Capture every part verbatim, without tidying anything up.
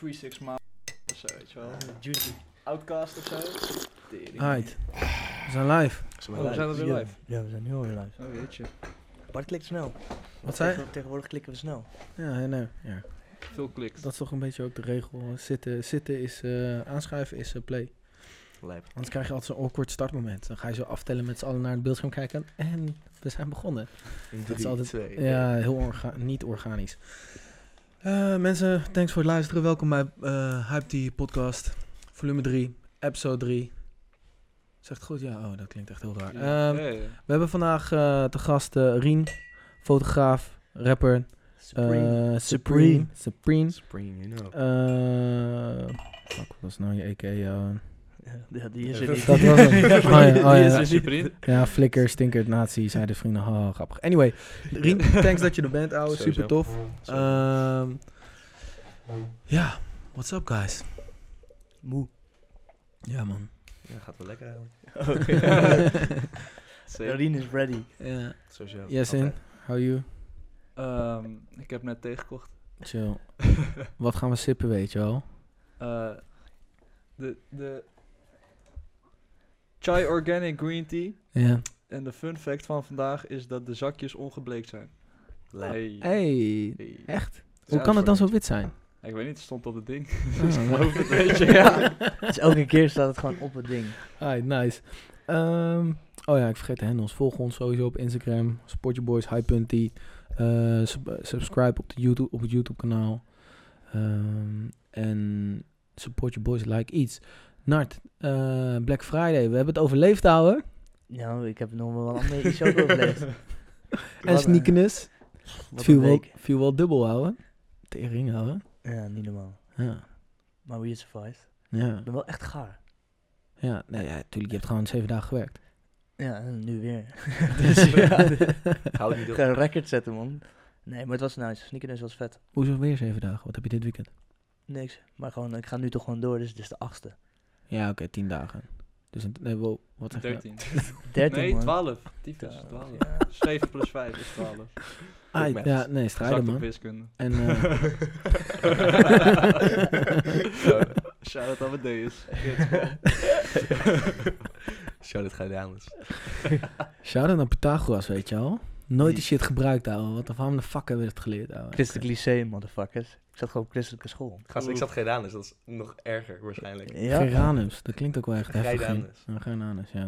drie six maal of zo, weet je wel. Juicy. Outcast of zo. Right. We zijn live. Oh, we zijn er weer live. Ja, we zijn nu alweer live. Oh, jeetje. Bart klikt snel. Wat zei je? Tegen- Tegenwoordig klikken we snel. Ja, ja, nee. Ja. Veel kliks. Dat is toch een beetje ook de regel. Zitten, zitten is uh, aanschuiven is uh, play. Lijp. Anders krijg je altijd zo'n awkward startmoment. Dan ga je zo aftellen met z'n allen naar het beeldscherm kijken. En we zijn begonnen. In Dat is altijd twee. ja, heel orga- niet organisch. Uh, mensen, thanks voor het luisteren. Welkom bij uh, Hype Tea podcast. Volume drie, episode drie. Zegt het goed? Ja, oh, dat klinkt echt heel raar. Ja, Um, ja, ja. We hebben vandaag uh, te gast uh, Rien, fotograaf, rapper. Supreme. Uh, Supreme. Supreme. Supreme, you know. Uh, fuck, wat was nou je A K? Uh, Ja, die is Ja, er niet. dat was hem. Ja, Oh ja, oh die ja. is Ja, er Supreme. niet. ja, flikker, stinkert, nazi, zeiden vrienden. Haha, grappig. Anyway, Rien, thanks dat je er bent, ouwe. Sowieso. Super tof. Sowieso. Um, ja, what's up, guys? Moe. Ja, man. Ja, gaat wel lekker eigenlijk. Zeker. Rien is ready. Ja. Sowieso. Yasin, how you? Ehm, ik heb net tegengekocht. Chill. Wat gaan we sippen, weet je wel? Uh, de, de Chai Organic Green Tea. Ja. En de fun fact van vandaag is dat de zakjes ongebleekt zijn. Lijp. Hey. Hey, Hey. echt? Ja, Hoe kan het dan voor- zo wit zijn? Ik weet niet, het stond op het ding. Oh, Dus ik nou. geloof het, weet je. Ja. Dus elke keer staat het gewoon op het ding. Alright, nice. Um, oh ja, ik vergeet de handles. Volg ons sowieso op Instagram. Support your boys, hype.tea. Uh, sub- subscribe op, de YouTube, op het YouTube kanaal. Um, en support your boys like iets. Nart, uh, Black Friday. We hebben het overleefd, ouwe. Ja, ik heb nog wel andere iets ook overleefd. En Wat- sneakiness. Wat Het een viel wel, week. viel wel dubbel, ouwe. Tering, ouwe. Ja, niet normaal. Ja. Maar we survived. Ja. Ik ben wel echt gaar. Ja, nee, ja, tuurlijk. Je hebt gewoon zeven dagen gewerkt. Ja, en nu weer. Dus ja, Hou niet ik op. ga een record zetten, man. Nee, maar het was nice. Sneakers was vet. Hoezo weer zeven dagen? Wat heb je dit weekend? Niks. Maar gewoon, ik ga nu toch gewoon door, dus het is de achtste. Ja, oké, tien dagen. Dus een, nee, wow, wat zeg je? dertien. dertien, Nee, man. twaalf. Tyfus, twaalf. Ja. zeven plus vijf is twaalf. Ah, Goed, ja, maths. nee, strijden, Zakt op man. wiskunde. En, uh, Shout-out aan mijn Deus. Shout-out Gaudianus. shout-out naar Pythagoras, weet je al. Nooit die Die- shit gebruikt, ouwe. Wat de waarom de fuck hebben we het geleerd, ouwe? Christelijk lyceum, motherfuckers. Ik zat gewoon op christelijke school. Gast, ik zat Gaudianus, dat is nog erger waarschijnlijk. Ja. Geranus, dat klinkt ook wel echt heftig. hè? Geidanus. Ja, Geranus, ja.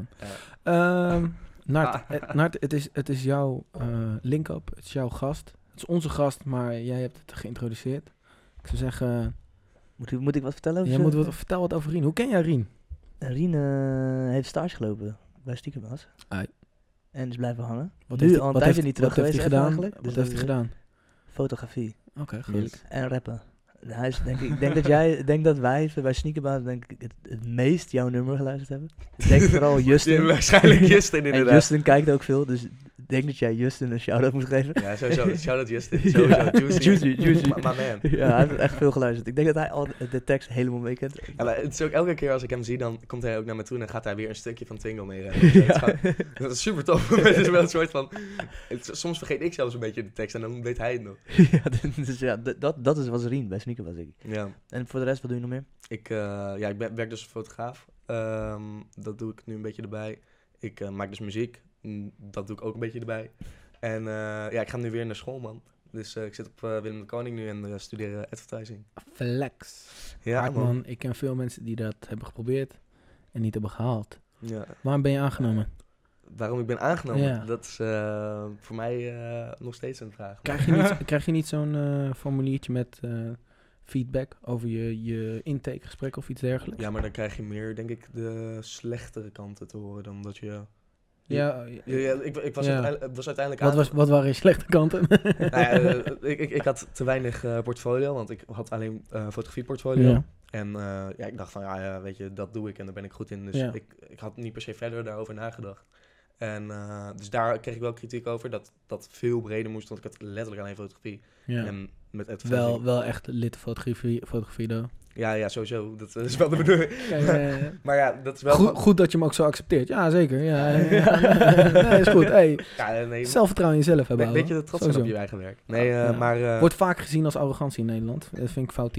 Ja. Ehm, Nart, Ah. eh, Nart, het is, het is jouw uh, link-up, het is jouw gast. Het is onze gast, maar jij hebt het geïntroduceerd. Ik zou zeggen, Moet, ik- moet ik wat vertellen over jij ze? moet wat, vertel wat over Rien. Hoe ken jij Rien? Rien eh, heeft stage gelopen bij Stiekemas. Ai. En is blijven hangen. Wat Nu heeft, al een wat tijdje heeft, niet terug wat heeft hij geweest gedaan? eigenlijk. Wat Dus heeft dat hij is- gedaan? Fotografie Oké, goed. en rappen. Hij is, denk ik, ik denk dat jij, ik denk dat wij bij Sneakerbaas denk ik het, het meest jouw nummer geluisterd hebben. Ik denk vooral Justin. Ja, waarschijnlijk Justin En inderdaad. Justin kijkt ook veel, dus ik denk dat jij Justin een shout-out moet geven. Ja, sowieso. Shout-out Justin. Ja. Sowieso. Juicy. Juicy, juicy. My, my man. Ja, hij heeft echt veel geluisterd. Ik denk dat hij al de tekst helemaal mee kent. Ja, maar het is ook elke keer als ik hem zie, dan komt hij ook naar me toe en dan gaat hij weer een stukje van Twingle mee rijden. Ja. Dat, is gewoon- dat is super tof. Maar het is wel een soort van... het is- soms vergeet ik zelfs een beetje de tekst en dan weet hij het nog. Ja, dus ja, d- dat, dat is was Rien bij Sneakerbaas, denk ik. Ja. En voor de rest, wat doe je nog meer? Ik, uh, ja, ik ben, werk dus als fotograaf. Um, dat doe ik nu een beetje erbij. Ik uh, maak dus muziek. Mm, dat doe ik ook een beetje erbij. En uh, ja, ik ga nu weer naar school, man. Dus uh, ik zit op uh, Willem de Koning nu en uh, studeer uh, advertising. Flex. Ja, Hard, man. Ik ken veel mensen die dat hebben geprobeerd en niet hebben gehaald. Ja. Waarom ben je aangenomen? Waarom ik ben aangenomen, Ja. dat is uh, voor mij uh, nog steeds een vraag. Krijg je niet, krijg je niet zo'n uh, formuliertje met uh, feedback over je, je intakegesprek of iets dergelijks? Ja, maar dan krijg je meer, denk ik, de slechtere kanten te horen dan dat je... Ja, Ja, ja, ik, ik was, Ja. uiteindelijk, was uiteindelijk Wat, was, wat waren je slechte kanten? Nou ja, uh, ik, ik, ik had te weinig uh, portfolio, want ik had alleen uh, fotografieportfolio. Ja. En uh, ja, ik dacht van, ja, ja, weet je, dat doe ik en daar ben ik goed in. Dus Ja. ik, ik had niet per se verder daarover nagedacht. En uh, dus daar kreeg ik wel kritiek over, dat dat veel breder moest, want ik had letterlijk alleen fotografie. Ja. En met advertising. Wel, wel echt lid fotografie, fotografie dan. Ja, ja, sowieso. Dat is wel de bedoeling. Maar ja, dat is wel... Goed, goed dat je hem ook zo accepteert. Ja, zeker. Ja, ja, ja. Nee, is goed. Hey, Ja, nee, zelfvertrouwen in jezelf hebben. Weet je ouwe. dat trots zijn op Sowieso. je eigen werk? Nee, uh, Ja. maar... Uh, Wordt vaak gezien als arrogantie in Nederland. Dat vind ik foutief.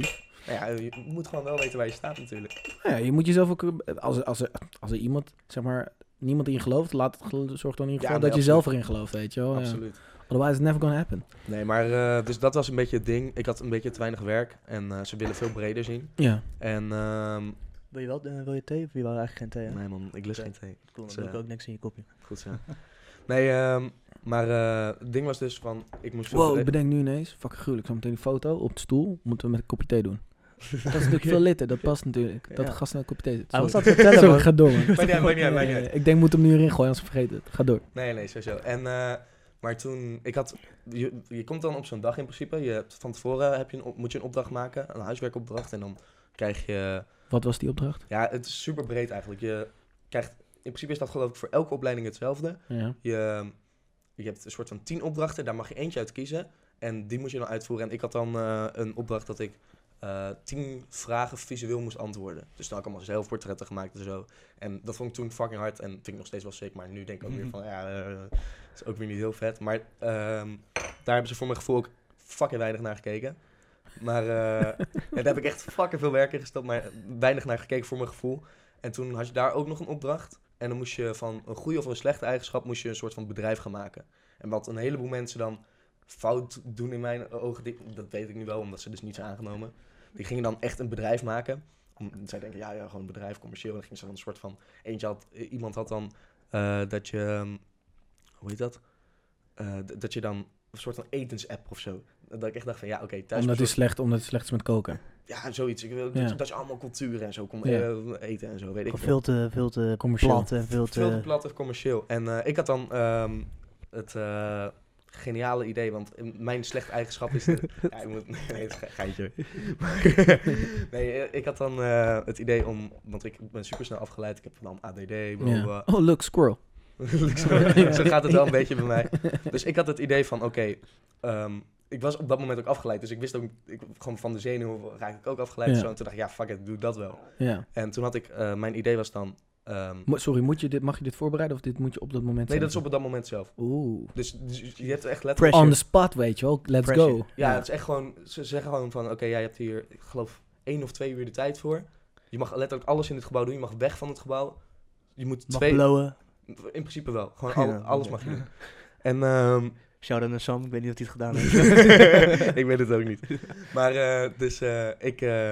Nou ja, je moet gewoon wel weten waar je staat natuurlijk. Ja, je moet jezelf ook, als, als, er, als er iemand, zeg maar, niemand in je gelooft, laat het, gel- zorg dan in ieder geval Ja, nee, dat je absoluut. zelf erin gelooft, weet je wel. Ja. Absoluut. Otherwise it's never gonna happen. Nee, maar uh, dus dat was een beetje het ding. Ik had een beetje te weinig werk en uh, ze willen veel breder zien. Ja. En um, Wil je wel uh, wil je thee of wil je wel eigenlijk geen thee? Hè? nee man, ik lust Oké. geen thee. Cool, dan Dus, doe ik uh, ook niks in je kopje. Goed zo. Nee, um, maar uh, het ding was dus van, ik moest veel Wow, ik breder- bedenk nu ineens, fucking gruwelijk, zo meteen die foto op de stoel, moeten we met een kopje thee doen. Dat is natuurlijk veel litter, dat past natuurlijk. Dat Ja. de gast naar een kopje thee zit. Hij was Sorry. dat vertellen, Sorry, man. ga door man. Maakt niet uit, maakt niet uit, maakt niet uit. Ik denk, moet hem nu erin gooien, anders vergeet het. Ga door. Nee, nee, sowieso. En, uh, maar toen, ik had, je, je komt dan op zo'n dag in principe. Je hebt, van tevoren heb je een, op- moet je een opdracht maken, een huiswerkopdracht. En dan krijg je, Wat was die opdracht? ja, het is super breed eigenlijk. Je krijgt, in principe is dat geloof ik voor elke opleiding hetzelfde. Ja. Je, je hebt een soort van tien opdrachten, daar mag je eentje uit kiezen. En die moet je dan uitvoeren. En ik had dan uh, een opdracht dat ik uh, tien vragen visueel moest antwoorden. Dus dan had ik allemaal zelfportretten gemaakt en zo. En dat vond ik toen fucking hard en vind ik nog steeds wel sick. Maar nu denk ik ook weer van, ja, uh, dat is ook weer niet heel vet. Maar um, daar hebben ze voor mijn gevoel ook fucking weinig naar gekeken. Maar uh, en daar heb ik echt fucking veel werk in gestopt, maar weinig naar gekeken voor mijn gevoel. En toen had je daar ook nog een opdracht. En dan moest je van een goede of een slechte eigenschap moest je een soort van bedrijf gaan maken. En wat een heleboel mensen dan fout doen in mijn ogen, die, dat weet ik nu wel, omdat ze dus niet zijn aangenomen. Die gingen dan echt een bedrijf maken. Om, zij denken, ja, ja, gewoon een bedrijf, commercieel. En dan gingen ze dan een soort van, eentje had, iemand had dan uh, dat je, um, hoe heet dat? Uh, d- dat je dan een soort van etensapp of zo. Dat ik echt dacht van, ja, oké, okay, thuis... Omdat het slecht, omdat het slecht is met koken. Ja, zoiets. Ik wil, Ja. dat, dat je allemaal cultuur en zo kon Ja. uh, eten en zo, weet ik Gewoon veel. veel te, veel te Commercieel. plat en veel te... Veel te plat en commercieel. En uh, ik had dan um, het uh, geniale idee, want mijn slechte eigenschap is... De, ja, ik moet, nee, nee, het is een geintje. Maar, nee, ik had dan uh, het idee om... Want ik ben super snel afgeleid. Ik heb dan A D D. Ja. Blah, Oh, look, squirrel. zo, zo gaat het wel een beetje bij mij. Dus ik had het idee van, oké... Okay, um, ik was op dat moment ook afgeleid, dus ik wist ook, ik, gewoon van de zenuwen raak ik ook afgeleid. Ja. Zo. En toen dacht ik, ja, fuck it, doe dat wel. Ja. En toen had ik, uh, mijn idee was dan... Um, Mo- Sorry, moet je dit, mag je dit voorbereiden of dit moet je op dat moment nee, zelf dat is op dat moment zelf. doen? Oeh. Dus, dus je hebt echt letterlijk... Pressure. On the spot, weet je wel. Let's Pressure. go. Ja, het is echt gewoon, ze zeggen gewoon van, oké, okay, jij hebt hier, ik geloof, één of twee uur de tijd voor. Je mag letterlijk alles in het gebouw doen, je mag weg van het gebouw. Je moet Mag twee... blowen. In principe wel, gewoon al, Ja, alles oké. mag je doen. En... Um, Shout-out naar Sam, ik weet niet of hij het gedaan heeft. ik weet het ook niet. Maar uh, dus uh, ik, uh,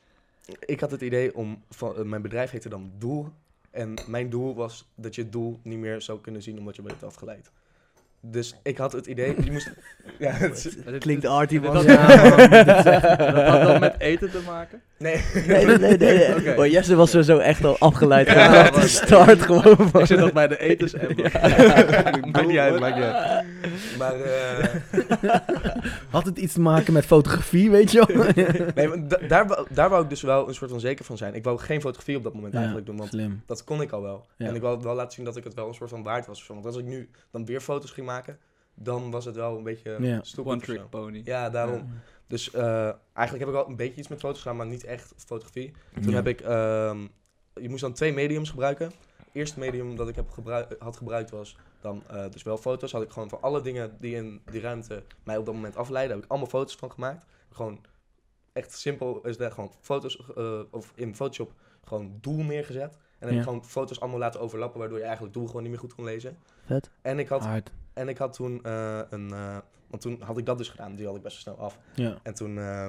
ik had het idee om, van, uh, mijn bedrijf heette dan Doel. En mijn doel was dat je het doel niet meer zou kunnen zien omdat je bent afgeleid. Dus ik had het idee, je moest... ja, het is- Het klinkt arty, man. Dat, Ja, man. dat had dat met eten te maken? nee. Nee, nee, nee. nee, nee. Oké. Oh, Jesse was er zo echt al afgeleid. Ja, Vanaf de man. start gewoon. Ik zit nog bij de etensapp. maakt niet uit, maakt niet uit. Maar, uh, Had het iets te maken met fotografie, weet je wel? nee, maar da- daar, wou- daar wou ik dus wel een soort van zeker van zijn. Ik wou geen fotografie op dat moment Ja, eigenlijk doen, want slim. dat kon ik al wel. Ja. En ik wou wel laten zien dat ik het wel een soort van waard was. Of zo. Want als ik nu dan weer foto's ging maken, dan was het wel een beetje Ja. stoppend One of zo. trick pony. Ja, daarom. Dus uh, eigenlijk heb ik wel een beetje iets met foto's gedaan, maar niet echt fotografie. Toen Ja. heb ik, um, je moest dan twee mediums gebruiken. Het eerste medium dat ik heb gebruik, had gebruikt was dan uh, dus wel foto's. Had ik gewoon van alle dingen die in die ruimte mij op dat moment afleiden, heb ik allemaal foto's van gemaakt. Gewoon echt simpel is dat, gewoon foto's, uh, of in Photoshop gewoon doel neergezet. En dan heb Ja. ik gewoon foto's allemaal laten overlappen, waardoor je eigenlijk doel gewoon niet meer goed kon lezen. Vet. En ik had, Hard. en ik had toen uh, een, uh, want toen had ik dat dus gedaan, die had ik best wel snel af. Ja. En toen, uh,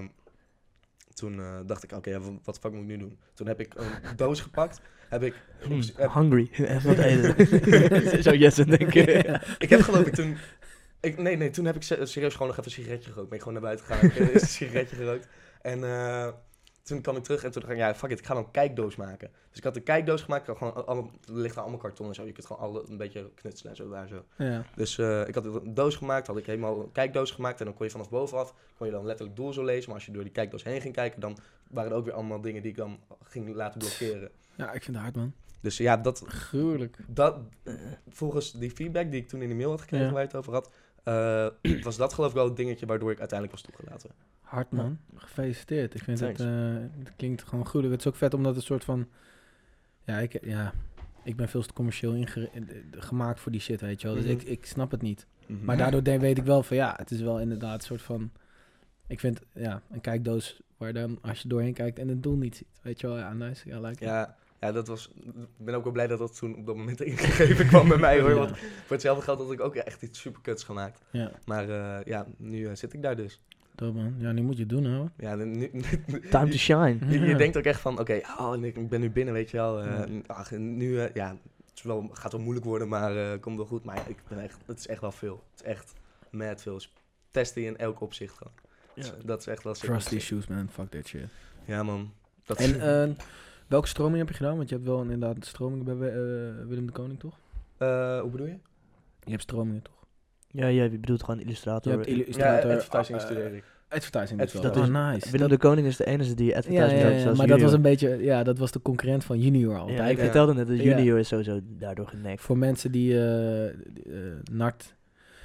toen uh, dacht ik, oké, okay, ja, wat de fuck moet ik nu doen? Toen heb ik een doos gepakt. Heb ik, Hmm, heb, hungry. Even wat eten. Zou Jesse denken. ik heb geloof ik toen... Ik, nee, nee, toen heb ik se- serieus gewoon nog even een sigaretje gerookt. Ben ik gewoon naar buiten gegaan. Ik heb eerst een sigaretje gerookt. En uh, toen kwam ik terug en toen dacht ik, ja, fuck it, ik ga dan een kijkdoos maken. Dus ik had een kijkdoos gemaakt. Ik had gewoon allemaal, er ligt allemaal karton en zo. Je kunt gewoon alle, een beetje knutselen en zo daar zo. Ja. Dus uh, ik had een doos gemaakt, had ik helemaal een kijkdoos gemaakt. En dan kon je vanaf bovenaf, kon je dan letterlijk doel zo lezen. Maar als je door die kijkdoos heen ging kijken, dan waren er ook weer allemaal dingen die ik dan ging laten blokkeren. Ja, ik vind het hard, man. Dus ja, dat, Gruwelijk. dat volgens die feedback die ik toen in de mail had gekregen, Ja. waar je het over had, uh, was dat geloof ik wel het dingetje waardoor ik uiteindelijk was toegelaten. Hard, man. Gefeliciteerd. Ik vind het, Thanks. uh, het klinkt gewoon gruwelijk. Het is ook vet omdat het een soort van... Ja, ik, ja, ik ben veel te commercieel inge- gemaakt voor die shit, weet je wel. Dus Mhm. ik, ik snap het niet. Mm-hmm. Maar daardoor denk, weet ik wel van ja, het is wel inderdaad een soort van... Ik vind, ja, een kijkdoos waar dan, als je doorheen kijkt en het doel niet ziet. Weet je wel, ja, nice. Ja, like Ja, ja, dat was... Ik ben ook wel blij dat dat toen op dat moment ingegeven kwam bij mij, hoor. Ja. Want voor hetzelfde geld had ik ook echt iets superkuts gemaakt. Ja, Maar uh, ja, nu uh, zit ik daar dus. dat man. Ja, nu moet je het doen, hoor. Ja, nu, Time to shine. Je, je Ja. denkt ook echt van, oké, okay, oh, ik ben nu binnen, weet je wel. Uh, Ja. ach, nu, uh, ja, het is wel, gaat wel moeilijk worden, maar uh, komt wel goed. Maar ja, ik ben echt, het is echt wel veel. Het is echt mad veel. Testen in elk opzicht gewoon. Ja. Dus dat is echt wel sick. Trust issues, man. Fuck that shit. Ja, man. Dat En uh, welke stroming heb je gedaan? Want je hebt wel inderdaad stromingen bij uh, Willem de Koning, toch? uh, hoe bedoel je? Je hebt stromingen, toch? Ja, je bedoelt gewoon illustrator. Je hebt Ja, illustrator. advertising uh, studeer ik. Advertising dus wel. Dat Oh, is- nice. Willem Dat- de Koning is de enige die ja, advertising ja, doet, ja, zoals maar dat was junior. een beetje, ja, dat was de concurrent van Junior altijd. Ja, ik Ja. vertelde net, dat Ja. junior is sowieso daardoor genekt. Voor mensen die uh, uh, Nart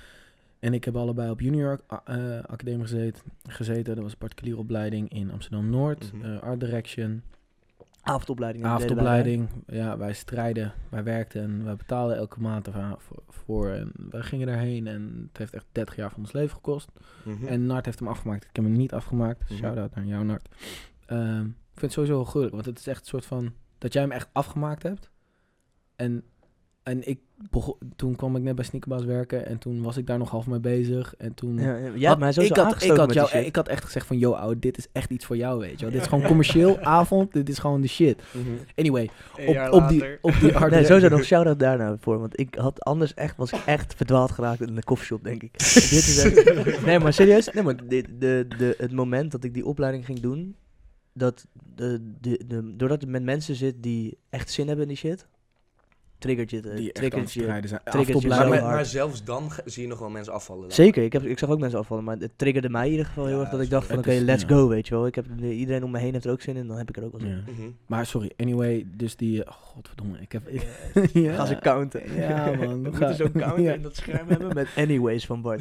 en ik hebben allebei op Junior uh, Academie gezeten, gezeten. Dat was een particuliere opleiding in Amsterdam-Noord. Mhm. uh, Art Direction. Avondopleiding. in Avondopleiding. Ja, wij strijden. Wij werkten en wij betaalden elke maand ervoor voor. En wij gingen daarheen en het heeft echt dertig jaar van ons leven gekost. Mhm. En Nart heeft hem afgemaakt. Ik heb hem niet afgemaakt. Mhm. Shout-out naar jou, Nart. Um, ik vind het sowieso wel gruwelijk, want het is echt een soort van... dat jij hem echt afgemaakt hebt. En, en ik begon, toen kwam ik net bij Sneakerbaas werken en toen was ik daar nog half mee bezig. En toen... Ja, ja, jij had- hebt mij sowieso ik, had, ik, aangestoken had met jou, die shit. ik had echt gezegd van, yo, ouwe, dit is echt iets voor jou, weet je wel. Dit is gewoon commercieel, avond, dit is gewoon de shit. Mhm. Anyway, Een op, jaar op, die, later. op die art Nee, sowieso nog shout-out daarna voor. Want ik had anders echt, was ik echt verdwaald geraakt in de koffieshop, denk ik. Dit is echt, nee, maar serieus. Nee, maar dit, de, de, het moment dat ik die opleiding ging doen, dat de, de, de, doordat het met mensen zit die echt zin hebben in die shit, triggert je het. die echt aan het triggert je. strijden zijn. triggert je Maar, zo Avondopleiding. maar, hard. maar zelfs dan ge- zie je nog wel mensen afvallen. dan. Zeker, ik, heb, ik zag ook mensen afvallen, maar het triggerde mij in ieder geval heel Ja, erg dat ik is- dacht van het oké, is- let's ja. go, weet je wel. Ik heb, iedereen om me heen heeft er ook zin in, dan heb ik er ook wel zin in. Ja. Mhm. Maar sorry, anyway, dus die... uh, godverdomme, ik heb... ja. Gaan ze counten. Ja, man. We Ga- moeten zo'n counter Ja. in dat scherm hebben met anyways van Bart.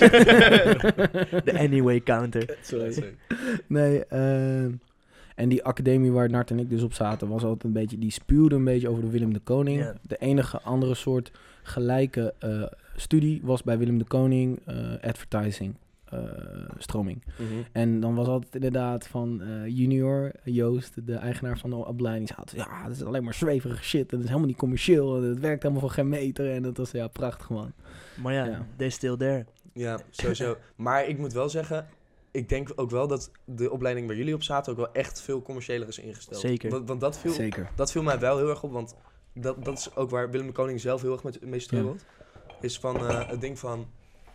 De anyway counter. Sorry. Nee, ehm, en die academie waar Nart en ik dus op zaten, was altijd een beetje, die spuwde een beetje over de Willem de Koning. Ja. De enige andere soort gelijke eh, studie was bij Willem de Koning eh, advertising eh, stroming. Mhm. En dan was altijd inderdaad van eh, junior Joost, de eigenaar van de opleiding, zei altijd, ja, dat is alleen maar zweverige shit. Dat is helemaal niet commercieel. en Het werkt helemaal voor geen meter. En dat was ja prachtig, man. Maar ja, Ja. they're still there. Ja, sowieso. Maar ik moet wel zeggen, ik denk ook wel dat de opleiding waar jullie op zaten ook wel echt veel commerciëler is ingesteld. Zeker. Want, want dat, viel, Zeker. dat viel mij wel heel erg op, want dat, dat is ook waar Willem de Koning zelf heel erg met, mee struggelt. Is van uh, het ding van,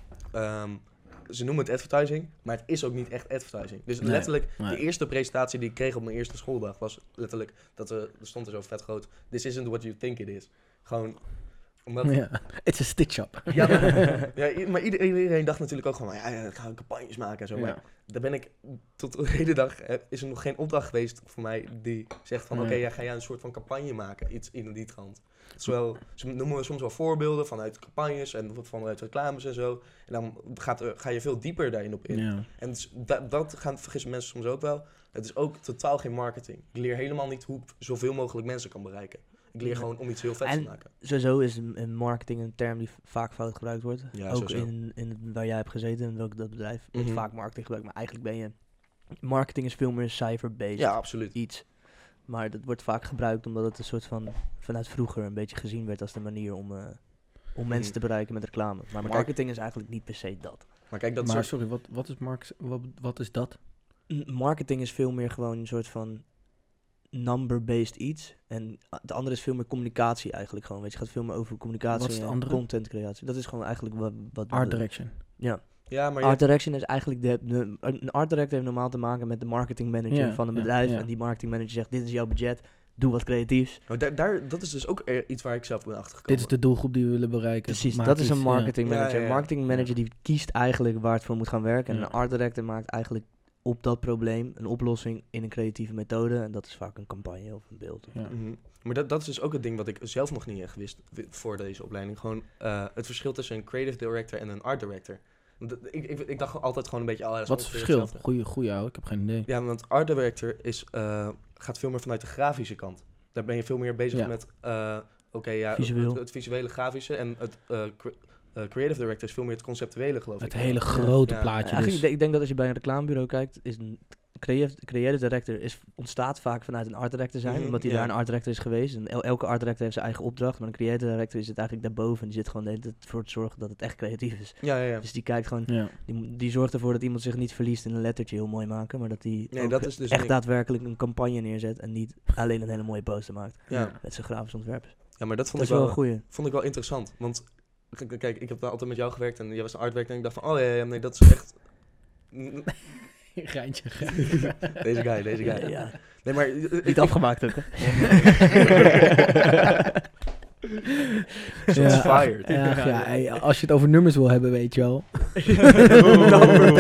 um, ze noemen het advertising, maar het is ook niet echt advertising. Dus Nee, letterlijk, nee. de eerste presentatie die ik kreeg op mijn eerste schooldag was letterlijk, dat er, er stond er zo vet groot, this isn't what you think it is. Gewoon, omdat... Ja, it's a stitch-up. Ja, maar, ja, i- maar ieder- iedereen dacht natuurlijk ook gewoon, ja, ja, gaan campagnes maken en zo. Maar daar ben ik, tot de hele dag eh, is er nog geen opdracht geweest voor mij die zegt van, Ja. oké, ja, ga jij een soort van campagne maken, iets in die trant. Zowel, ze noemen we soms wel voorbeelden vanuit campagnes en vanuit reclames en zo. En dan gaat er, ga je veel dieper daarin op in. Ja. En dus dat, dat gaan vergissen mensen soms ook wel. Het is ook totaal geen marketing. Ik leer helemaal niet hoe ik zoveel mogelijk mensen kan bereiken. Ik leer Ja. gewoon om iets heel vets En- te maken. Sowieso is een, een marketing een term die v- vaak fout gebruikt wordt. Ja, ook sowieso. in, in het- waar jij hebt gezeten, in welk dat bedrijf, wordt Mhm. vaak marketing gebruikt. Maar eigenlijk ben je... Marketing is veel meer cijfer-based Ja, absoluut. iets. Maar dat wordt vaak gebruikt omdat het een soort van... vanuit vroeger een beetje gezien werd als de manier om, uh, om mensen Mhm. te bereiken met reclame. Maar, kijk- marketing is eigenlijk niet per se dat. Maar kijk, dat maar soort- sorry, wat, wat is mark, wat, wat is dat? M- Marketing is veel meer gewoon een soort van number-based iets. En a- het andere is veel meer communicatie eigenlijk gewoon. Weet je, het gaat veel meer over communicatie Wat is het en andere? contentcreatie. Dat is gewoon eigenlijk wat... wat Art direction. Ja. Ja, maar je Art direction is eigenlijk de, de... Een art director heeft normaal te maken met de marketing manager Ja, van een ja, bedrijf. ja. En die marketing manager zegt, dit is jouw budget, doe wat creatiefs. Oh, daar, daar, dat is dus ook eh, iets waar ik zelf ben achtergekomen. Dit is de doelgroep die we willen bereiken. Precies, Maak dat is iets, een ja. marketing Ja, manager. ja, Een ja. marketing manager die kiest eigenlijk waar het voor moet gaan werken. En Ja. een art director maakt eigenlijk op dat probleem een oplossing in een creatieve methode. En dat is vaak een campagne of een beeld. Ja. Mhm. Maar dat, dat is dus ook het ding wat ik zelf nog niet echt wist wi- voor deze opleiding. Gewoon eh, het verschil tussen een creative director en een art director. Want dat- ik, ik, ik dacht altijd gewoon een beetje... Oh, dat is Wat is het ongeveer verschil? hetzelfde. Goeie, goeie ouwe, ik heb geen idee. Ja, want art director is, eh, gaat veel meer vanuit de grafische kant. Daar ben je veel meer bezig Ja. met... eh, Oké, ja, Visueel. Het, het visuele grafische en het, eh, cre- uh, creative director is veel meer het conceptuele, geloof Het ik. hele grote Ja. plaatje. Eigenlijk, dus. ik denk- ik denk dat als je bij een reclamebureau kijkt, is een creative, creative director is, ontstaat vaak vanuit een art director zijn, Mhm, omdat hij ja. daar een art director is geweest. En el- elke art director heeft zijn eigen opdracht, maar een creative director zit eigenlijk daarboven en die zit gewoon de hele tijd voor te zorgen dat het echt creatief is. Ja, ja, ja. Dus die kijkt gewoon, Ja. die, die zorgt ervoor dat iemand zich niet verliest in een lettertje heel mooi maken, maar dat hij Nee, ook dat is dus echt een- daadwerkelijk een campagne neerzet en niet alleen een hele mooie poster maakt Ja. met zijn grafisch ontwerp. ja, maar dat vond Dat ik is wel wel, een goeie. vond ik wel interessant. Want k- kijk, ik heb daar altijd met jou gewerkt en jij was een art director en ik dacht van, oh ja, ja, nee, dat is echt... Geintje. Deze guy, deze guy. Ja, ja. Nee, maar... ik- Niet afgemaakt ook, hè? Shots fired. Ja, ja, hey, als je het over nummers wil hebben, weet je wel. Number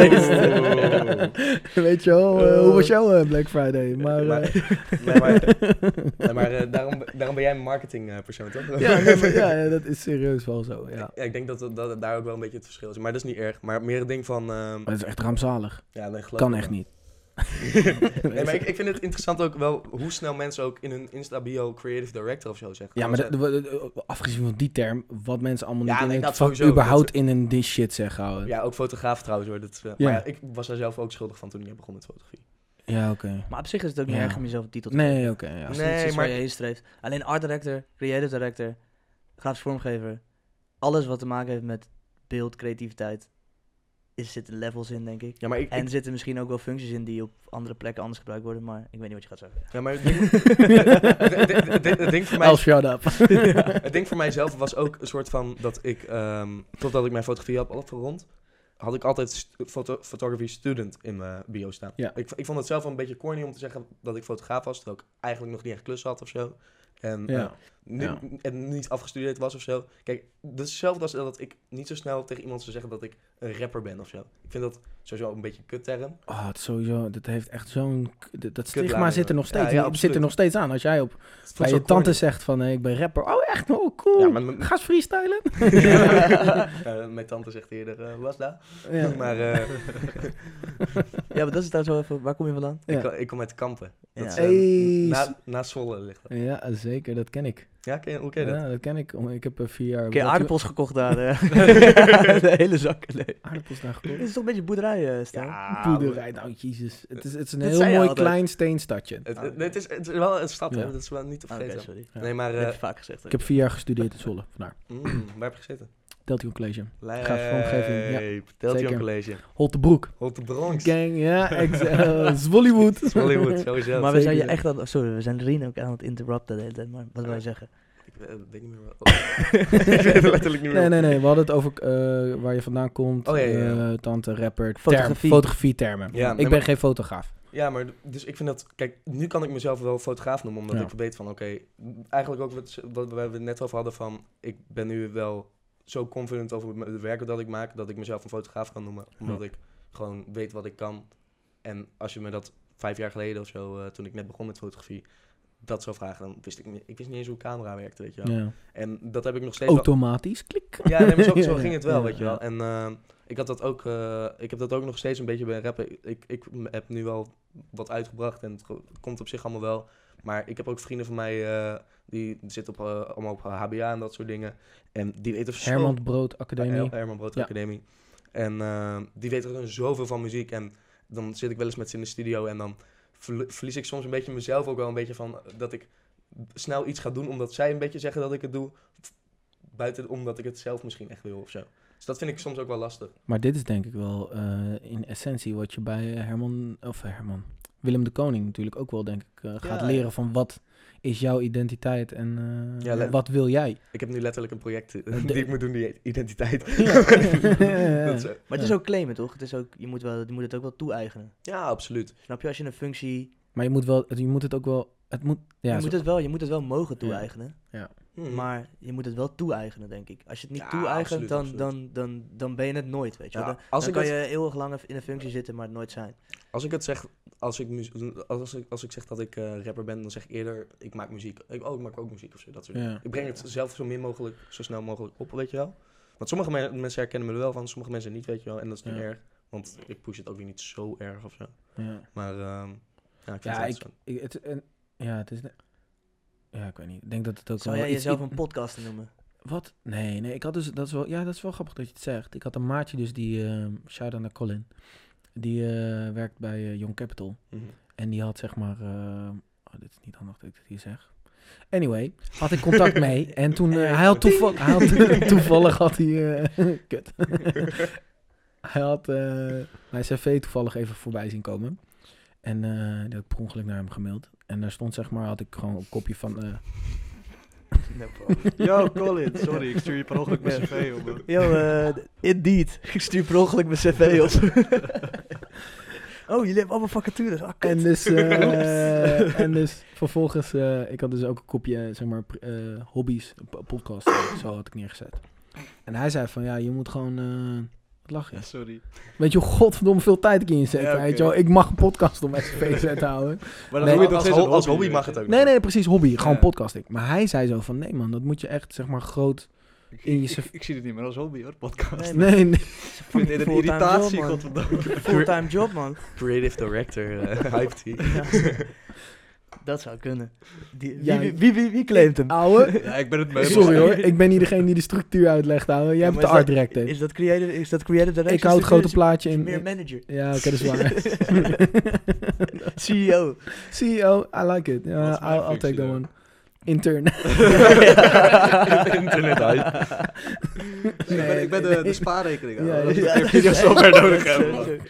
Weet je wel, eh, hoe was jouw eh, Black Friday? Maar, Maar- eh, Nee, maar, nee, maar eh, daarom, daarom ben jij een marketingpersoon, toch? ja, nee, maar ja, ja, dat is serieus wel zo. Ja. Ja, ik denk dat, dat, dat daar ook wel een beetje het verschil is. Maar dat is niet erg. Maar meer het ding van... ehm, Maar dat is echt rampzalig. ja, nee, geloof Kan me echt wel. niet. Nee, maar ik, ik vind het interessant ook wel hoe snel mensen ook in hun Insta-bio creative director of zo zeggen. Ja, maar Gewoon dat- dat- dat- afgezien van die term, wat mensen allemaal Ja, niet nee, in dat het vak sowieso. überhaupt Dat- in een this shit zeggen houden. zeggen. Ja, ook fotograaf trouwens hoor. Dat, eh, Ja. Maar ja, ik was daar zelf ook schuldig van toen ik net begon met fotografie. Ja, oké. Maar op zich is het ook niet Ja. erg om jezelf een titel te Nee, geven. oké, ja. Als Nee, het iets is waar maar- je heen streeft. Alleen art director, creative director, grafisch vormgever, alles wat te maken heeft met beeld, creativiteit, is, zitten levels in, denk ik. Ja, maar ik... En ik- zitten misschien ook wel functies in die op andere plekken anders gebruikt worden, maar ik weet niet wat je gaat zeggen. ja, maar het ding, het, het- het- het- het ding voor mij... Al shut up. Het ding voor mijzelf was ook een soort van dat ik, ehm, totdat ik mijn fotografie had afgerond, had ik altijd st- foto photography student in mijn bio staan. Ja. Ik, ik vond het zelf wel een beetje corny om te zeggen dat ik fotograaf was, terwijl ik eigenlijk nog niet echt klus had of zo. En, Ja. eh, ni- Ja. en niet afgestudeerd was of zo. Kijk, dat is hetzelfde als dat ik niet zo snel tegen iemand zou zeggen dat ik een rapper ben of zo. Ik vind dat sowieso een beetje een kutterm. Oh, het is sowieso, dat heeft echt zo'n... k- Dat, dat stigma lading, zit er nog ja. steeds. Ja, ja, Die zit absoluut. er nog steeds aan. Als jij op Het voelt bij zo je tante corny. zegt van, hey, ik ben rapper. Oh, echt? Oh, cool. Ja, maar mijn- Ga eens freestylen. Eh, mijn tante zegt eerder, eh, was daar. Ja. Maar eh, Ja, maar dat is daar zo even, waar kom je vandaan? Ja. ik, kom- ik kom uit Kampen. Dat Ja. is, eh, Hey, na, na Zwolle ligt dat. Ja, zeker. Dat ken ik. Ja, ken je, hoe ken je dat? Ja, dat ken ik. Om- Ik heb eh, vier jaar... Een keer wat- aardappels gekocht daar. eh. De hele zak. Nee. Aardappels daar Dit gekocht. is toch een beetje boerderij, uh, Stijn? Ja, Boerderij, nou jezus. Het is, het is een Dit heel zei je mooi altijd. klein steenstadje. Het, Ah, het, het is, het is wel een stad, Ja. hè? Dat is wel niet te Ah, Oké, vergeten. sorry. Ja. Nee, maar... Dat eh heb je vaak gezegd. Ik heb vier jaar gestudeerd in Zwolle. Vandaar. mm, waar heb je gezeten? Deltion College. Lijp. Grafisch vormgeving, ja. Deltion Zeker. College. Holtebroek. Op de Bronx. Gang, ja. ex- eh, Zwollywood. Dat is Hollywood, sowieso. Maar we zijn je zeker. echt aan... Sorry, we zijn Rien ook aan het interrupten de hele tijd. Maar wat wil je zeggen? Ik eh, weet niet meer wat... ik weet het letterlijk niet meer. Nee, nee, nee. We hadden het over eh, waar je vandaan komt. Oh, ja, ja, ja. eh, tante, rapper, Fotografie. term, fotografie termen. Ja, ik nee, ben maar- geen fotograaf. Ja, maar d- dus ik vind dat... Kijk, nu kan ik mezelf wel fotograaf noemen, omdat Ja. ik weet van, oké... eigenlijk ook wat, wat we het net over hadden van... Ik ben nu wel zo confident over m- het werk dat ik maak, dat ik mezelf een fotograaf kan noemen. Omdat Ja. ik gewoon weet wat ik kan. En als je me dat vijf jaar geleden of zo, eh, toen ik net begon met fotografie, dat zou vragen, dan wist ik niet... Ik wist niet eens hoe camera werkte, weet je wel. Ja. En dat heb ik nog steeds wel... Automatisch, klik. Ja, nee, maar zo, zo Ja, ging het wel, ja, weet je ja. wel. En eh, ik had dat ook, eh, ik heb dat ook nog steeds een beetje bij rappen. Ik, ik heb nu wel wat uitgebracht en het go- komt op zich allemaal wel. Maar ik heb ook vrienden van mij, eh, die zitten op, eh, allemaal op H B A en dat soort dingen. En die weten zo... Herman Brood Academie. Her- Herman Brood Ja. Academie. En eh, die weten gewoon zoveel van muziek. En dan zit ik wel eens met ze in de studio en dan verli- verlies ik soms een beetje mezelf ook wel een beetje van... Dat ik snel iets ga doen omdat zij een beetje zeggen dat ik het doe. Buiten omdat ik het zelf misschien echt wil of zo. Dus dat vind ik soms ook wel lastig. Maar dit is denk ik wel eh, in essentie wat je bij Herman, of Herman, Willem de Koning natuurlijk ook wel denk ik eh, gaat Ja, leren ja. van wat is jouw identiteit en eh, Ja, le- wat wil jij? Ik heb nu letterlijk een project eh, De- die ik moet doen, die heet identiteit. Ja. Dat is, eh, Maar het is ook claimen, toch? Het is ook, je, moet wel, je moet het ook wel toe-eigenen. ja, absoluut. Snap je? Als je een functie... Maar je moet wel, je moet het ook wel, het moet, ja, je, zo- moet het wel, je moet het wel mogen toe-eigenen. Hmm. Maar je moet het wel toe-eigenen, denk ik. Als je het niet Ja, toe-eigent, absoluut, dan, absoluut. dan, dan, dan ben je het nooit, weet je Ja, wel. Dan, als dan ik kan het- je eeuwig lang in een functie zitten, maar het nooit zijn. Als ik het zeg, als ik, muzie- als ik, als ik zeg dat ik eh, rapper ben, dan zeg ik eerder, ik maak muziek. Ik, oh, ik maak ook muziek of zo, dat soort dingen. ja. Ik breng het zelf zo min mogelijk, zo snel mogelijk op, weet je wel. Want sommige men- mensen herkennen me er wel van, sommige mensen niet, weet je wel. En dat is niet Ja. erg, want ik push het ook weer niet zo erg of zo. ja. Maar ehm ja, ik vind Ja, het ik, wel interessant. ik, het, en, ja, het is, ne- ja, ik weet niet. Ik denk dat het ook Zou wel jij iets- jezelf iets- een podcaster noemen? Wat? Nee, nee, ik had dus, dat is wel, ja, dat is wel grappig dat je het zegt. Ik had een maatje dus die, uh, shout-out naar Colin, die uh, werkt bij uh, Young Capital. Mm-hmm. En die had zeg maar, uh, oh, dit is niet handig dat ik dit hier zeg. Anyway, had ik contact mee en toen, uh, hij had toevallig, hij had, toevallig had hij, uh, kut. Hij had uh, mijn cv toevallig even voorbij zien komen. En uh, die had ik per ongeluk naar hem gemaild. En daar stond zeg maar, had ik gewoon een kopje van... Uh... Yo, Colin, sorry, ik stuur je per ongeluk mijn cv op. Man. Yo, uh, indeed. Ik stuur per ongeluk mijn cv op. Oh, jullie hebben allemaal vacatures. Ah, en, dus, uh, en dus vervolgens, uh, ik had dus ook een kopje, zeg maar, uh, hobby's, podcast, zo had ik neergezet. En hij zei van, ja, je moet gewoon... Uh, Lach je. Ja, sorry. Weet je hoe godverdomme veel tijd ik in je zet? Ja, okay. Weet je wel? Ik mag een podcast op mijn cv zetten houden. Maar dan nee, doe je als, als, als hobby mag het ook. Nee, nee, precies, hobby. Gewoon ja. podcasting. Maar hij zei zo van, nee man, dat moet je echt, zeg maar, groot in je ik, ik, ik zie het niet meer als hobby hoor, podcast. Nee, nee. nee. Ik vind dit een irritatie, godverdomme. Fulltime job, man. Creative director, uh, hype team. Dat zou kunnen. Die, ja, wie, wie, wie, wie claimt hem? Ouwe? Ja, ik ben het mee. Sorry hoor, ik ben niet degene die de structuur uitlegt, ouwe. Jij ja, bent de art director. Is dat creative, is dat creative director? Ik hou het grote plaatje in. Meer manager. Ja, oké, okay, dat is waar. C E O. C E O, I like it. Uh, I'll, I'll take that one. Intern. Internet hype. Nee, ik ben, ik ben de, de spaarrekening. Ja, dat ja, ik video's zo ver nodig heb.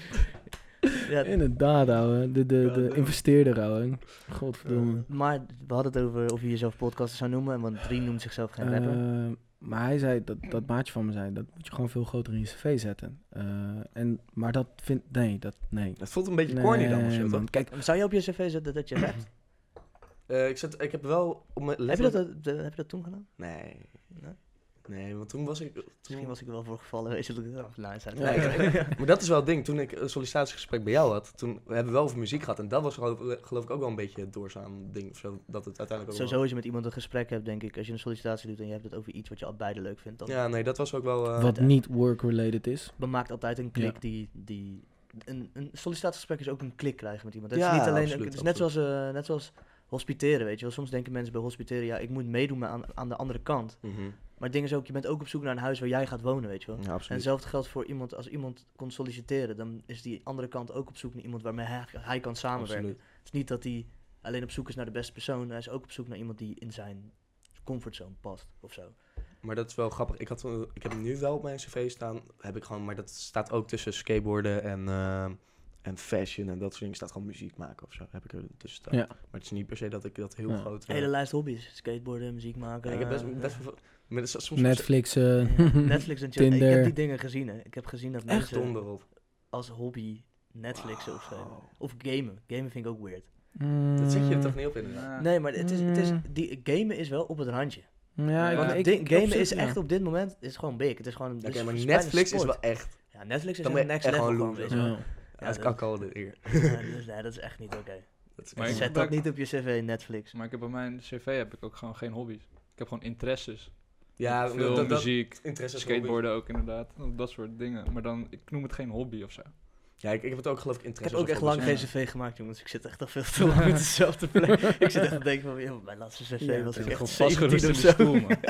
Ja, inderdaad, ouwe. De, de, de investeerder, ouwe. Godverdomme. Maar we hadden het over of je jezelf podcaster zou noemen, want Drie noemt zichzelf geen rapper. Uh, maar hij zei, dat, dat maatje van me zei, dat moet je gewoon veel groter in je cv zetten. Uh, en, maar dat vind, nee, dat, nee. Het voelt een beetje nee, corny dan of zo, man. Kijk, zou je op je cv zetten dat je rapt? Uh, ik, zet, ik heb wel... Op mijn heb, je dat, uh, heb je dat toen gedaan? Nee. Nee? Nee, want toen was ik... Toen... Misschien was ik er wel voor gevallen, weet je dat ik dacht, nice. Ja, ja. Maar dat is wel het ding, toen ik een sollicitatiegesprek bij jou had, toen hebben we wel over muziek gehad en dat was geloof, geloof ik ook wel een beetje het doorzaam ding of zo, dat het uiteindelijk ook Sowieso wel... als je met iemand een gesprek hebt, denk ik, als je een sollicitatie doet en je hebt het over iets wat je al beide leuk vindt, dan... Ja, nee, dat was ook wel... Uh... Wat niet work-related is. Dan maakt altijd een klik ja. die... die een, een sollicitatiegesprek is ook een klik krijgen met iemand. Het ja, is niet alleen... absoluut, het is net zoals, uh, net zoals hospiteren, weet je wel. Soms denken mensen bij hospiteren, ja, ik moet meedoen aan, aan de andere kant. Mm-hmm. Maar het ding is ook, je bent ook op zoek naar een huis waar jij gaat wonen, weet je wel. Ja, absoluut. En hetzelfde geldt voor iemand, als iemand kon solliciteren, dan is die andere kant ook op zoek naar iemand waarmee hij, hij kan samenwerken. Absoluut. Het is niet dat hij alleen op zoek is naar de beste persoon, hij is ook op zoek naar iemand die in zijn comfortzone past, of zo. Maar dat is wel grappig. Ik, had, ik heb nu wel op mijn cv staan, heb ik gewoon, maar dat staat ook tussen skateboarden en, uh, en fashion en dat soort dingen. Staat gewoon muziek maken of zo, heb ik er tussen staan. Ja. Maar het is niet per se dat ik dat heel ja. groot... Uh, hele lijst hobby's, skateboarden, muziek maken. Ja, ik heb best, best veel... Maar dat is soms Netflix, uh, ja, Netflix en chill. Tinder. Ik heb die dingen gezien, hè. Ik heb gezien dat echt mensen onderop. als hobby Netflixen wow. of zo. Of gamen. Gamen vind ik ook weird. Mm, Dat zit je er toch niet op in? Ja. Nee, maar het is, het is, Mm. die gamen is wel op het randje. Ja, Want ik, ik, Ding- ik- gamen op is zich, echt ja. op dit moment is gewoon big. Het is gewoon. Oké, het okay, maar is bijna Netflix is sport. wel echt... Ja, Netflix is Dan een ben je next echt level gewoon gewoon, loser. weet je wel. Ja. Ja, dat dat- is al de eer. Ja, dus, nee, dat is echt niet oké. Okay. Dat is Maar echt- ik- Zet dat niet op je cv, Netflix. Maar ik heb op mijn cv heb ik ook gewoon geen hobby's. Ik heb gewoon interesses. ja, Veel dat, dat, muziek, interesse skateboarden ook inderdaad. Dat soort dingen. Maar dan, ik noem het geen hobby of zo. Ja, ik, ik heb het ook geloof ik Ik interesse. heb ook echt lang ja. geen cv gemaakt, jongens. Ik zit echt al veel te lang op dezelfde plek. Ik zit echt te denken van, joh, mijn laatste cv Ja, was ik Ik echt heb zeventien vastgeroest of in de zo. stoel, man.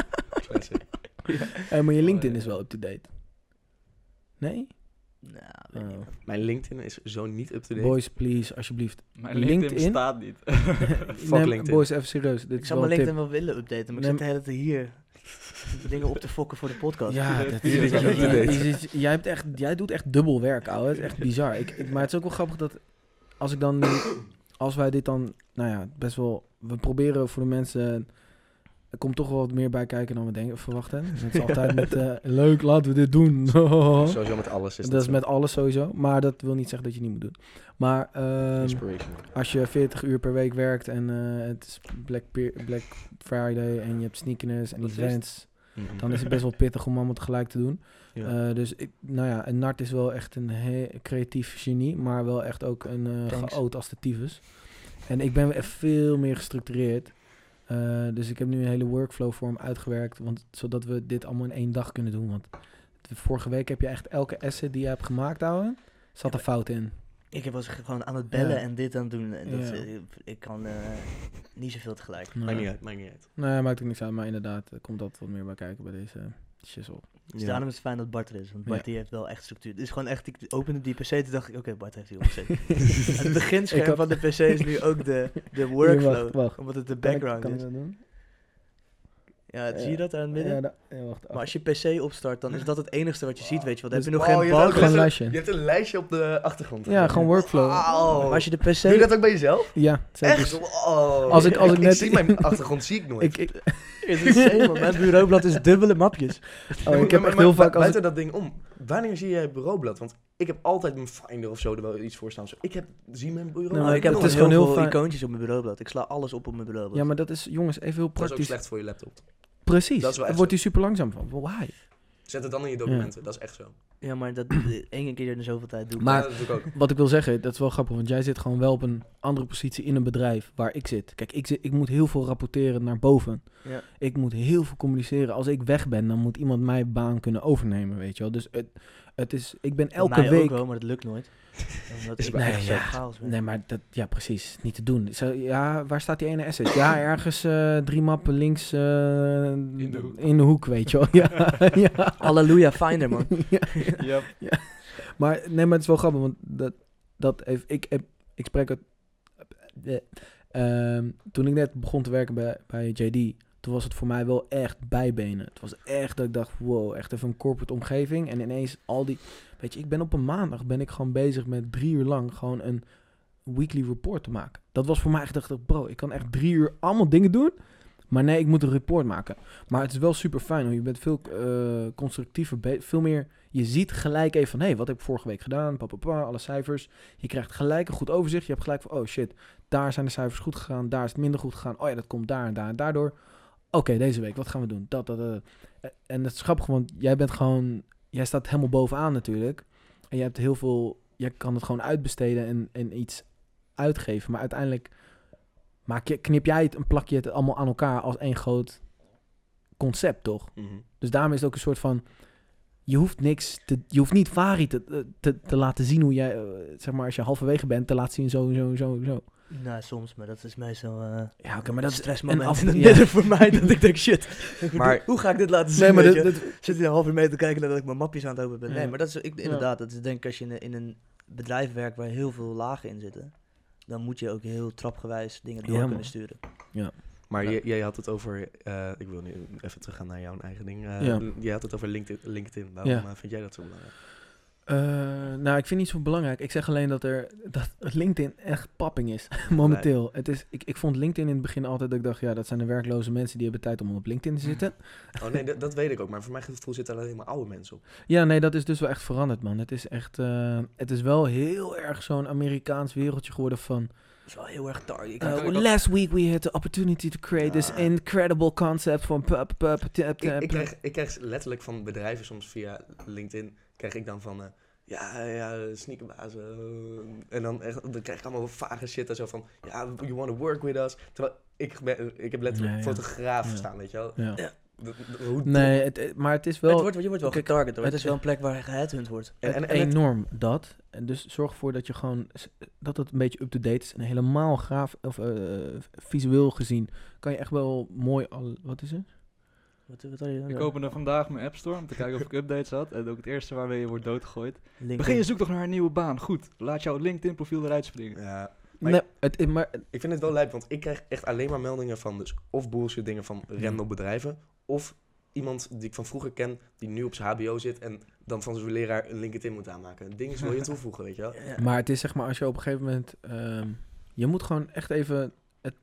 Hey, maar je LinkedIn is wel up-to-date. Nee? Nou, weet niet. Oh. Mijn LinkedIn is zo niet up-to-date. Boys, please, alsjeblieft. Mijn LinkedIn, LinkedIn? bestaat niet. Fuck nee, LinkedIn. boys, even serieus. Dit Ik is zou wel mijn een LinkedIn tip. wel willen updaten, maar ik Nee, zit de hele tijd hier dingen op te fokken voor de podcast. Ja, Dat dat is is, niet up-to-date. je- je- jij, hebt echt, jij doet echt dubbel werk, ouwe. Het is echt bizar. Ik, ik- maar het is ook wel grappig dat als ik dan nu, als wij dit dan, nou ja, best wel, we proberen voor de mensen, er komt toch wel wat meer bij kijken dan we denken, verwachten. Dus het is altijd met, uh, leuk, laten we dit doen. Sowieso met alles is dat dat is zo. met alles sowieso, maar dat wil niet zeggen dat je het niet moet doen. Maar ehm, Inspiration. als je veertig uur per week werkt en uh, het is Black, Pe- Black Friday en je hebt sneakers en Wat is het? events, Mhm. dan is het best wel pittig om allemaal tegelijk te doen. Ja. Uh, dus ik, nou ja, en Nart is wel echt een he- creatief genie, maar wel echt ook een uh, Thanks. geoot als de tyfus. En ik ben echt veel meer gestructureerd. Uh, dus ik heb nu een hele workflow voor hem uitgewerkt, want, zodat we dit allemaal in één dag kunnen doen. Want de vorige week heb je echt elke asset die je hebt gemaakt, ouwe, zat Ja, er fout in. Ik was gewoon aan het bellen Ja. en dit aan het doen. En dat, Ja. eh, ik kan... eh, niet zoveel tegelijk. Nee. Maakt niet uit, maakt niet uit. Nee, maakt ook niks uit. Maar inderdaad, er komt altijd wat meer bij kijken bij deze uh, shizzle. Dus daarom is het fijn dat Bart er is, want Ja. Bart die heeft wel echt structuur. Het is gewoon echt, ik opende die P C, toen dacht ik, oké, okay, Bart heeft die opgezet. Het beginscherm Ik had- van de P C is nu ook de, de Hier, workflow, wacht, wacht. omdat het de Kan ik- background kan ik is. dat doen? Ja, Ja. zie je dat aan het midden? Ja, da- ja, wacht. Maar als je P C opstart, dan is dat het enige wat je ziet, weet je wel. Dan Dus- heb je nog Oh, geen je hebt ook balk. Gewoon een letterlijk- lijstje. Je hebt een lijstje op de achtergrond. Ja, gewoon workflow. Wauw. Maar als je de P C... Doe je dat ook bij jezelf? Ja, zeker. Echt? Wow. Als ik- als ik net- zie mijn achtergrond zie ik nooit. Ik, ik, is insane, man. Mijn bureaublad is dubbele mapjes. oh, ik heb Maar- echt maar heel vaak als buiten ik, dat ding om. Wanneer zie jij het bureaublad? Want ik heb altijd mijn Finder of zo er wel iets voor staan. Zo. Ik heb, zie mijn bureaublad. Nou, ik heb het gewoon is heel gewoon heel veel fijn. icoontjes op mijn bureaublad. Ik sla alles op op mijn bureaublad. ja, maar dat is, jongens, even heel Dat is ook praktisch. slecht voor je laptop. Precies, Dat is wel daar echt wordt hij super langzaam van. Why? Zet het dan in je documenten, dat is echt zo. Ja, maar dat één keer in de zoveel tijd doe ik. Maar- Ja, dat doe ik ook. Wat ik wil zeggen, dat is wel grappig, want jij zit gewoon wel op een andere positie in een bedrijf waar ik zit. Kijk, ik, zit, ik moet heel veel rapporteren naar boven. Ja. Ik moet heel veel communiceren. Als ik weg ben, dan moet iemand mijn baan kunnen overnemen, weet je wel. Dus het, het is, ik ben elke Mij week... ook wel, maar dat lukt nooit. Omdat Is ik bij- echt Nee, zo ja. chaos ben. Nee, maar dat, ja, precies. Niet te doen. Zo, ja, waar staat die ene asset? Ja, ergens eh, drie mappen links eh, in, de hoek. in de hoek, weet je wel. Ja, ja. Halleluja, Finder, man. ja. Yep. Maar nee, maar het is wel grappig, want dat, dat heeft, ik, heb, ik spreek het... eh, ehm, toen ik net begon te werken bij, bij J D, toen was het voor mij wel echt bijbenen. Het was echt dat ik dacht, wow, echt even een corporate omgeving. En ineens al die... Weet je, ik ben op een maandag ben ik gewoon bezig met drie uur lang gewoon een weekly report te maken. Dat was voor mij echt, dacht ik, bro, ik kan echt drie uur allemaal dingen doen. Maar nee, ik moet een report maken. Maar het is wel super fijn, hoor. Je bent veel eh, constructiever, be- veel meer... Je ziet gelijk even van, hé, hey, wat heb ik vorige week gedaan? Papapa, alle cijfers. Je krijgt gelijk een goed overzicht. Je hebt gelijk van, oh shit, daar zijn de cijfers goed gegaan. Daar is het minder goed gegaan. Oh ja, dat komt daar en daar en daardoor. Oké, okay, deze week, wat gaan we doen? Dat, dat, dat. En dat is grappig, want jij bent gewoon... Jij staat helemaal bovenaan natuurlijk. En je hebt heel veel... Je kan het gewoon uitbesteden en, en iets uitgeven. Maar uiteindelijk maak je, knip jij het en plak je het allemaal aan elkaar als één groot concept, toch? Mhm. Dus daarom is het ook een soort van... Je hoeft niks te... Je hoeft niet Vari te, te, te laten zien hoe jij... Uh, zeg maar, als je halverwege bent, te laten zien zo, zo, zo, zo. Nou, soms, maar dat is meestal uh, Ja, oké, okay, maar dat is... stressmoment en af- in het ja. midden voor mij. Dat ik denk, shit, Maar- hoe ga ik dit laten zien? Nee, maar weet dit, je? dit, Zit hij een half uur mee te kijken nadat ik mijn mapjes aan het openen ben. Ja. Nee, maar dat is ik, inderdaad, dat is denk ik als je in, een- in een bedrijf werkt waar heel veel lagen in zitten, dan moet je ook heel trapgewijs dingen door Ja, kunnen man. sturen. Maar Ja. jij, jij had het over, eh, ik wil nu even teruggaan naar jouw eigen ding. Eh, Ja. Jij had het over LinkedIn. LinkedIn. Waarom Ja. eh, vind jij dat zo belangrijk? Uh, nou, ik vind het niet zo belangrijk. Ik zeg alleen dat er dat LinkedIn echt papping is momenteel. Het is, ik, ik vond LinkedIn in het begin altijd dat ik dacht, ja, dat zijn de werkloze mensen die hebben tijd om op LinkedIn te zitten. Oh nee, dat, dat weet ik ook. Maar voor mijn gevoel zitten er alleen maar oude mensen op. Ja, nee, dat is dus wel echt veranderd, man. Het is echt, uh, het is wel heel erg zo'n Amerikaans wereldje geworden van... Dat is wel heel erg target. Uh, last week we had the opportunity to create this Ja. incredible concept from... Pup, pup, pup, Ik, ik, krijg, ik krijg letterlijk van bedrijven soms via LinkedIn, krijg ik dan van... Uh, ja, ja, sneakerbazen. Uh, en dan, echt, dan krijg ik allemaal vage shit en zo van... Ja, you want to work with us. Terwijl ik, ben, ik heb letterlijk Ja, ja. fotograaf Ja. staan, weet je wel. Ja. Ja. D- d- hoe- Nee, het, het- maar het is Het wel... wordt, je wordt wel Kijk, getarget hoor. Het het- is wel een plek waar geheadhunt wordt. En, en, Het en het- enorm dat. En dus zorg ervoor dat je gewoon s- dat het een beetje up-to-date is en helemaal graaf of uh, visueel gezien kan je echt wel mooi al. Wat is het? Wat, wat had je dan? Ik opende vandaag mijn App Store om te kijken of ik updates had. En ook het eerste waarmee je wordt doodgegooid. LinkedIn. Begin je zoektocht naar een nieuwe baan. Goed, laat jouw LinkedIn profiel eruit springen. ja, Maar Nee, het, het- maar ik vind het wel lijp, want ik krijg echt alleen maar meldingen van dus of bullshit dingen van random bedrijven, of iemand die ik van vroeger ken, die nu op zijn H B O zit en dan van zijn leraar een LinkedIn moet aanmaken. Dingen wil je toevoegen, weet je wel. Ja. maar het is zeg maar als je op een gegeven moment ehm, je moet gewoon echt even het,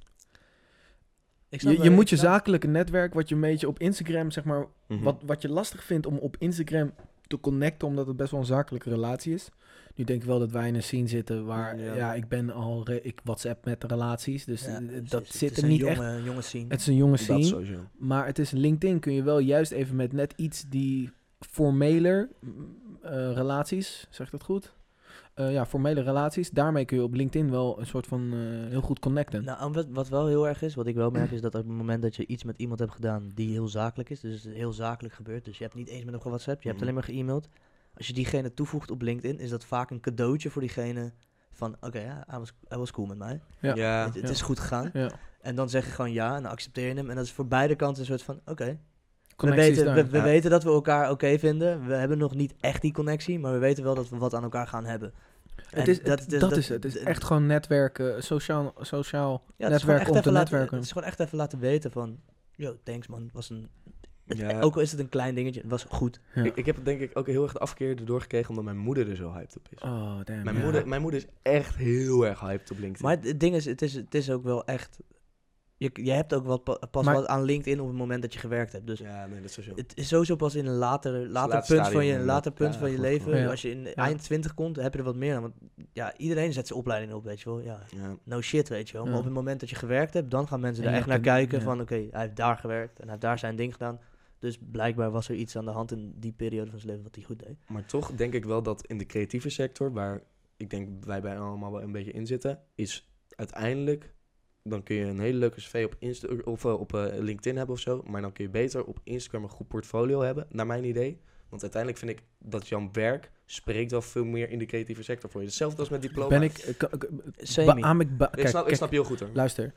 Ik snap je, wel- je moet ik je snap- zakelijke netwerk wat je een beetje op Instagram zeg maar Mhm. wat, wat je lastig vindt om op Instagram te connecten, omdat het best wel een zakelijke relatie is. Nu denk ik wel dat wij in een scene zitten waar, ja, Ja. ik ben al, re- ik WhatsApp met de relaties, dus Ja, eh, het dat is- het zit is er een niet jonge, echt. jonge scene. Het is een jonge Dat scene, sowieso. maar het is LinkedIn kun je wel juist even met net iets die formeler mm, eh, relaties, zeg ik dat goed? Eh, ja, formele relaties, daarmee kun je op LinkedIn wel een soort van eh, heel goed connecten. Nou, en wat, wat wel heel erg is, wat ik wel merk, is dat op het moment dat je iets met iemand hebt gedaan die heel zakelijk is, dus het heel zakelijk gebeurt, dus je hebt niet eens met hem gewhatsappt, je hebt Mhm. alleen maar ge-mailed. Als je diegene toevoegt op LinkedIn, is dat vaak een cadeautje voor diegene van oké, ja, hij was, hij was cool met mij. Ja. Ja. Het, het Ja. is goed gegaan. Ja. En dan zeg je gewoon ja en dan accepteer je hem. En dat is voor beide kanten een soort van oké. We, Connectie is weten, daar. we, we Ja. weten dat we elkaar oké vinden. We hebben nog niet echt die connectie, maar we weten wel dat we wat aan elkaar gaan hebben. En Het is, dat- het, dus dat, dat- is het. Het is d- echt gewoon netwerken, sociaal, sociaal Ja, het is gewoon netwerken echt om te even laten- netwerken. Het is gewoon echt even laten weten van, yo, thanks man, het was een... het- Ja. Ook al is het een klein dingetje, het was goed. Ja. Ik, ik heb het denk ik ook heel erg de afkeer erdoor gekregen omdat mijn moeder er zo hyped op is. Oh, damn. Mijn, ja. moeder, mijn moeder is echt heel erg hyped op LinkedIn. Maar het, het ding is, het is, het is ook wel echt... Je, je hebt ook wat, pa- pas Maar- wat aan LinkedIn op het moment dat je gewerkt hebt. Dus ja, nee, dat is sowieso. het is sowieso pas in een later, later laatste punt van stadium, je, inderdaad. later punt Ja, van je klopt, leven. klopt. Ja. Als je in eind twintig komt, heb je er wat meer aan. Want ja, iedereen zet zijn opleiding op, weet je wel. Ja, Ja. no shit, weet je wel. Maar Ja. op het moment dat je gewerkt hebt, dan gaan mensen En er je echt naar hebt een- kijken ja. van... Oké, hij heeft daar gewerkt en hij heeft daar zijn ding gedaan. Dus blijkbaar was er iets aan de hand in die periode van zijn leven wat hij goed deed. Maar toch denk ik wel dat in de creatieve sector, waar ik denk wij bij allemaal wel een beetje in zitten, is uiteindelijk, dan kun je een hele leuke cv op, Insta of, uh, op uh, LinkedIn hebben of zo, maar dan kun je beter op Instagram een goed portfolio hebben, naar mijn idee. Want uiteindelijk vind ik dat jouw werk spreekt wel veel meer in de creatieve sector voor je. Hetzelfde als met diploma. Ben ik... eh, ka- ka- Semi. Beaam ik... ba- ik, kijk, snap, ik kijk, snap je heel goed hoor. Luister.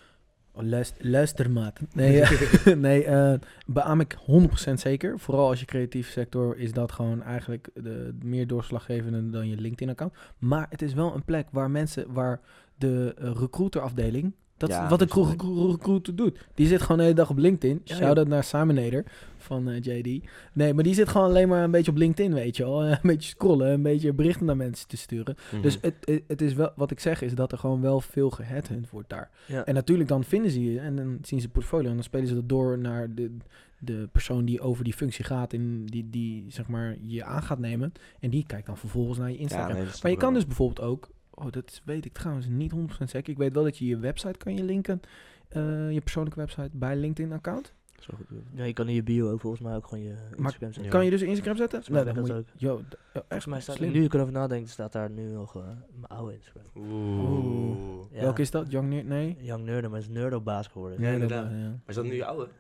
Oh, luister, luister maat. Nee, eh, nee eh, beaam ik honderd procent zeker. Vooral als je creatieve sector is dat gewoon eigenlijk de, meer doorslaggevende dan je LinkedIn-account. Maar het is wel een plek waar mensen, waar de uh, recruiterafdeling, dat is Ja, wat een dat is recru- recru- recruiter doet. Die zit gewoon de hele dag op LinkedIn. Ja, Shout-out naar Simonator van uh, J D. Nee, maar die zit gewoon alleen maar een beetje op LinkedIn, weet je wel. Een beetje scrollen, een beetje berichten naar mensen te sturen. Mhm. Dus het, het, het is wel, wat ik zeg is dat er gewoon wel veel geheadhunt wordt daar. Ja. En natuurlijk dan vinden ze je en dan zien ze het portfolio en dan spelen ze dat door naar de, de persoon die over die functie gaat en die, die zeg maar je aan gaat nemen. En die kijkt dan vervolgens naar je Instagram. Ja, nee, dat snap maar je ik kan wel. dus bijvoorbeeld ook, oh dat is- weet ik trouwens niet honderd procent zeker. Ik weet wel dat je je website kan je linken, uh, je persoonlijke website bij LinkedIn account. Zo goed doen. Ja, je kan in je bio ook volgens mij ook gewoon je Instagram zetten. Ja. Kan je dus Instagram zetten? Volgens mij dan kan moet dat je, yo, d- oh, echt Volgens mij staat slim. nu ik erover nadenk, staat daar nu nog uh, mijn oude Instagram. Oeh. Ja. Welke is dat? Young Nerd? Nee? Young Nerdo, maar het is Nerdo baas geworden. Ja, Nee, dat- inderdaad. ja. Maar is dat nu je oude?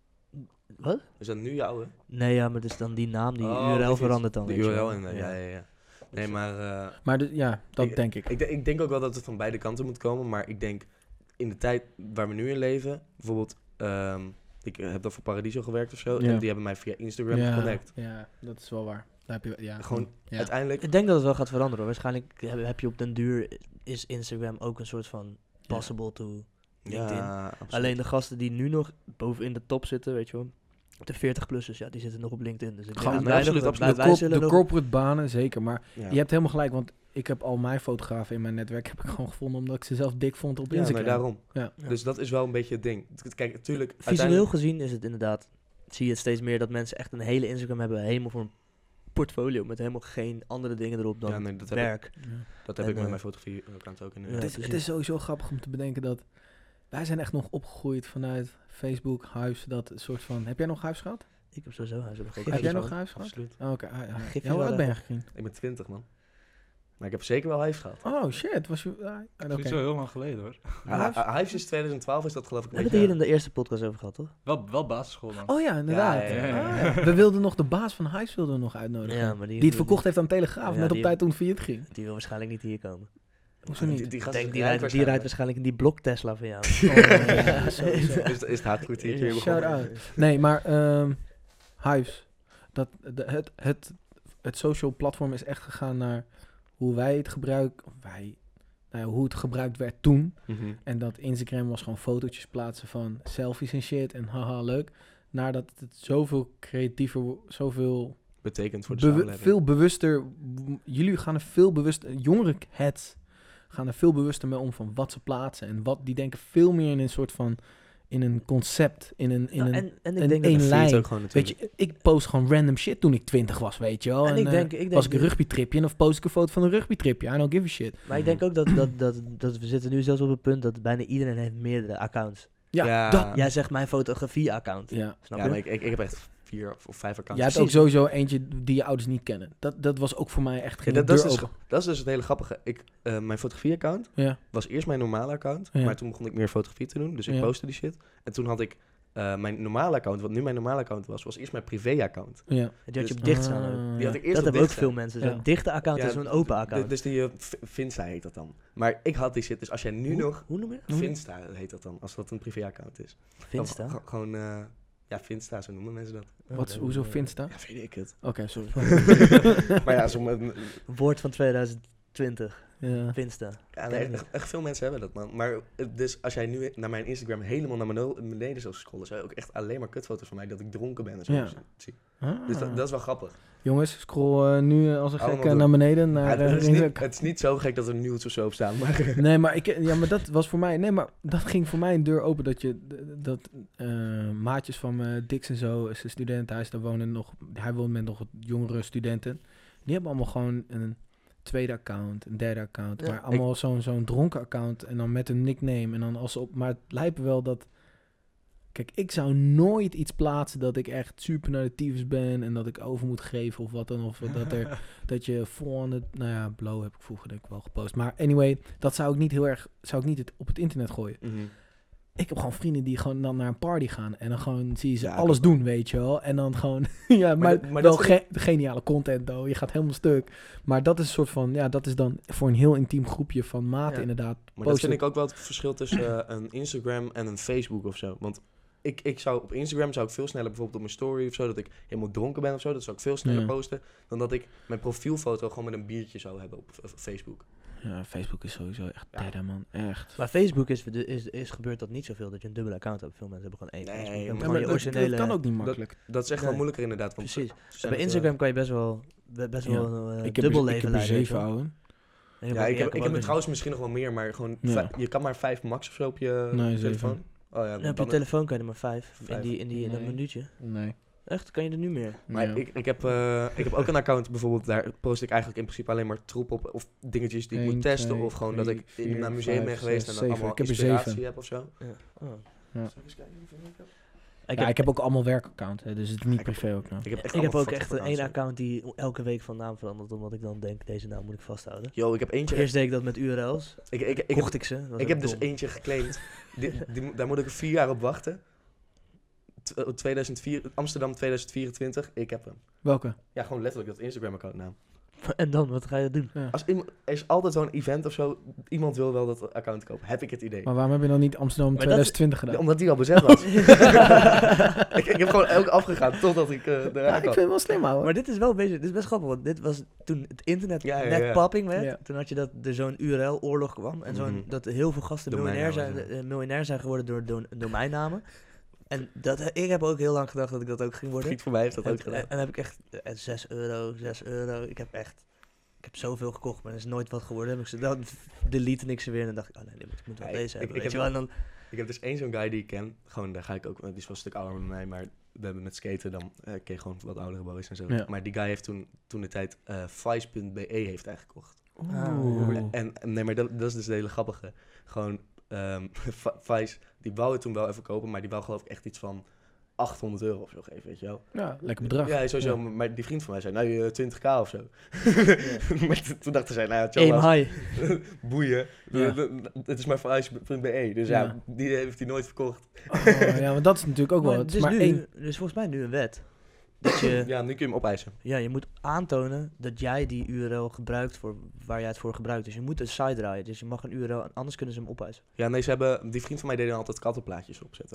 Wat? Is dat nu je oude? Nee, ja, maar het is dan die naam, die Oh, U R L precies. verandert dan. De weet je U R L wel. inderdaad, ja, ja, ja. Nee, Dus, maar eh, Maar de, ja, dat Ik- denk ik. ik, de- ik denk ook wel dat het van beide kanten moet komen. Maar ik denk, in de tijd waar we nu in leven, bijvoorbeeld, ehm, ik heb dan voor Paradiso gewerkt of zo. Ja. En die hebben mij via Instagram ja, geconnect. ja, dat is wel waar. Daar heb je, ja, Gewoon ja. Uiteindelijk, Ik denk dat het wel gaat veranderen hoor. Waarschijnlijk heb, heb je op den duur, is Instagram ook een soort van possible to LinkedIn. ja, absoluut. Alleen de gasten die nu nog boven in de top zitten, weet je wel. De veertig-plussers, ja, die zitten nog op LinkedIn. Dus ik denk Gewoon, dat nee, wij absoluut, nog- absoluut. de, wij- wij corp- zullen de nog- corporate banen, zeker. Maar Ja. je hebt helemaal gelijk, want ik heb al mijn fotografen in mijn netwerk heb ik gewoon gevonden omdat ik ze zelf dik vond op Ja, Instagram. maar daarom. Ja. Ja. Dus dat is wel een beetje het ding. Kijk, natuurlijk, Visueel gezien is het inderdaad, zie je het steeds meer dat mensen echt een hele Instagram hebben, helemaal voor een portfolio met helemaal geen andere dingen erop dan Ja, nee, dat heb ik- werk. Ja. dat heb En, ik met eh, mijn fotografie-account ook. ja, Inderdaad. het, is, precies. het is sowieso grappig om te bedenken dat wij zijn echt nog opgegroeid vanuit Facebook, Hives, dat soort van... Heb jij nog Hives gehad? Ik heb sowieso huis. Heb, ik ook Heb huis jij nog gehad. Hives gehad? Absoluut. Oh, oké. ah, ja. Gifjes Ja, hoe oud waren ben je echt- gekien? Ik ben twintig, man. Maar ik heb zeker wel Hives gehad. Oh, shit. Was je... ah, ah, Dat oké. is niet zo heel lang geleden hoor. Ja, Hives? Hives is twintig twaalf, is dat geloof ik We een hebben het hier beetje... in de eerste podcast over gehad, toch? Wel, wel basisschool dan. Oh ja, inderdaad. Ja, ja, ja. Ah, ja. We wilden nog de baas van Hives wilden we nog uitnodigen. Ja, maar die, die het verkocht heeft aan Telegraaf, Ja, net op die- tijd toen het failliet ging. Die wil waarschijnlijk niet hier komen. Hoezo Die- niet? Die, Ik gast denk, is die, rijk rijdt, die rijdt waarschijnlijk. waarschijnlijk in die blok Tesla van jou. Oh, ja, sowieso. is, is het haatgoed hier Ja, begonnen? Shout out. Nee, maar ehm Hives, dat, de, het, het, het social platform is echt gegaan naar hoe wij het gebruiken, of wij, nou ja, hoe het gebruikt werd toen. Mhm. En dat Instagram was gewoon fotootjes plaatsen van selfies en shit en haha leuk. Naar dat het zoveel creatiever, wo- zoveel, Betekent voor de bewu- samenleving. veel bewuster, w- jullie gaan er veel bewuster, jongere heads gaan er veel bewuster mee om van wat ze plaatsen. En wat, die denken veel meer in een soort van, in een concept, in een, in Nou, een... en, en ik een- denk een dat... Dat lijn. viert ook gewoon Weet natuurlijk. je, ik post gewoon random shit toen ik twintig was, weet je wel. En En, ik eh, denk, ik denk was ik een rugbytripje en of post ik een foto van een rugbytripje. I don't give a shit. Maar ik denk ook dat, dat, dat, dat we zitten nu zelfs op het punt dat bijna iedereen heeft meerdere accounts. Ja, Ja. dat. Jij zegt mijn fotografie-account. Ja. Snap Ja, je? maar ik, ik, ik heb echt vier of vijf accounts. Jij hebt ook sowieso eentje die je ouders niet kennen. Dat, dat was ook voor mij echt Ja, geen dat, deur dat, is dus, open. dat is dus het hele grappige. Ik, eh, mijn fotografie-account Ja. was eerst mijn normale account. Ja. Maar toen begon ik meer fotografie te doen. Dus ik Ja. postte die shit. En toen had ik uh, mijn normale account, wat nu mijn normale account was, was eerst mijn privé-account. Ja. Die had je Dus- op dicht staan. Ah, ook. Die had ik eerst Dat op hebben ook dicht veel staan. mensen. Ja. Zo'n dichte account Ja, is zo'n open d- account. d- Dus die uh, F- Finsta heet dat dan. Maar ik had die shit, dus als jij nu hoe, nog... Hoe noem je dat? Hoe? Finsta heet dat dan, als dat een privé-account is. Finsta? Of, g- gewoon, uh, ja, Finsta, zo noemen mensen dat. Oh, Wat, is- nee, hoezo nee. Finsta? Ja, weet ik het. Oké, sorry. Maar ja, sommige... Woord van twintig twintig. Ja. Finsta. Ja, nee, echt, echt veel mensen hebben dat, man. Maar uh, dus als jij nu naar mijn Instagram helemaal naar beno- beneden zou scrollen, zou je ook echt alleen maar kutfoto's van mij dat ik dronken ben en zo Ja. zien. Ah. Dus dat, dat is wel grappig. Jongens, scroll uh, nu uh, als een gek Allemaal uh, door. naar beneden. Naar, Ja, uh, het, is niet, Rinzak. het is niet zo gek dat er nieuws of zo op staan, maar... Nee, maar, ik, ja, maar dat was voor mij... Nee, maar dat ging voor mij een deur open dat je... d- Dat uh, maatjes van me, Dix en zo, is een studentenhuis, daar wonen nog... Hij woont met nog wat jongere studenten. Die hebben allemaal gewoon een tweede account, een derde account. Ja, maar allemaal zo'n zo'n dronken account en dan met een nickname. En dan als ze op... Maar het lijkt me wel dat... Kijk, ik zou nooit iets plaatsen dat ik echt super naar de tyfus ben en dat ik over moet geven of wat dan. Of dat, er, dat je volgende, nou ja, blow heb ik vroeger denk ik wel gepost. Maar anyway, dat zou ik niet heel erg, zou ik niet het, op het internet gooien. Mhm. Ik heb gewoon vrienden die gewoon dan naar een party gaan en dan gewoon zie je ze Ja, alles ik ook. doen, weet je wel. En dan gewoon, ja, maar, dat- maar wel dat vind ge- geniale content, though. Je gaat helemaal stuk. Maar dat is een soort van, ja, dat is dan voor een heel intiem groepje van maten Ja. inderdaad. Maar dat posten. vind ik ook wel het verschil tussen uh, een Instagram en een Facebook of zo. Want ik, ik zou op Instagram zou ik veel sneller bijvoorbeeld op mijn story of zo, dat ik helemaal dronken ben of zo, dat zou ik veel sneller Ja. posten dan dat ik mijn profielfoto gewoon met een biertje zou hebben op, op Facebook. Ja, Facebook is sowieso echt Ja. derde, man. Echt. Maar Facebook is, is, is gebeurt dat niet zoveel, dat je een dubbele account hebt. Veel mensen hebben gewoon één. Nee, Facebook. Je maar hebt Ja, gewoon maar je dat, originele... dat kan ook niet makkelijk. Dat is echt wel Nee. moeilijker inderdaad. Want Precies. ze En zijn bij het, Instagram kan je best wel, be- best Ja. wel een uh, ik heb, dubbel ik leven heb er leiden. weet zeven, je wel. ouwe. Ja, Ja, maar ik heb, ik ook heb er een- trouwens misschien nog wel meer, maar gewoon Ja. vij- je kan maar vijf max of zo op je Nee, telefoon. zeven. Oh ja, Ja, op dan- je telefoon kan je er maar vijf. In, Vijf. die, in, die, in een Nee. minuutje. Nee. Echt? Kan je er nu meer? Maar Ja. ik, ik, heb, eh, ik heb ook een account bijvoorbeeld, daar post ik eigenlijk in principe alleen maar troep op. Of dingetjes die ik Eén, moet testen. twee, Of gewoon drie, dat ik vier, in- naar een museum vijf, ben geweest zes, en dan zeven. allemaal Ik heb er inspiratie zeven. heb of zo. Ja. Oh. Ja. Zal ik eens kijken hoeveel ik heb? Ik, ja, heb, ik heb ook allemaal werkaccount, hè, dus het is niet ik heb- privé ook. Nou. Ik heb, echt ik heb allemaal ook echt fucked een één accounts, account die elke week van naam verandert. Omdat ik dan denk, deze naam moet ik vasthouden. hoor. Yo, ik heb eentje... Eerst deed ik dat met U R L's. ik, ik, ik, heb, Kocht ik ze. Dat was ik heb echt dus dom. eentje geclaimd. die, die, mo- daar moet ik vier jaar op wachten. T- eh, tweeduizend vier, Amsterdam tweeduizend vierentwintig, ik heb hem. Welke? Ja, gewoon letterlijk dat Instagram-account naam. En dan, wat ga je doen? Ja. Als iemand, er is altijd zo'n event of zo, iemand wil wel dat account kopen, heb ik het idee. Maar waarom heb je dan niet Amsterdam Maar twintig twintig Ja, gedaan? omdat die al bezet was. ik, ik heb gewoon elk afgegaan totdat ik uh, Ja, eruit ik vind kwam. het wel slim, ouwe. Maar dit is wel bezig. Dit is best grappig. Want dit was toen het internet Ja, ja, net ja. popping werd. Ja. Toen had je dat er zo'n U R L-oorlog kwam. En zo'n, Mhm. dat heel veel gasten miljonair zijn, Domeinnamen, eh, miljonair zijn geworden door do- domeinnamen. En dat, ik heb ook heel lang gedacht dat ik dat ook ging worden. Vriend van mij heeft dat En, ook gedaan. en, en heb ik echt eh, zes euro, zes euro. Ik heb echt, ik heb zoveel gekocht, maar er is nooit wat geworden. Heb ik ze, dan delete ik ze weer en dan dacht ik, oh nee, dit moet, ik moet wel Ja, deze ik- hebben. ik weet je heb wel. En dan, Ik heb dus één zo'n guy die ik ken. Gewoon, daar ga ik ook... Die is wel een stuk ouder dan mij, maar we hebben met skaten dan... Uh, ken je gewoon wat oudere boys en zo. Ja. Maar die guy heeft toen, toen de tijd uh, Vice punt b e heeft hij gekocht. Oeh. ja. En, en nee, maar dat, dat is dus de hele grappige. Gewoon, um, Vice, die wou het toen wel even kopen, maar die wou geloof ik echt iets van achthonderd euro of zo geven, weet je wel. Ja, lekker bedrag. Ja, sowieso. Ja. Maar die vriend van mij zei, nou, uh, twintig k of zo. maar t- toen dachten zij, nou ja, aim tjallas, high. boeien. Ja. Het is maar Vice punt b e. Dus ja. Ja. die heeft hij nooit verkocht. Oh, ja, maar dat is natuurlijk ook wel. Maar Het het is is maar nu, één. er is volgens mij nu een wet. Dat je, Ja, nu kun je hem opeisen. ja, je moet aantonen dat jij die U R L gebruikt voor waar jij het voor gebruikt. Dus je moet een site draaien. Dus je mag een U R L, anders kunnen ze hem opeisen. Ja, nee, ze hebben... Die vriend van mij deed dan altijd kattenplaatjes opzetten.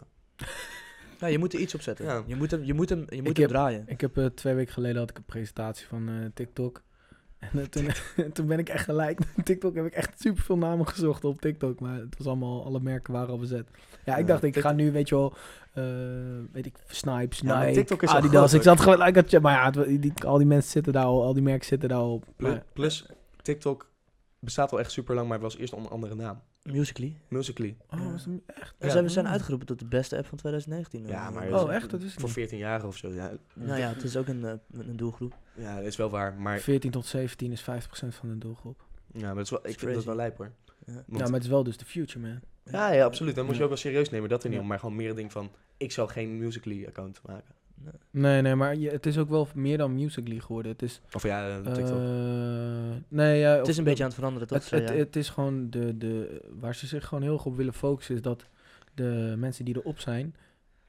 Ja, je moet er iets op zetten. Ja. Je moet hem, je moet hem, je moet Ik hem heb- draaien. Ik heb eh, twee weken geleden had ik een presentatie van eh, TikTok. En eh, toen, toen ben ik echt gelijk. TikTok heb ik echt super veel namen gezocht op TikTok. Maar het was allemaal, alle merken waren al bezet. Ja, ik Ja, dacht, ik TikTok- ga nu, weet je wel, eh, weet ik, Snipes, Ja, maar Nike, TikTok is al Adidas. groot, Ik zat gelijk, aan het- maar ja, het- die, al die mensen zitten daar al, al die merken zitten daar al. Plus, Maar- plus TikTok bestaat al echt super lang, maar het was eerst onder een andere naam. Musical.ly. Musical.ly. Oh, was hem echt? En ze hebben- zijn uitgeroepen tot de beste app van twintig negentien. Ja, eh, maar... Oh, dat is echt? Dat is het Voor niet. veertien jaar of zo, ja. Nou ja, het is ook een, eh, een doelgroep. Ja, dat is wel waar, maar... veertien tot zeventien is vijftig procent van de doelgroep. Ja, maar dat is wel, ik is vind dat crazy. wel lijp, hoor. Ja. Want- Ja, maar het is wel dus de future, man. ja, ja, absoluut. Dan moet je Ja. ook wel serieus nemen, dat er niet Ja. om. Maar gewoon meer een ding van... Ik zou geen Musical.ly-account maken. Nee, nee, maar je, het is ook wel meer dan Musical.ly geworden. Het is... Of ja, eh, TikTok. eh, nee, ja, Het of- is een beetje aan het veranderen, toch? Het, Zei het, jij? het is gewoon de, de... Waar ze zich gewoon heel erg op willen focussen... is dat de mensen die erop zijn...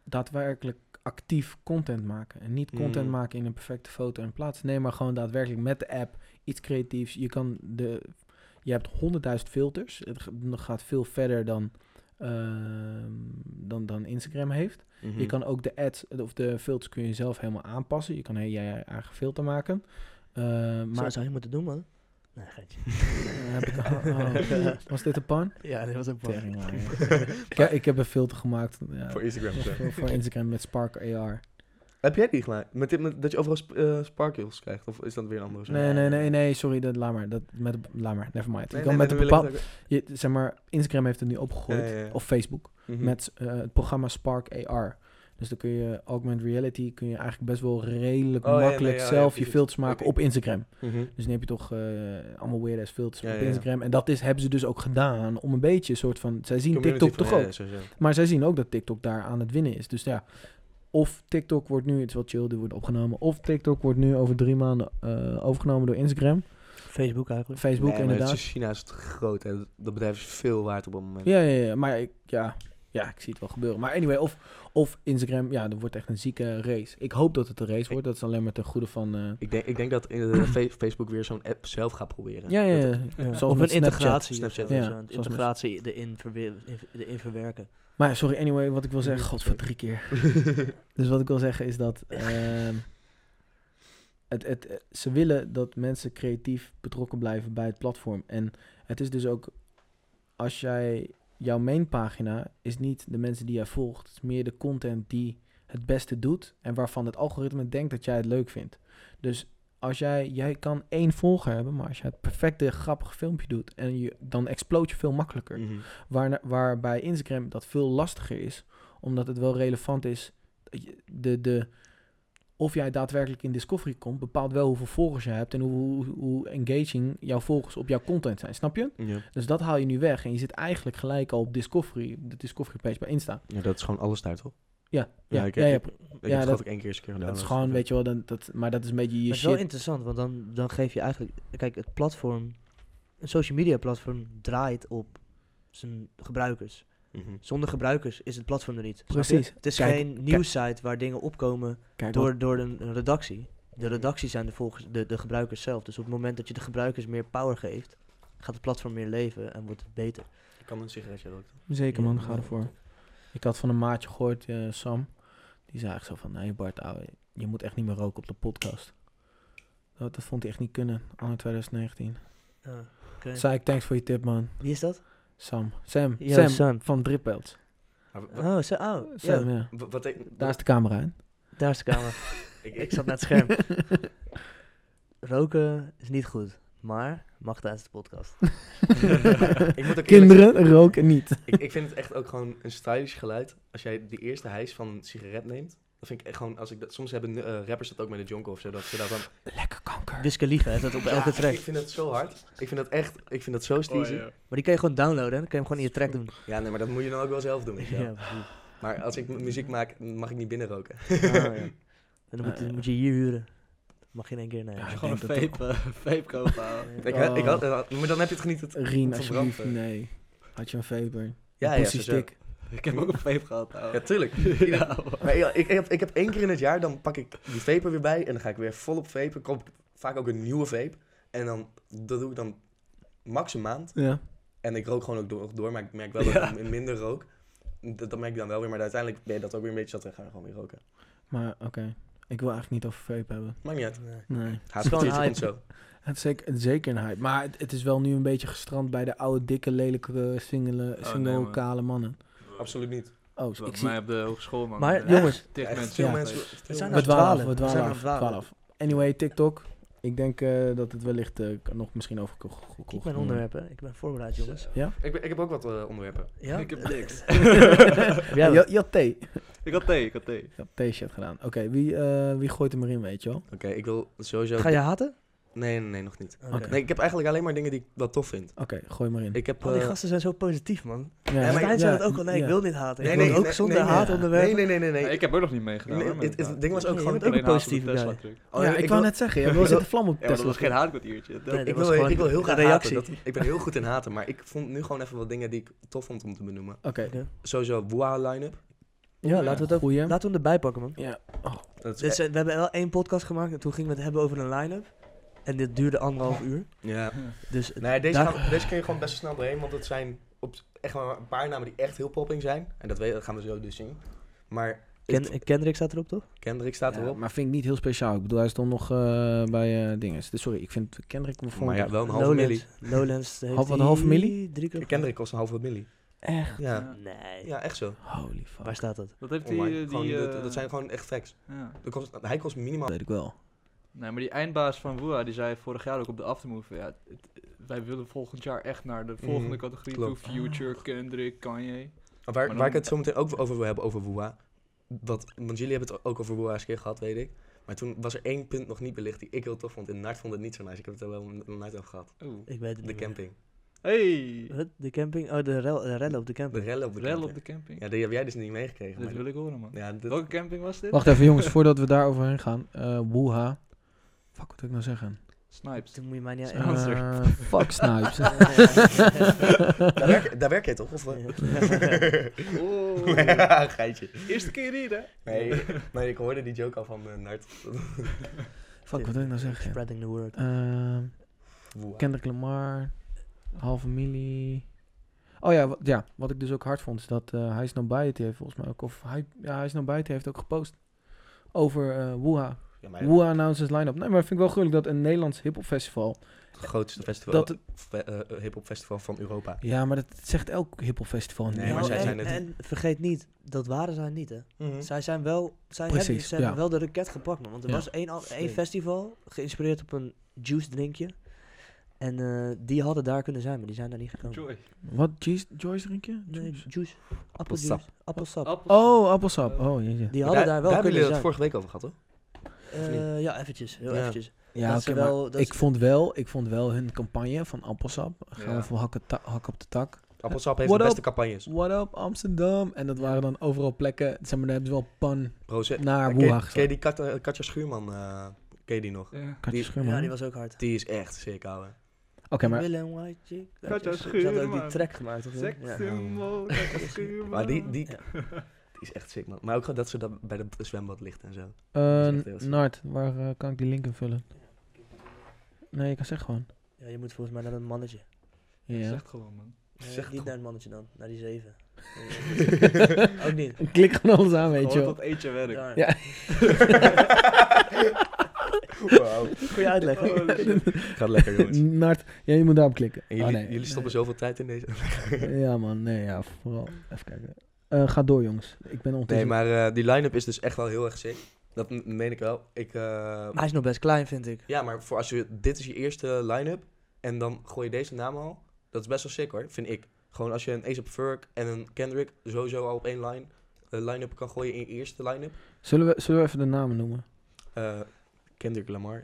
daadwerkelijk actief content maken. En niet content Mm. maken in een perfecte foto en plaats. Nee, maar gewoon daadwerkelijk met de app iets creatiefs. Je kan de... Je hebt honderdduizend filters. Het g- gaat veel verder dan, ehm, dan, dan Instagram heeft. Mhm. Je kan ook de ads of de filters kun je zelf helemaal aanpassen. Je kan heel je eigen filter maken. Uh, Maar maar zou je moeten doen, man? Nee, geitje. uh, heb ik, oh, oh. Was dit een pan? Ja, dit was een pan. Tering, man, ja. ik, heb- ik heb een filter gemaakt ja, Voor Instagram. zo. voor, voor Instagram met Spark A R. Heb jij die gemaakt? Met, dit- met, dat je overal sp- eh, sparkles krijgt? Of is dat weer een andere? zo? Nee, nee, nee, nee, sorry, dat, laat maar. Dat, met, laat maar, never mind. Nee, je kan nee, met nee, een dan wil ik bepaald, het je, zeg maar, Instagram heeft het nu opgegooid, Ja, ja, ja. of Facebook, ook- Mhm. met uh, het programma Spark A R. Dus dan kun je augmented reality, kun je eigenlijk best wel redelijk Oh, ja, nee, makkelijk ja, ja, zelf je precies. filters maken Oké. op Instagram. Mhm. Dus nu heb je toch uh, allemaal weird ass filters Ja, op ja, ja. Instagram. En dat is, hebben ze dus ook gedaan om een beetje een soort van... Zij zien Community TikTok toch van- ook. ja, sowieso. Maar zij zien ook dat TikTok daar aan het winnen is. Dus ja, of TikTok wordt nu, het is wel chill, dit wordt opgenomen. Of TikTok wordt nu over drie maanden uh, overgenomen door Instagram. Facebook eigenlijk. Facebook Nee, maar het inderdaad. is- China is het groot. Hè. Dat bedrijf is veel waard op het moment. Ja, ja, ja, maar ik, ja, ja, ik zie het wel gebeuren. Maar anyway, of, of Instagram, ja, er wordt echt een zieke race. Ik hoop dat het een race wordt. Dat is alleen maar ten goede van... Uh, Ik denk, ik denk dat uh, Fe- Facebook weer zo'n app zelf gaat proberen. ja, ja, Dat- ja, ja. zoals Of met een Snapchat. integratie. Snapchat, of zo, ja. zo, een Zoals met- integratie erin, verwe- in- erin verwerken. Maar sorry, anyway, wat ik wil zeggen... God, voor drie keer. Dus wat ik wil zeggen is dat... ehm, het, het, eh, ze willen dat mensen creatief betrokken blijven bij het platform. En het is dus ook... Als jij... Jouw mainpagina is niet de mensen die jij volgt. Het is meer de content die het beste doet. En waarvan het algoritme denkt dat jij het leuk vindt. Dus als jij... Jij kan één volger hebben, maar als je het perfecte grappige filmpje doet... En je, dan explode je veel makkelijker. Mhm. Waar, waarbij Instagram dat veel lastiger is, omdat het wel relevant is. De, de, of jij daadwerkelijk in Discovery komt, bepaalt wel hoeveel volgers je hebt en hoe, hoe, hoe engaging jouw volgers op jouw content zijn. Snap je? Ja. Dus dat haal je nu weg en je zit eigenlijk gelijk al op Discovery, de Discovery page bij Insta. ja, dat is gewoon alles daar, toch? Ja, ja, ik, ja, ja, ik, ik, ja, heb het geloof dat- ik één keer eens een keer gedaan. dat is dus- gewoon, weet je wel, dan, dat, maar dat is een beetje je Maar het is wel shit. interessant, want dan, dan geef je eigenlijk... Kijk, het platform... Een social media platform draait op zijn gebruikers. Mhm. Zonder gebruikers is het platform er niet. snap je? Precies. Het is Kijk, geen nieuwssite waar dingen opkomen Kijk, wat- door, door een, een redactie. De redactie zijn de, volgers, de, de gebruikers zelf. Dus op het moment dat je de gebruikers meer power geeft, gaat het platform meer leven en wordt het beter. Ik kan een sigaretje roken. Zeker man, Ja. ga ervoor. Ik had van een maatje gehoord, eh, Sam. Die zei echt zo van, nee Bart, ouwe, je moet echt niet meer roken op de podcast. Dat, dat vond hij echt niet kunnen, anno twintig negentien. Ja, oké. Zei ik, thanks voor je tip man. Wie is dat? Sam. Sam. Ja, Sam, Sam. van Drippels. Maar wa- Oh, zo, oh Sam, ja, ja. wa- wat ik, Daar is de camera in. daar is de camera. ik, Ik zat naar het scherm. Roken is niet goed, maar mag tijdens de podcast. ik moet ook eerlijk Kinderen roken niet. zeggen, ik, ik vind het echt ook gewoon een stylish geluid. Als jij die eerste hijs van een sigaret neemt, dan vind ik echt gewoon, als ik dat, soms hebben eh, rappers dat ook met de jonko of zo, dat ze dat dan... Lekker kanker. Wiz Khalifa heeft dat op elke Ja, track. Ik vind dat zo hard. Ik vind dat echt, ik vind dat zo sleazy. Oh, ja. ja. Maar die kan je gewoon downloaden en dan kan je hem gewoon in je track doen. nee, maar dat moet je dan ook wel zelf doen, weet je wel. Ja, precies. Maar als ik m- muziek maak, mag ik niet binnen roken. Ah, ja. En dan moet, Eh, moet je hier huren. Mag je in één keer, nee. Ja, ik Gewoon een denk dat vape, eh, vape kopen. ouwe. Ik, Oh. ik had, maar dan heb je het niet het... Rien, het alsjeblieft, verbranden. nee. Had je een vapor? Ja, een ja, pussy sowieso. stick. Ik heb ook een vape gehad, ouwe. Ja, tuurlijk. Ja, man. Maar ja, ik, ik, heb, ik heb één keer in het jaar, dan pak ik die vape weer bij en dan ga ik weer volop vapen. Koop ik vaak ook een nieuwe vape. En dan, dat doe ik dan max een maand. Ja. En ik rook gewoon ook door, door maar ik merk wel dat Ja. ik minder rook. Dat, dat merk ik dan wel weer, maar uiteindelijk ben je dat ook weer een beetje zat en ga je gewoon weer roken. Maar oké, ik wil eigenlijk niet over vape hebben. Maakt niet uit. Nee. Nee. Haatpartiertje hype. komt zo. Het is zeker, het is zeker een hype. Maar het, het is wel nu een beetje gestrand bij de oude, dikke, lelijke, single, Oh, single nee, man. kale mannen. Absoluut niet. Oh, Bij ik zie... mij op de hogeschool, man. Maar, Eh, jongens, tig Echt mensen. veel ja. mensen. We veel zijn We aan het dwalen af, dwalen. we We dwalen zijn aan af, het dwalen. dwalen af. Anyway, TikTok. Ik denk eh, dat het wellicht eh, k- nog misschien overgekocht Kijk mijn onderwerpen. Ik ben voorbereid, jongens. Ik, ben, ik heb ook wat eh, onderwerpen. Ja? Ik heb niks. Heb jij Ja, wat? je, je had thee. Ik had thee, ik had thee. Je had thee-shit gedaan. Oké, wie, eh, wie gooit hem erin, weet je wel? Oké, ik wil sowieso... Ga je haten? Nee, nee, nee, nog niet. Oké. Nee, ik heb eigenlijk alleen maar dingen die ik wel tof vind. Oké, gooi maar in. Ik heb... Al die eh, gasten zijn zo positief, man. ja, maar Stijn ik- zei ja, dat ook al. Nee, ik ja. wil niet haten. Nee, ik nee, wil ook nee, zonder nee, nee. haatonderwerpen. Nee, nee, nee, nee. Nee, nee. ik heb ook nog niet meegedaan. Nee, hoor, met het, het haat. ding was ook Nee, gewoon... je bent ook Alleen een haat op de positieve Tesla guy. truck. Oh, ja, ik ik wou wil- net zeggen, je wil zitten vlam op Ja, maar dat Tesla. was geen haatkwartiertje. Dat- Nee, Ik dat wil, was gewoon ik wil heel een graag reactie. haten. Dat, ik ben heel goed in haten, maar ik vond nu gewoon even wat dingen die ik tof vond om te benoemen. Oké, Oké. Sowieso Woeha line-up. Ja, laten we het ook, Goeie. laten we hem erbij pakken, man. Ja. Dat is Dus, eh, we hebben wel één podcast gemaakt en toen gingen we het hebben over een line-up. En dit duurde anderhalf uur. Ja. Dus Nee, deze, daar- gaan, deze kun je gewoon best snel doorheen, want het zijn op, echt maar een paar namen die echt heel popping zijn. En dat, weet, dat gaan we zo dus zien. Maar Ken, Kendrick staat erop, toch? Kendrick staat Ja, erop. maar vind ik niet heel speciaal. Ik bedoel, hij stond nog eh, bij eh dingen. Dus sorry, ik vind Kendrick me Maar ja, wel een halve Lowlands. milli. Lowlands heeft Half- wat, hij een halve milli? Drie keer Kendrick kost een halve milli. Echt? Ja. Nee. Ja, echt zo. Holy fuck. Waar staat dat? Dat heeft die... Online. eh, Gewoon, die dat, eh, dat zijn gewoon echt facts. ja. Dat kost, hij kost minimaal... weet ik wel. Nee, maar die eindbaas van Woeha, die zei vorig jaar ook op de Aftermove, ja, het- wij willen volgend jaar echt naar de volgende Mhm, categorie klopt. toe. Future, Kendrick, Kanye. Maar waar, Maar waar ik dan- het zo meteen ook over wil hebben, over Woeha. Dat, want jullie hebben het ook over Woeha eens een keer gehad, weet ik. Maar toen was er één punt nog niet belicht die ik heel tof vond. En Nart vond het niet zo nice. Ik heb het er wel met Nart over gehad. Oh. Ik weet het De niet meer. camping. Hey! Wat? De camping? Oh, de, rel, de rellen op de De camping. rellen op de Rel camping. op de camping. Ja, die heb jij dus niet meegekregen. Dit maar- wil ik horen, man. Ja, dit- Welke camping was dit? Wacht even jongens, voordat we daar overheen gaan. Eh Woeha. Fuck, wat wil ik nou zeggen? Snipes. Toen moet je mij niet... Sponsor. Eh, fuck Snipes. daar, werk, daar werk jij toch? Of, eh? Oh. Ja, geitje. Eerste keer hier, hè? Nee, maar ik hoorde die joke al van uh, Nart. Fuck, wat wil ik nou zeggen? Spreading the word. Eh, Woeha. Kendrick Lamar. Halve milli. Oh ja, wat, ja, wat ik dus ook hard vond is dat eh Hij is No Biety heeft volgens mij ook, of hij, ja, Hij is No Biety heeft ook gepost over eh Woeha. Ja, maar Woeha announces line-up. Nee, maar ik vind ik wel gruwelijk dat een Nederlands hip-hop festival. het grootste festival, Dat het- fe- eh, hip-hop festival van Europa. Ja, maar dat zegt elk hip-hop festival. in Nee, Nederland. maar zij en, zijn het- en vergeet niet, dat waren zij niet, hè. Mhm. Zij zijn wel, zij Precies, hebben, ze hebben ja. wel de raket gepakt, man. Want er Ja. was één, al- één Nee. festival, geïnspireerd op een juice drinkje. En eh, die hadden daar kunnen zijn, maar die zijn daar niet gekomen. Joy. Wat? Juice, Joyce drink je? Nee, Juice? juice. Appelsap. Appeljuice. Appelsap. Appels. Oh, appelsap. Oh, jeetje. Die hadden daar wel hebben kunnen jullie het zijn. vorige week over gehad, hoor? Eh, ja, eventjes. Heel Ja. eventjes. Ja, Dat ze oké, wel- maar dat ik, ze- vond wel, ik vond wel hun campagne van appelsap. Gaan Ja. we voor hakken, ta- hak op de tak. Appelsap heeft What de beste up? campagnes. What up, Amsterdam? En dat waren dan overal plekken. Zeg maar, daar hebben ze wel pan Bro, ze- naar ken je- Woeha Ken je gezet. die Kat, eh, Katja Schuurman? eh, ken je die nog? Ja. Katje die- Schuurman. Ja, die was ook hard. Die is echt sick, ouwe. Oké, maar Willem White Chick. Katja Ze hadden ook die Schuurman. track gemaakt, of niet? Seks Ja. symbol, schuurman. Maar die, die, Ja. die is echt sick, man. Maar ook gewoon dat ze dat bij de zwembad ligt en zo. eh, Dat is echt heel sick. Nart, waar eh, kan ik die link invullen? Nee, ik kan zeggen gewoon. Ja, je moet volgens mij naar dat mannetje. Ja. Zeg gewoon, man. Nee, Zeg niet toch. naar het mannetje dan, naar die zeven. Ook niet. Klik gewoon alles aan, weet je Gewoon wel. tot eentje werk. Daar. Ja. Wow. Goeie uitleg. Gaat lekker, jongens. Nart, ja, je moet daarop klikken. En Oh, jullie, nee. jullie stoppen zoveel tijd in deze. Ja man, nee, ja, vooral. Even kijken. Eh, ga door jongens. Ik ben Nee, ondertussen... maar eh, die line-up is dus echt wel heel erg sick. Dat m- meen ik wel. Ik, eh, Maar hij is nog best klein, vind ik. ja, maar voor als je, dit is je eerste line-up en dan gooi je deze naam al. Dat is best wel sick, hoor, vind ik. Gewoon als je een A$AP Ferg en een Kendrick sowieso al op één line, eh, line-up kan gooien in je eerste line-up. Zullen, we, zullen we even de namen noemen? Eh, Kendrick Lamar.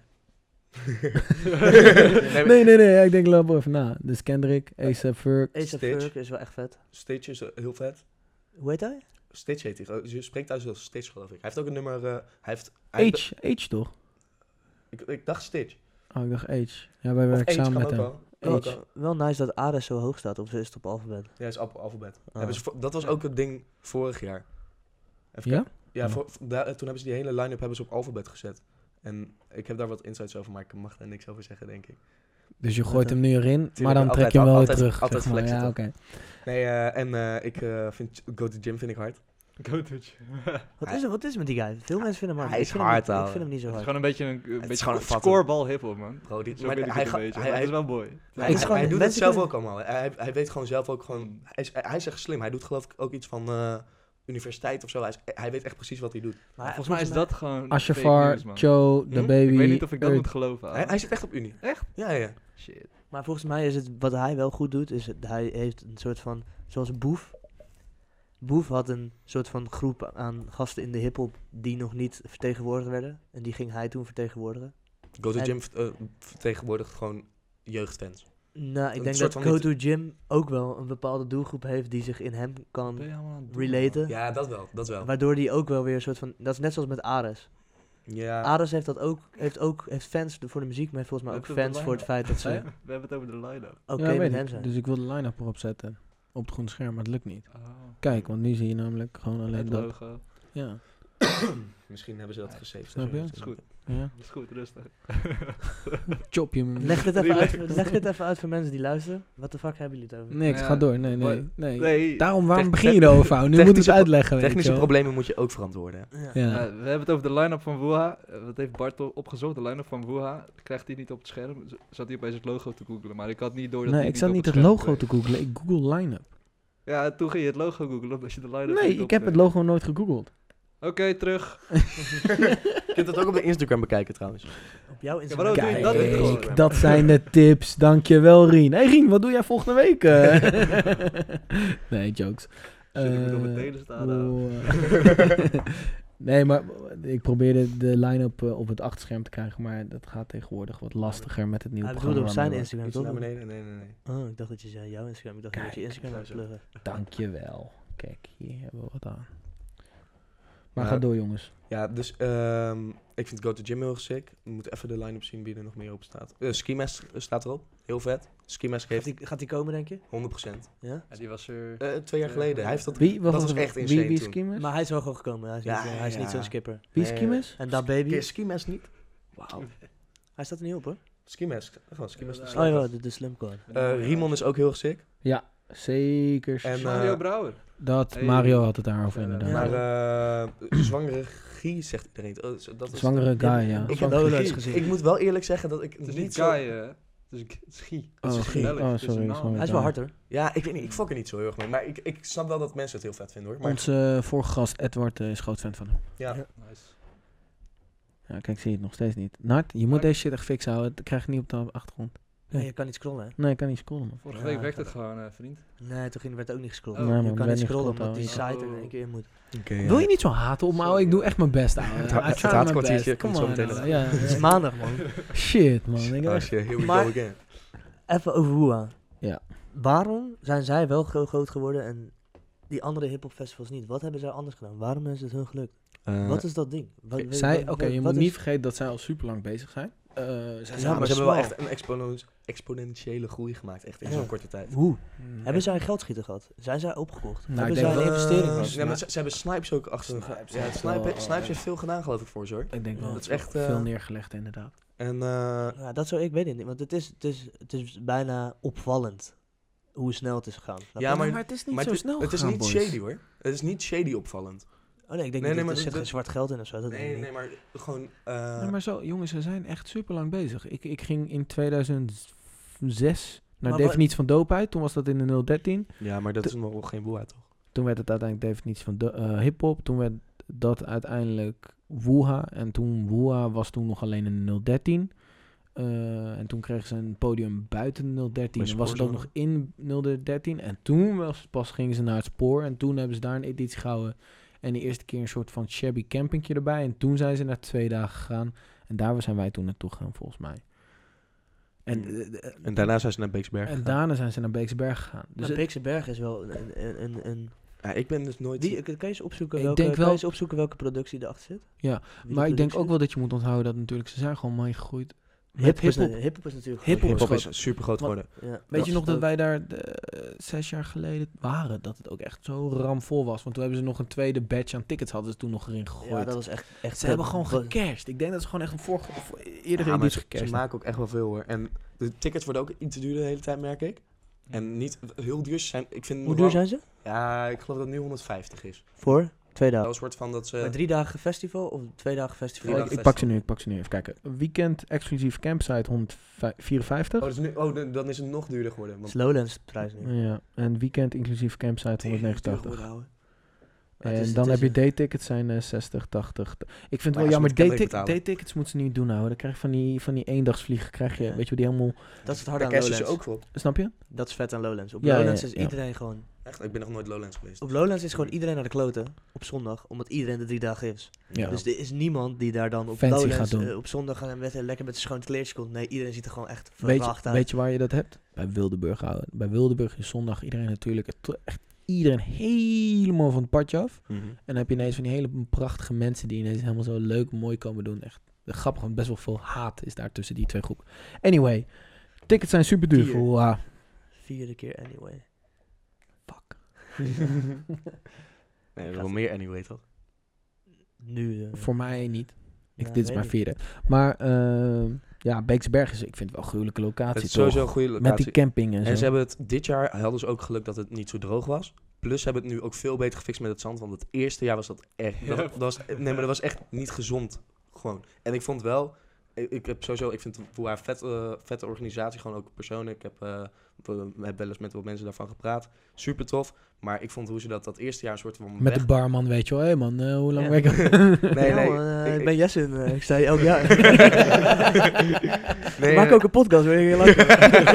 Nee, nee, nee, ja, ik denk loop even na. Dus Kendrick, A$AP Ferg. A$AP Stitch. Ferg is wel echt vet. Stitch is eh, heel vet. Hoe heet hij? Stitch heet hij. Je spreekt thuis als Stitch, geloof ik. Hij heeft ook een nummer... eh, hij heeft, hij heeft- H, H toch? ik, ik dacht Stitch. Oh, ik dacht H. Ja, wij Of werken H samen kan met ook hem. wel. Kan Wel, ook wel. wel nice dat Ares zo hoog staat, of is het op alfabet? Ja, is alf- alfabet. Ah. Hebben ze vo- dat was ook het ding vorig jaar. Even Ja? kijken. Ja, Ja. voor- voor- daar- toen hebben ze die hele line-up hebben ze op alfabet gezet. En ik heb daar wat insights over, maar ik mag daar niks over zeggen, denk ik. Dus je gooit hem nu erin, maar dan altijd, trek je hem wel weer altijd- terug. altijd zeg maar. flexen, Ja, toch? oké. Nee, eh, en eh, ik eh, vind Go to Gym vind ik hard. Go touch. Wat Hij- is er, wat is er met die guy? Veel mensen vinden hem hard. Hij Ik is vind hem hard, niet- Ik ouwe. vind hem niet zo Het is hard. gewoon een beetje een, een is beetje gewoon een vatte. scorebal hiphop, man. Bro, die, Zo maar vind ik hij, het ga- een beetje. hij, maar hij, het is wel mooi. hij, Het is hij, gewoon- hij doet het mensen zelf kunnen- ook allemaal. Hij, hij weet gewoon zelf ook gewoon... Hij is, hij is echt slim. Hij doet geloof ik ook iets van eh, universiteit of zo. Hij, is, hij weet echt precies wat hij doet. Maar Volgens mij is dat gewoon fake Ashafar, news, man. Cho, The Hm? Baby. Ik weet niet of ik dat Earth. moet geloven. Hij, ouwe. hij zit echt op Unie. Echt? Ja, ja. Shit. Maar volgens mij is het, wat hij wel goed doet, is het, hij heeft een soort van, zoals Boef. Boef had een soort van groep aan gasten in de hiphop die nog niet vertegenwoordigd werden. En die ging hij toen vertegenwoordigen. Go to En- Gym eh, vertegenwoordigt gewoon jeugdfans. Nou, ik Een denk soort dat van Go to Gym ook wel een bepaalde doelgroep heeft die zich in hem Wat kan ben je allemaal aan het doen, relaten. Ja, dat wel. Dat wel. Waardoor die ook wel weer een soort van, dat is net zoals met Ares. Ja. Ares heeft dat ook, heeft ook, heeft fans voor de muziek, maar heeft volgens mij ook Hebben we het fans op voor de het feit dat man? ze We hebben het over de line-up. oké Ja, met weet hem ik. zijn. Dus ik wil de line-up erop zetten. op het groene scherm, maar het lukt niet. Oh, Kijk, want nu zie je namelijk gewoon alleen het dat. logo. Ja, Misschien hebben ze dat gesaved. Snap je? Dat is goed. ja. Dat is goed, rustig. Chop je. Leg dit, even uit, leg dit even uit voor mensen die luisteren. Wat de fuck hebben jullie het over? Niks, Ja, ga door. Nee, nee, maar- nee. Nee. Daarom, waarom Tech- begin je erover, Fouw? Nu moet ik technische het uitleggen, weet Technische je wel. problemen moet je ook verantwoorden. hè. Ja. Ja. Ja, we hebben het over de line-up van Wuha. Eh, Wat heeft Bart al opgezocht? De line-up van Wuha. Krijgt hij niet op het scherm. Z- Zat hij opeens het logo te googlen. Maar ik had niet door dat Nee, hij ik zat op niet het scherm logo kreeg. te googlen. Ik google line-up. Ja, toen ging je het logo googlen. Omdat je de line-up Nee, niet ik heb het opkreeg. logo nooit gegoogeld. Oké, terug. Je kunt het ook op de Instagram bekijken trouwens. Op jouw Ja, waarom Instagram. doe je dat niet Kijk. gewoon? Kijk, dat zijn de tips. Dankjewel, Rien. Hey Rien, wat doe jij volgende week? eh? nee, jokes. Shit, ik moet op Eh, mijn tenen staan. oeh, eh. Nee, maar ik probeerde de line-up eh, op het achterscherm te krijgen, maar dat gaat tegenwoordig wat lastiger met het nieuwe Hij programma. bedoelde op zijn waarmee we- Instagram, Iets toch? naar beneden? Nee, nee, nee. Oh, ik dacht dat je zei jouw Instagram. Ik dacht Kijk, dat je Instagram aan het pluggen. Dankjewel. Kijk, hier hebben we wat aan. Maar Ja. ga door, jongens. Ja, dus ehm, ik vind Go to Gym heel erg sick. We moeten even de line-up zien wie er nog meer op staat. Uh, Ski Mask staat erop. Heel vet. Ski Mask Gaat heeft die, gaat die komen, denk je? honderd procent. Ja? Ja, die was er... Uh, twee jaar geleden. Hij heeft dat... Wie? Wat dat was was echt wie, insane wie toen. Skimmers? Maar hij is wel gewoon gekomen. Hij is, Ja, niet, eh, hij is ja. niet zo'n skipper. Wie Nee, Skimmers? En dat Ken baby. je Ski Mask niet? Wauw. Hij staat er niet op, hoor. Ski Mask. Gewoon Ski Mask. Ja, Oh ja, de, de slimcore. Uh, Rimon is ook heel erg sick. Ja, zeker. En, Mario eh, Brouwer. dat Hey. Mario had het daarover Ja, inderdaad. Maar uh, zwangere Guy zegt iedereen. Oh, zo- dat is Zwangere guy, ja. Ik heb Zwangere Lowlands Guy. gezien. Ik moet wel eerlijk zeggen dat ik Het is niet niet zo... Guy, hè. Het is G- het is Guy. Oh, Het is Guy. gezellig. Oh, Het is sorry, een naam. sorry. Hij is wel hard, hoor. Ja, ik weet niet. Ik fok er niet zo heel erg mee. Maar ik, ik snap wel dat mensen het heel vet vinden, hoor. Maar Onze vorige gast Edward eh, is groot fan van hem. ja. Ja. Nice. Ja, kijk, zie je het nog steeds niet. Nart, je moet Nart? deze shit echt fix houden. Dat krijg je niet op de achtergrond. Nee, je kan niet scrollen, hè? Nee, ik kan niet scrollen, man. Vorige Ja, week werkte dat- het gewoon, eh, vriend. Nee, toen ging, werd ook niet gescrolld. Oh. Nee, man, je er kan werd niet niet scrollen gescrolld, omdat die oh. site er in één keer in moet. Okay, ja. Wil je niet zo haten op me? Oh, ik doe echt mijn best, ouwe. Het I ha- try het my haatkwartiertje best. komt Come zo on, meteen ouwe. eraan. Ja, Het is ja. maandag, man. Shit, man. Ik Oh echt- shit, here we Maar- go again. Even over Woeha. Ja. Waarom zijn zij wel gro- groot geworden en die andere hip-hop festivals niet? Wat hebben zij anders gedaan? Waarom is het hun gelukt? Uh, Wat is dat ding? Wat, wat- Zij, wat- Oké, je wat moet is- niet vergeten dat zij al super lang bezig zijn. Uh, zij ja, zijn maar maar ze small. hebben wel echt een exponen- exponentiële groei gemaakt. Echt in Ja. zo'n korte tijd. Hoe? Mm, Hebben zij geldschieten gehad? Zijn zij opgekocht? Nou, hebben ik denk zij een wel- investering Eh, gehad? Ja, maar ze, ze hebben Snipes ook achter hun Snipes Ja, heeft Snipe, wel, Snipes eh, heeft veel gedaan, geloof ik, voor ze hoor. Ik denk wel Ja, dat dat is echt, eh, veel neergelegd, inderdaad. En uh, Ja, dat zou ik weet het niet, want het is, het is, het is bijna opvallend hoe snel het is gegaan. Snap Ja, je? maar- het is niet maar zo het, snel het is gegaan, niet boys. shady hoor. Het is niet shady opvallend. Oh nee, ik denk Nee, niet nee, dat er maar zit dat- geen zwart geld in of zo. Dat denk Nee, ik nee, niet. maar gewoon... Uh, Ja, maar zo, jongens, ze zijn echt super lang bezig. Ik, ik ging in tweeduizend zes naar Maar wa- definitie van doopheid. Toen was dat in de nul dertien. ja, maar dat is nog wel geen boel uit toch? Toen werd het uiteindelijk definitie van de, eh, hip-hop. Toen werd dat uiteindelijk Wuha. En toen Wuha was toen nog alleen in de nul dertien. Eh, en toen kregen ze een podium buiten de nul dertien. Bij En was het ook nog Spoorzone. in nul dertien. En toen was, pas gingen ze naar het spoor. En toen hebben ze daar een editie gehouden. En de eerste keer een soort van shabby campingje erbij. En toen zijn ze naar twee dagen gegaan. En daar zijn wij toen naartoe gegaan, volgens mij. En, eh, eh, En daarna zijn ze naar Beeksberg en gegaan. daarna zijn ze naar Beeksberg gegaan. Dus Maar het- Beekse Berg is wel een... een, een, een Ja, ik ben dus nooit... wie, kan je eens opzoeken Ik welke, denk kan wel- je eens opzoeken welke productie erachter zit? Ja, Wie de maar ik denk productie ook is? wel dat je moet onthouden dat natuurlijk ze zijn gewoon meegegroeid. Hip- Hip- hip-hop hip-hop. hip-hop is natuurlijk... Hip-hop gewoon- Hip-hop is is super groot Want- geworden. Ja, Weet je nog dat ook- wij daar de, eh, zes jaar geleden waren? Dat het ook echt zo ramvol was. Want toen hebben ze nog een tweede batch aan tickets hadden ze toen nog erin gegooid. Ja, dat was echt... echt ze hebben gewoon wat- gecashed. Ik denk dat ze gewoon echt een vorige, voor eerdere Ja, maar editie ze, ze gecashed maken ook echt wel veel hoor. En de tickets worden ook iets duurder de hele tijd, merk ik. En niet heel duur ze zijn. Ik vind Hoe nog duur wel- zijn ze? Ja, ik geloof dat het nu honderdvijftig is. Voor twee Wel dagen. een soort van dat ze... Maar drie dagen festival of twee dagen festival? Drie Ik, dagen ik pak ze festival. nu, ik pak ze nu. Even kijken. Weekend exclusief campsite honderdvierenvijftig. Oh, dus nu, oh, dan- dan is het nog duurder geworden. Dat is Want, Lowlands prijs nu. Ja, en weekend inclusief campsite honderdnegenentachtig. Maar het En is- dan het heb is je een- daytickets zijn eh, zestig, tachtig. Ik vind Maar wel ja, ze jammer, moeten kennelijk daytick- betalen. daytickets moeten ze niet doen houden. Dan krijg je van die, van die eendagsvliegen, krijg je, Ja. weet je, die helemaal, Dat is het daar harde aan cashen ze Lowlands. ook voor. snap je? Dat is vet aan Lowlands. Op Ja, ja, Lowlands ja, is ja. iedereen gewoon... Echt? Ik ben nog nooit Lowlands geweest. Op Lowlands is gewoon iedereen naar de kloten op zondag, omdat iedereen de drie dagen is. Ja. Dus er is niemand die daar dan op Fancy Lowlands gaat doen. eh, op zondag gaan en met, lekker met zijn schone kleertjes komt. Nee, iedereen ziet er gewoon echt Weet verwacht je, uit. weet je waar je dat hebt? Bij Wildeburg houden. Bij Wildeburg is zondag iedereen natuurlijk, het- echt iedereen helemaal van het padje af. Mhm. En dan heb je ineens van die hele prachtige mensen die ineens helemaal zo leuk, mooi komen doen. Echt grappig, want best wel veel haat is daar tussen die twee groepen. Anyway, tickets zijn super duur Vier. voor ah, Vierde keer anyway. Nee, wel meer anyway, toch? Nu. eh, Voor mij niet. Ik, Ja, dit is weet mijn ik. vierde. Maar uh, ja, Beeksberg is, ik vind het wel een gruwelijke locatie. Het is toch? sowieso een goede locatie. Met die camping en zo. En ze hebben het, dit jaar hadden ze ook geluk dat het niet zo droog was. Plus ze hebben het nu ook veel beter gefixt met het zand. Want het eerste jaar was dat echt, dat, dat was, nee, maar dat was echt niet gezond. Gewoon. En ik vond wel, ik, ik heb sowieso, ik vind het een vet, uh, vette organisatie, gewoon ook persoonlijk. Ik heb, uh, we hebben wel eens met wat mensen daarvan gepraat. Super tof. Maar ik vond hoe ze dat dat eerste jaar een soort van Met weg... de barman, weet je wel. Hé hey man, uh, hoe lang Ja. werk je? Nee, ja, nee. man, uh, ik, ik ik, ben Jesse en uh, ik sta hier elk jaar. nee, ik maak uh, ook een podcast, wil je heel lang?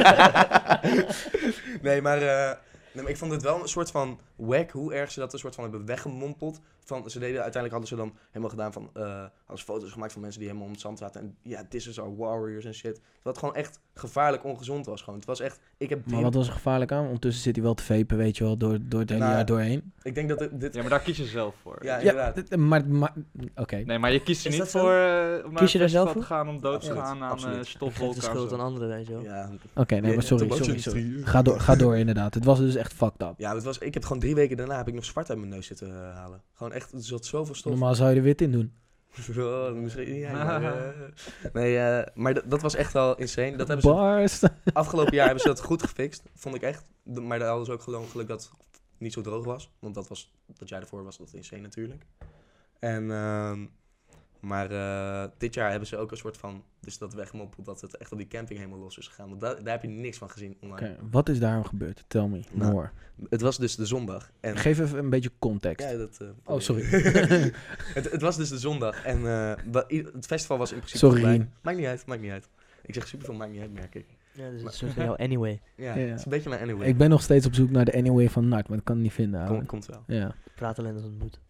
nee, maar, uh, nee, maar ik vond het wel een soort van wack hoe erg ze dat een soort van hebben weggemompeld. Van, ze deden, uiteindelijk hadden ze dan helemaal gedaan van, uh, hadden ze foto's gemaakt van mensen die helemaal om het zand zaten. En ja, yeah, this is our warriors en shit. Wat gewoon echt gevaarlijk ongezond was gewoon. Het was echt, ik heb... Maar wat was er gevaarlijk aan? Ondertussen zit hij wel te vapen, weet je wel, door, door het hele Nou, jaar doorheen. Ik denk dat dit... dit Ja, maar daar kies je zelf voor. ja, Ja, inderdaad. dit- maar, maar oké. Okay. Nee, maar je kiest er Is niet dat zo? voor uh, om naar Kies je een daar zelf festival te voor? gaan om dood te Absoluut, gaan aan absoluut. uh, Ik geef de stofwolken en schuld zo. aan anderen, weet je wel. Ja, Oké, nee, Ja, maar sorry, too much sorry, industry. sorry. Ga door, ga door inderdaad. Het was dus echt fucked up. ja, het was, ik heb gewoon drie weken daarna heb ik nog zwart uit mijn neus zitten uh, halen. Gewoon echt, er zat zoveel stof. Normaal zou je er wit in doen. Oh, misschien, ja, maar, uh, nee, uh, maar d- dat was echt wel insane. Dat hebben ze, Bars. afgelopen jaar hebben ze dat goed gefixt, vond ik echt. De- maar daar hadden ze ook gewoon geluk dat het niet zo droog was. Want dat was, dat jaar daarvoor was dat insane natuurlijk. En, uh, maar uh, dit jaar hebben ze ook een soort van, dus dat weggemoppeld dat het echt op die camping helemaal los is gegaan. Want da- daar heb je niks van gezien online. Okay, wat is daar gebeurd? Tell me Nou, more. Het was dus de zondag. En Geef even een beetje context. Ja, dat, uh, Oh, sorry. het, het was dus de zondag en uh, wa- i- het festival was in principe Sorry, voorbij. Rien. Maakt niet uit, maakt niet uit. Ik zeg superveel, maakt niet uit, merk ik. Ja, dus het is van jou anyway. Ja, Ja. het is een beetje mijn anyway. Ik ben nog steeds op zoek naar de Anyway van Nart, maar dat kan ik niet vinden. ouwe. Kom, komt wel. Ja. Praat alleen als het moet.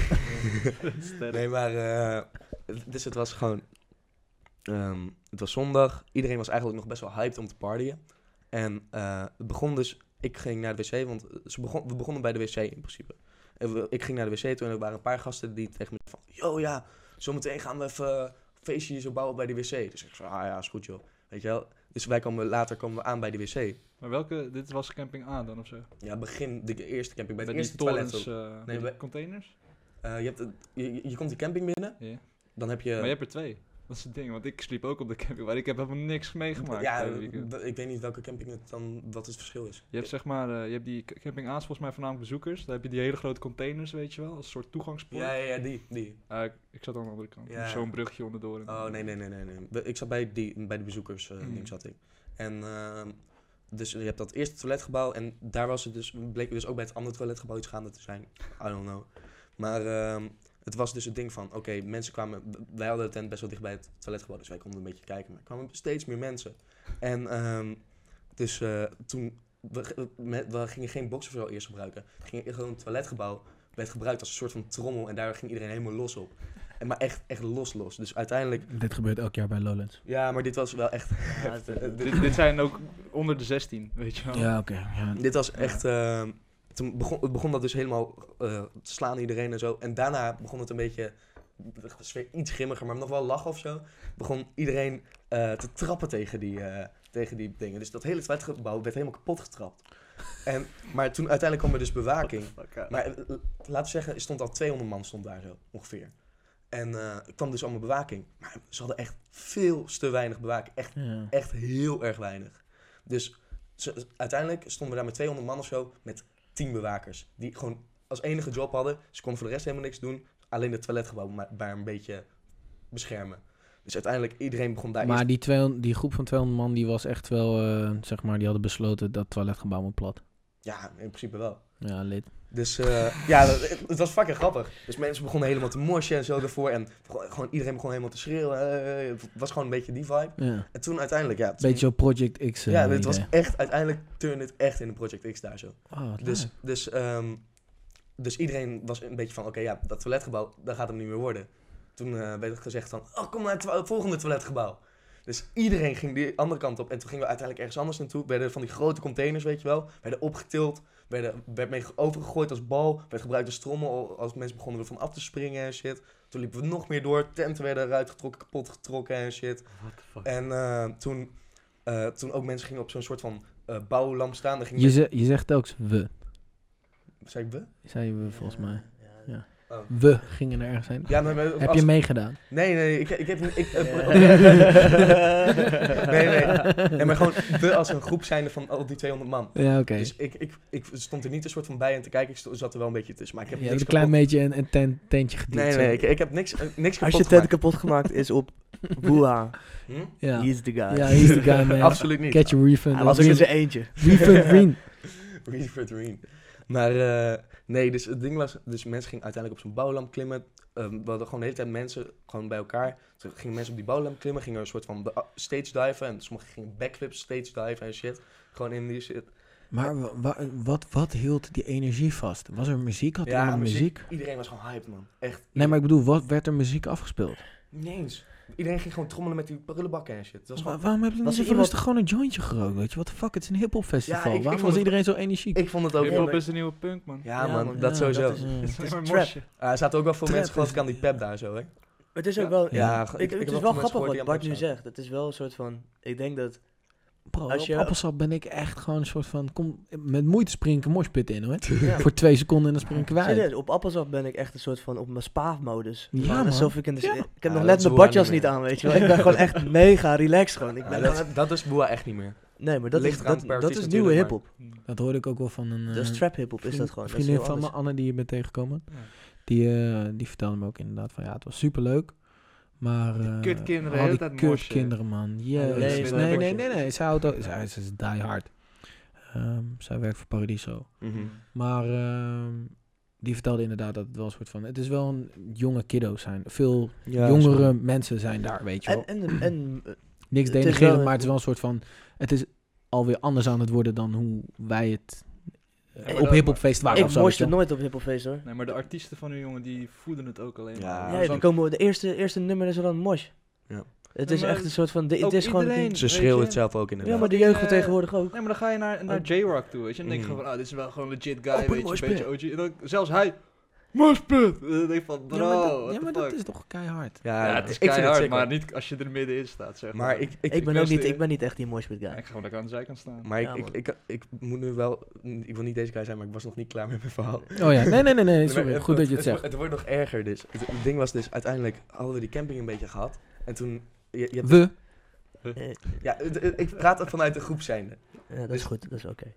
Nee, maar uh, dus het was gewoon, um, het was zondag. Iedereen was eigenlijk nog best wel hyped om te partyen. En uh, het begon dus, ik ging naar de wc, want ze begon, we begonnen bij de wc in principe. En we, ik ging naar de wc toe en er waren een paar gasten die tegen me van, yo ja, zometeen gaan we even een feestje hier zo bouwen bij de wc. Dus ik zei, ah ja, is goed joh. Weet je wel. Dus wij komen, later komen we aan bij de wc. Maar welke, dit was camping A dan of zo? Ja, begin de eerste camping, bij het Bij eerste die toilet. torens, ook. uh, Nee, nee, bij- containers? Uh, je, hebt het, je, je komt die camping binnen, Ja. dan heb je... Maar je hebt er twee. Dat is het ding, want ik sliep ook op de camping, maar ik heb helemaal niks meegemaakt. Ja, uh, weekend. d- ik weet niet welke camping het dan, wat het verschil is. Je hebt zeg maar, uh, je hebt die c- camping A's volgens mij voornamelijk bezoekers. Daar heb je die hele grote containers, weet je wel, als een soort toegangspoort. Ja, ja, ja, die, die. Uh, ik, ik zat aan de andere kant, Ja. zo'n brugje onderdoor. en- Oh, nee, nee, nee, nee, nee. Be- Ik zat bij, die, bij de bezoekers, uh, Mm. ding zat ik. En, uh, dus je hebt dat eerste toiletgebouw en daar was het dus, bleek dus ook bij het andere toiletgebouw iets gaande te zijn. I don't know. Maar uh, het was dus het ding van, oké, okay, mensen kwamen, wij hadden de tent best wel dicht bij het toiletgebouw, dus wij konden een beetje kijken. Maar er kwamen steeds meer mensen. En um, dus uh, toen, we, we, we gingen geen boxervrouw eerst gebruiken. We gingen gewoon het toiletgebouw, werd gebruikt als een soort van trommel en daar ging iedereen helemaal los op. En, maar echt, echt los, los. Dus uiteindelijk... Dit gebeurt elk jaar bij Lowlands. Ja, maar dit was wel echt... Ja, het- dit, dit, dit zijn ook onder de zestien, weet je wel. Ja, oké. Okay, ja. dit was echt... Uh, toen begon, het begon dat dus helemaal uh, te slaan iedereen en zo. En daarna begon het een beetje... De sfeer iets grimmiger, maar nog wel lachen of zo. Begon iedereen uh, te trappen tegen die, uh, tegen die dingen. Dus dat hele toiletgebouw werd helemaal kapot getrapt. En, maar toen uiteindelijk kwam er dus bewaking. Maar uh, laten we zeggen, er stond al tweehonderd man stond daar zo, ongeveer. En uh, er kwam dus allemaal bewaking. Maar ze hadden echt veel te weinig bewaking. Echt, Ja. echt heel erg weinig. Dus ze, uiteindelijk stonden we daar met tweehonderd man of zo met tien bewakers. Die gewoon als enige job hadden. Ze konden voor de rest helemaal niks doen. Alleen het toiletgebouw maar, maar een beetje beschermen. Dus uiteindelijk iedereen begon daar Maar eerst... die, tweehonderd, die groep van tweehonderd man, die was echt wel, uh, zeg maar, die hadden besloten dat het toiletgebouw moet plat. Ja, in principe wel. Ja, lid. Dus uh, ja, het, het was fucking grappig. Dus mensen begonnen helemaal te moshen en zo ervoor. En gewoon, iedereen begon helemaal te schreeuwen. Uh, het was gewoon een beetje die vibe. Ja. En toen uiteindelijk, ja... Toen, Beetje op Project X. Uh, ja, het was idee. echt... Uiteindelijk turnde het echt in de Project X daar zo. Oh, wat Dus, leuk. dus, um, dus iedereen was een beetje van... Oké, okay, ja, dat toiletgebouw, dat gaat hem niet meer worden. Toen uh, werd het gezegd van... Oh, kom naar het to- volgende toiletgebouw. Dus iedereen ging die andere kant op. En toen gingen we uiteindelijk ergens anders naartoe. Werden van die grote containers, weet je wel. Werden opgetild. Werden, werd mee overgegooid als bal. Werd gebruikt als trommel. Als mensen begonnen ervan af te springen en shit. Toen liepen we nog meer door. Tenten werden eruit getrokken, kapot getrokken en shit. What the fuck? En uh, toen, uh, toen ook mensen gingen op zo'n soort van uh, bouwlamp staan. Dan gingen Je, mensen- ze, je zegt telkens we. Zei ik we? Zei we volgens mij. Ja. Ja. Oh. We gingen er ergens heen. Ja, maar, maar- Heb als- je meegedaan? Nee, nee, ik, ik heb... Ik, eh, Ja. nee, nee. Nee, maar gewoon we als een groep zijnde van al die tweehonderd man. Ja, oké. Dus ik, ik, ik stond er niet een soort van bij en te kijken. Ik sto- zat er wel een beetje tussen. Maar ik heb Je hebt niks een klein kapot- beetje een, een tent, tentje gediend. Nee, zo. nee, ik, ik heb niks, eh, niks kapot Als je tent gemaakt. kapot gemaakt is op Boeha, Hm? Ja. he is the guy. Ja, he's the guy, man. Absoluut niet. Get your refund. Hij was ook in zijn eentje. Refund green. Reeford Reen. Maar uh, nee, dus het ding was, dus mensen gingen uiteindelijk op zo'n bouwlamp klimmen. Um, we hadden gewoon de hele tijd mensen gewoon bij elkaar. Toen gingen mensen op die bouwlamp klimmen, gingen een soort van de- stage diven. En sommigen gingen backflips stage diven en shit. Gewoon in die shit. Maar wa- wa- wat, wat hield die energie vast? Was er muziek? Had er iemand muziek? Iedereen was gewoon hyped, man. Echt. Nee, maar ik bedoel, wat werd er muziek afgespeeld? Niet eens. Iedereen ging gewoon trommelen met die prullenbakken en shit. Dat was Wa- gewoon... waarom hebben ze Was niet er zo iemand- rustig gewoon een jointje gerookt? Weet je, what the fuck, het is een hiphop festival. Ja, ik- ik waarom vond was het- iedereen zo energiek? Ik vond het ook... Ja, Hip-hop maar- is de nieuwe punk, man. Ja, Ja, man, man. dat Ja, sowieso. dat is- Het Het is is maar een trap. mosje. Ah, er zaten ook wel veel Trap mensen, geloof is ik, aan die pep daar zo, hè? Het is ook Ja. wel... Ja, Ja, ik- ik, ik heb het wel is wel veel mensen grappig gehoord wat die aan Bart pep nu zaten. zegt. Het is wel een soort van... Ik denk dat... Bro, Als op je- Appelsap ben ik echt gewoon een soort van... Kom, met moeite spring ik een moshpit in, hoor. Ja. Voor twee seconden en dan spring ik kwijt. Serieus, op Appelsap ben ik echt een soort van op mijn spa-modus. Ja, Gewoon man. alsof ik in de... Ja. Ik heb Ja, nog dat net is mijn Boeha badjas niet niet meer. aan, weet je wel. Ik ben gewoon echt mega relaxed gewoon. Ik Ja, ben dat, gewoon- dat is Boeha echt niet meer. Nee, maar dat ligt is, eraan dat, per dat artiest is nieuwe natuurlijk, hip-hop. Dat hoorde ik ook wel van een... Dat is eh, trap hip-hop, is vriend- dat gewoon. Dat is vriendin heel van me, anders. Anne, die je bent tegengekomen. Ja. Die, eh, die vertelde me ook inderdaad van ja, het was superleuk. Maar... eh, kutkinderen, al de hele die tijd mosje. kutkinderen, man. Jezus. nee, Nee, maar nee, mosje. nee, nee, nee. Zij, houdt ook, zij, ze is die hard. Ehm, zij werkt voor Paradiso. Mhm. Maar ehm, die vertelde inderdaad dat het wel een soort van... Het is wel een jonge kiddo's zijn. Veel Ja, jongere zo. mensen zijn daar, weet je wel. En, en, en eh, Niks het is denigrerend, wel- maar het is wel een soort van... Het is alweer anders aan het worden dan hoe wij het eh, maar op dat- hiphopfeest waren. ik of zo, weet moest je er wel. nooit op hipopfeest hoor. Nee, maar de artiesten van nu, jongen, die voeden het ook alleen Ja. maar. Ja, Zo'n- die komen, de eerste, eerste nummer is wel een mosh. Ja. Het Ja, is maar echt een soort van... De, ook het is gewoon... iedereen- Ze Weet schreeuwen je? het zelf ook Ja, inderdaad. maar de jeugd van Eh, tegenwoordig ook. Nee, maar dan ga je naar, naar Ook- J-Rock toe, weet je. En dan denk je Mm. van, ah, dit is wel gewoon een legit guy, Open weet je. Een moshpit. beetje O G. En dan, zelfs hij, moshpit! En dan denk ik van, bro, Ja, maar, dat, what ja, the maar fuck? dat is toch keihard. Ja, Ja, het is ik vind het keihard, sick, maar hoor. niet als je er middenin staat, zeg maar. Maar ik, ik, Ik ben ook wist niet... de- Ik ben niet echt die moshpit Ja, guy. ik ga gewoon lekker aan de zijkant staan. Maar ik, Ja, ik, man. ik, ik, moet nu wel... Ik wil niet deze guy zijn, maar ik was nog niet klaar met mijn verhaal. Oh ja, nee, nee, nee, nee, Nee, sorry. maar Goed dat je het zegt. Het, wordt nog erger dus. Het, het ding was dus, uiteindelijk hadden we die camping een beetje gehad. En toen... Je, je hebt- We. Eh, Ja, het- het- ik praat er vanuit de groep zijnde. Ja, dat is goed. Dat is oké.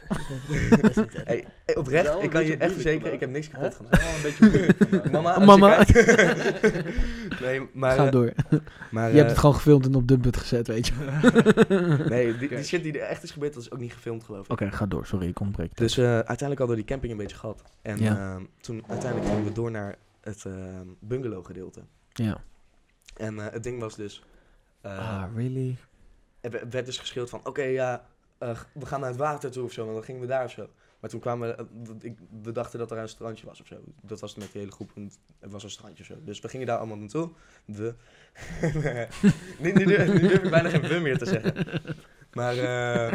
Hey, hey, oprecht, Wel een ik kan je beetje echt moeilijk verzekeren, ik vandaag. heb niks kapot Huh? gedaan. Wel een beetje moeilijk vandaag. Mama, als Mama. je kijkt. Nee, maar... Ga eh, door. maar Je hebt eh, het gewoon gefilmd en op Dubbut gezet, weet je. Nee, die, die Oké. shit die er echt is gebeurd, dat is ook niet gefilmd, geloof ik. Oké, ga door. Sorry, ik ontbreek. het. Dus eh, uiteindelijk hadden we die camping een beetje gehad. En Ja. eh, toen uiteindelijk gingen we door naar het eh, bungalow gedeelte. Ja. En eh, het ding was dus... eh, Ah, really? Er we- werd dus geschreeuwd van, oké, ja, eh, we gaan naar het water toe of zo. En dan gingen we daar of zo. Maar toen kwamen we, eh, d- ik, we dachten dat er een strandje was of zo. Dat was met die hele groep, en het was een strandje of zo. Dus we gingen daar allemaal naartoe. We. nu, nu, durf, nu durf ik bijna geen we meer te zeggen. Maar, eh...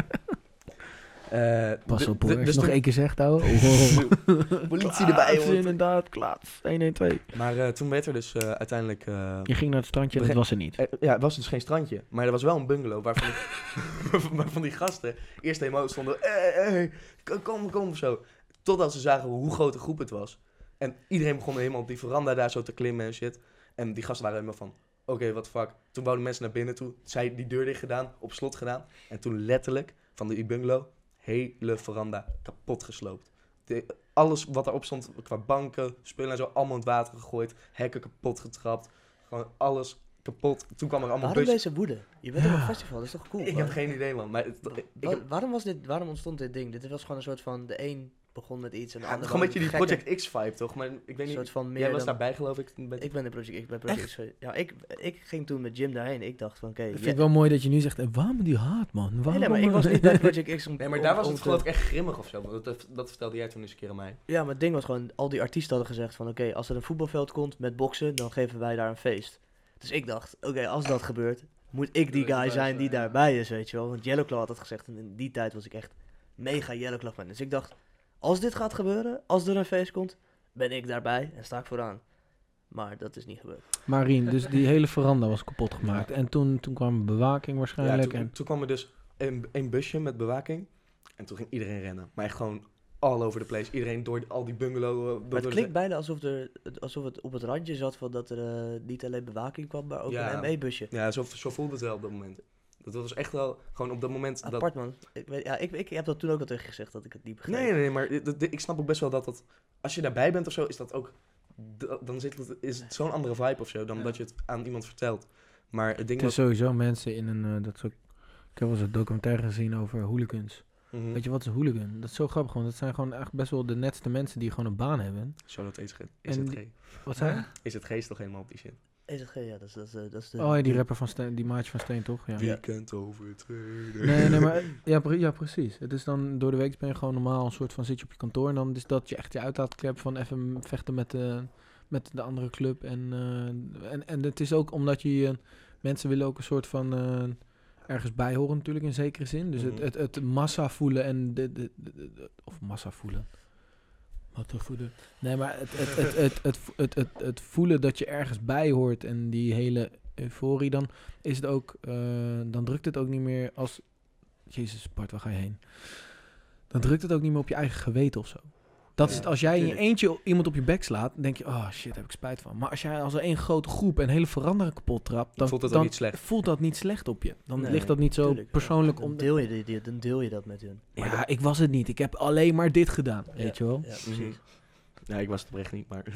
eh, Pas d- op d- hoor. Als je dus nog toen- één keer zegt, ouwe. Politie erbij, Klaas, hoor. inderdaad, Klaas. één één twee. Maar eh, toen werd er dus eh, uiteindelijk... eh, Je ging naar het strandje en dat Begin- was er niet. Eh, ja, het was dus geen strandje, maar er was wel een bungalow waarvan, die, waarvan die gasten eerst helemaal stonden, eh, eh, kom, kom, kom, of zo. Totdat ze zagen hoe groot de groep het was. En iedereen begon helemaal op die veranda daar zo te klimmen en shit. En die gasten waren helemaal van, oké, what the fuck. Toen wouden mensen naar binnen toe, zij die deur dicht gedaan, op slot gedaan. En toen letterlijk, van die bungalow, hele veranda kapot gesloopt. De, alles wat erop stond, qua banken, spullen en zo, allemaal in het water gegooid. Hekken kapot getrapt. Gewoon alles kapot. Toen kwam er allemaal Waarom busjes. deze woede? Je bent op een festival, dat is toch cool? Ik man? heb geen idee, man. Maar het, ik Wa- heb- waarom, was dit, waarom ontstond dit ding? Dit was gewoon een soort van... De een begon met iets en de ja, ander... gewoon een beetje die gekke- Project X-vibe, toch? Maar ik weet Een niet... soort van meer Jij was dan- daarbij, geloof ik. Met- Ik ben de Project X bij Project X. Ja, ik, ik ging toen met Jim daarheen. Ik dacht van, oké... Ik vind ja- het wel mooi dat je nu zegt, en waarom die haat, man? Nee, Waarom nee, maar ik was niet bij Project X om... Nee, maar om- daar was om het te- geloof ik echt grimmig of zo. want Dat, dat vertelde jij toen eens een keer aan mij. Ja, maar het ding was gewoon... Al die artiesten hadden gezegd van... Oké, als er een voetbalveld komt met boksen... Dan geven wij daar een feest. Dus ik dacht... Oké, als dat gebeurt... Moet ik die Wil je guy erbij zijn die zijn, ja. daarbij is, weet je wel. Want Yellowclaw had dat gezegd. En in die tijd was ik echt mega Yellowclaw fan. Dus ik dacht... Als dit gaat gebeuren... Als er een feest komt... Ben ik daarbij en sta ik vooraan. Maar dat is niet gebeurd. Marien, dus die hele veranda was kapot gemaakt. En toen, toen kwam bewaking Ja, waarschijnlijk. toen, en, toen kwam er dus een, een busje met bewaking. En toen ging iedereen rennen. Maar echt gewoon all over the place. Iedereen door al die bungalow. uh, door- Maar het door klinkt de- bijna alsof, er, alsof het op het randje zat van dat er uh, niet alleen bewaking kwam, maar ook Ja. een M E-busje. Ja, zo, zo voelde het wel op dat moment. Dat was echt wel gewoon op dat moment. Dat... Apart, man. Ik, weet, ja, ik, ik heb dat toen ook al tegen gezegd, dat ik het niet begreep. Nee, nee, nee, maar d- d- ik snap ook best wel dat dat. Als je daarbij bent of zo, is dat ook. d- Dan zit het, is het zo'n andere vibe of zo dan Ja. dat je het aan iemand vertelt. Maar het ding Het is was. sowieso mensen in een... eh, dat is ook, ik heb wel eens een documentaire gezien over hooligans. Mhm. Weet je wat is een hooligan? Dat is zo grappig, want dat zijn gewoon echt best wel de netste mensen die gewoon een baan hebben. Charlotte is, is En het die- G. Wat zei je? Is het G toch helemaal op die shit? E Z G, ja, dat is, dat is, dat is de... Oh ja, die rapper van Steen, die maatje van Steen, toch? Ja. Weekend overtreden. Nee, nee, maar ja, pre- ja, precies. Het is dan door de week ben je gewoon normaal een soort van zit je op je kantoor en dan is dat je echt je uitlaatklep van even vechten met de, met de andere club. En, eh, en, en het is ook omdat je eh, mensen willen ook een soort van eh, ergens bij horen natuurlijk in zekere zin. Dus het, Mhm. het, het massa voelen en de, de, de, de- de- of massa voelen. Massa voelen. Nee, maar het, het, het, het, het, het, het, het voelen dat je ergens bij hoort en die hele euforie, dan is het ook, eh, dan drukt het ook niet meer als, Jezus Bart, waar ga je heen? Dan drukt het ook niet meer op je eigen geweten of zo. Dat is Ja, het, als jij in je tuurlijk. eentje iemand op je bek slaat, dan denk je, oh shit, daar heb ik spijt van. Maar als jij als er één grote groep een hele verandering kapot trapt, dan voelt het ook dan niet slecht. voelt dat niet slecht op je. Dan Nee, ligt dat niet zo tuurlijk. persoonlijk Dan om. deel, je die, die- dan deel je dat met hun. Ja, ik was het niet. Ik heb alleen maar dit gedaan, Ja, weet je wel. Ja, precies. Ja, ik was het oprecht niet, maar.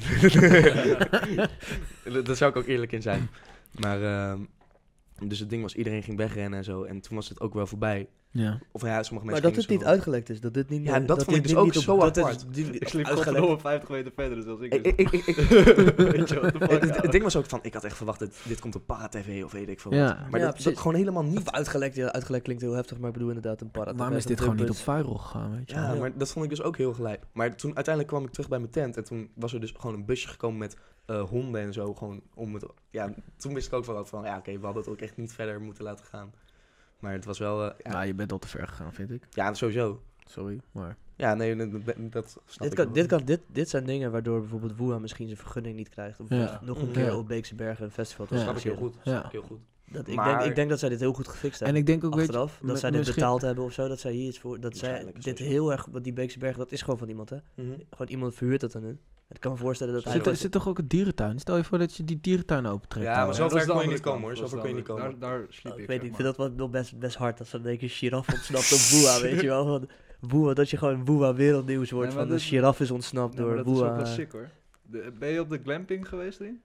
Daar zou ik ook eerlijk in zijn. Maar. ehm, dus het ding was, iedereen ging wegrennen en zo. En toen was het ook wel voorbij. Ja. Of ja, sommige Maar mensen. dat gingen het niet zo- uitgelekt is, dat dit niet... Ja, dat vond dit ik dus niet ook niet op- zo dat apart. is die- Ik sliep uitgelekt. godverdomme vijftig meter verder, dus als ik... Ik, ik, ik, ik, ik- Weet je, what the fuck, het, het, ouwe. het ding was ook van, ik had echt verwacht, dat dit komt op Para-tv of weet ik veel Ja. wat. Maar Ja, dat, precies. dat gewoon helemaal Of niet. uitgelekt, ja, uitgelekt klinkt heel heftig, maar ik bedoel inderdaad een para. Waarom is dit gewoon niet op viral gegaan, weet je Ja, wel? maar dat vond ik dus ook heel gelijk. Maar toen uiteindelijk kwam ik terug bij mijn tent. En toen was er dus gewoon een busje gekomen met eh, honden en zo. Gewoon om het, ja, toen wist ik ook wel van, ja oké, we hadden het ook echt niet verder moeten laten gaan. Maar het was wel, eh, ja, Nou, je bent al te ver gegaan, vind ik. ja, sowieso. Sorry, maar... Ja, nee, dat, dat- dat snap Dit, ik kan, wel. dit, kan, dit, dit zijn dingen waardoor bijvoorbeeld Woeha misschien zijn vergunning niet krijgt om Ja. nog een Ja. keer op Beekse Bergen een festival te Ja. snap ik heel organiseren. goed. Ja. Snap ik heel goed. Dat, ik, Maar- denk, ik denk dat zij dit heel goed gefixt En hebben. ik denk ook, weet je... Achteraf, dat m- zij dit misschien- betaald hebben of zo, dat zij hier iets voor, dat zij Waarschijnlijk, dit sowieso. heel erg, want die Beekse Bergen, dat is gewoon van iemand, hè? Gewoon iemand verhuurt dat aan hun. Ik kan me voorstellen dat hij Zit, er gewoon- zit toch ook een dierentuin? Stel je voor dat je die dierentuin opentrekt. Ja, ouwe. maar Ja, zo dat is ver de kon je andere niet komen, kant, hoor. dat is Zo de ver kon je andere- niet komen. Daar, daar sliep Oh, ik, ik weet zeg niet, ik maar. vind dat wel, wel best, best hard, als dan denk je giraf ontsnapt op Woeha, weet je wel? Want Woeha, dat je gewoon Woeha wereldnieuws wordt Nee, maar van de dat- giraf is ontsnapt Nee, maar door dat is ook Woeha. wel sick hoor. De, ben je op de glamping geweest, Rien?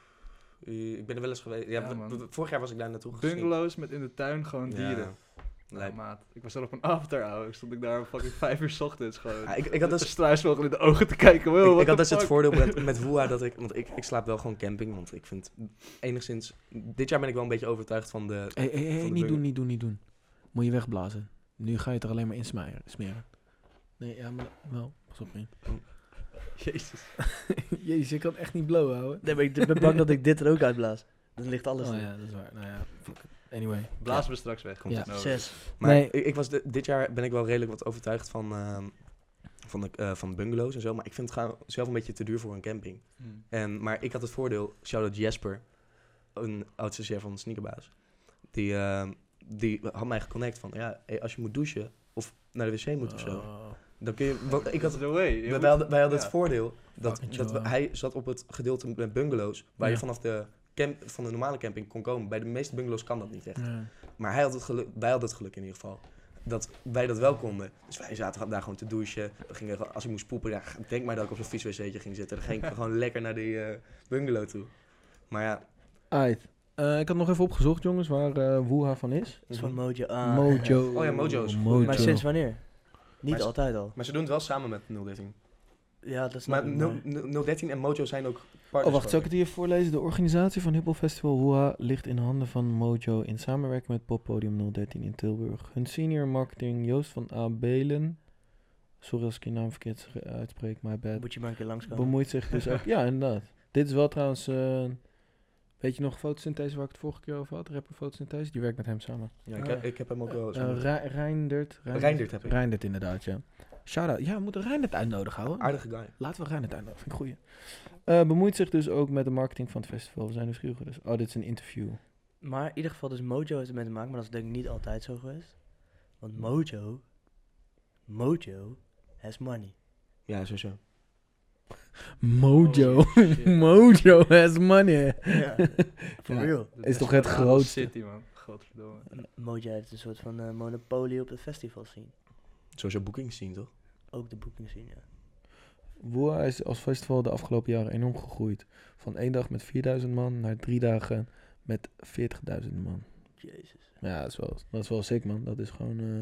Eh, Ik ben er wel eens geweest. Ja, Ja, w- man. w- vorig jaar was ik daar naartoe gegaan. Bungalows met in de tuin gewoon Ja. dieren. Lijp. Nou, maat. Ik was er op een after hour. Stond ik daar fucking vijf uur 's ochtends gewoon. Ja, ik, ik had de dus, struisvogel in de ogen te kijken. Wow, ik, what ik had the dus het fuck? voordeel met, met Woeha dat ik... Want ik, ik slaap wel gewoon camping. Want ik vind enigszins... Dit jaar ben ik wel een beetje overtuigd van de... Hé, hé, hé, van de niet bungalow. doen, niet doen, niet doen. Moet je wegblazen. Nu ga je het er alleen maar in smeren. smeren. Nee, ja, maar wel. Pas op, vriend. Jezus. Jezus, je kan echt niet blowen, houden. Nee, maar ik ben bang dat ik dit er ook uitblaas. Dan ligt alles Oh er. ja, dat is waar. Nou ja, fuck it. Anyway. Blazen we straks weg. Komt Ja. het nou Zes. Maar Nee. ik, ik was de- dit jaar ben ik wel redelijk wat overtuigd van, ehm, van, de, eh, van bungalows en zo. Maar ik vind het gewoon zelf een beetje te duur voor een camping. Hmm. En, maar ik had het voordeel, shout-out Jesper, een oud-stagiair van de Sneakerbaas. Die, ehm, die had mij geconnect van, ja, hey, als je moet douchen of naar de wc moet of zo, Oh. dan kun je... Want ik had, That's the way. Je wij, moet- wij hadden, wij hadden ja. het voordeel dat, Fucking dat we- chill. hij zat op het gedeelte met bungalows, waar Ja. je vanaf de, camp, van de normale camping kon komen. Bij de meeste bungalows kan dat niet echt. Ja. Maar hij had het geluk, wij hadden het geluk in ieder geval. Dat wij dat wel konden. Dus wij zaten daar gewoon te douchen. We gingen, gewoon- als ik moest poepen, ja, denk maar dat ik op zo'n vies wc'tje ging zitten. Dan ging ik gewoon lekker naar die eh, bungalow toe. Maar ja, Aight. Eh, ik had nog even opgezocht, jongens, waar eh Woeha van is. Dat is van Mojo. Ah. Mojo. Oh ja, Mojo is goed. Mojo. Maar sinds wanneer? Niet Maar- altijd al. maar ze doen het wel samen met nul dertien. Ja, dat is Maar nul dertien en Mojo zijn ook partners. Oh, wacht, zal ik geloof het hier voorlezen? De organisatie van Hiphop Festival Woeha ligt in handen van Mojo in samenwerking met Poppodium nul dertien in Tilburg. Hun senior marketing Joost van Abelen, sorry als ik je naam verkeerd z- uitspreek, my bad, Moet je maar een keer langskomen. bemoeit zich dus ook... Ja, inderdaad. Dit is wel trouwens... eh, weet je nog Fotosynthese waar ik het vorige keer over had? Rapper Fotosynthese, die werkt met hem samen. Ja, ik, heb, ik heb hem ook wel eens. Uh, Rei- Reindert. Reindert heb ik. Reindert inderdaad, ja. Shout-out. Ja, we moeten Reindert uitnodigen, houden. Aardige guy. Laten we Reindert uitnodigen, vind ik goeie. Eh, bemoeit zich dus ook met de marketing van het festival. We zijn nieuwsgierig. Dus. Oh, dit is een interview. Maar in ieder geval, dus Mojo heeft ermee te maken, maar dat is denk ik niet altijd zo geweest. Want Mojo, Mojo has money. Ja, sowieso. Mojo. Oh, shit. Mojo has money. Ja, for Ja. real. De Is toch het Desperado grootste? City, man. Godverdomme. Mojo heeft een soort van eh, monopolie op de festival scene. Sowieso boekings zien, toch? Ook de booking scene, ja. Woeha is als festival de afgelopen jaren enorm gegroeid. Van één dag met vierduizend man naar drie dagen met veertigduizend man. Jezus. Ja, dat is wel, dat is wel sick, man. Dat is gewoon, eh,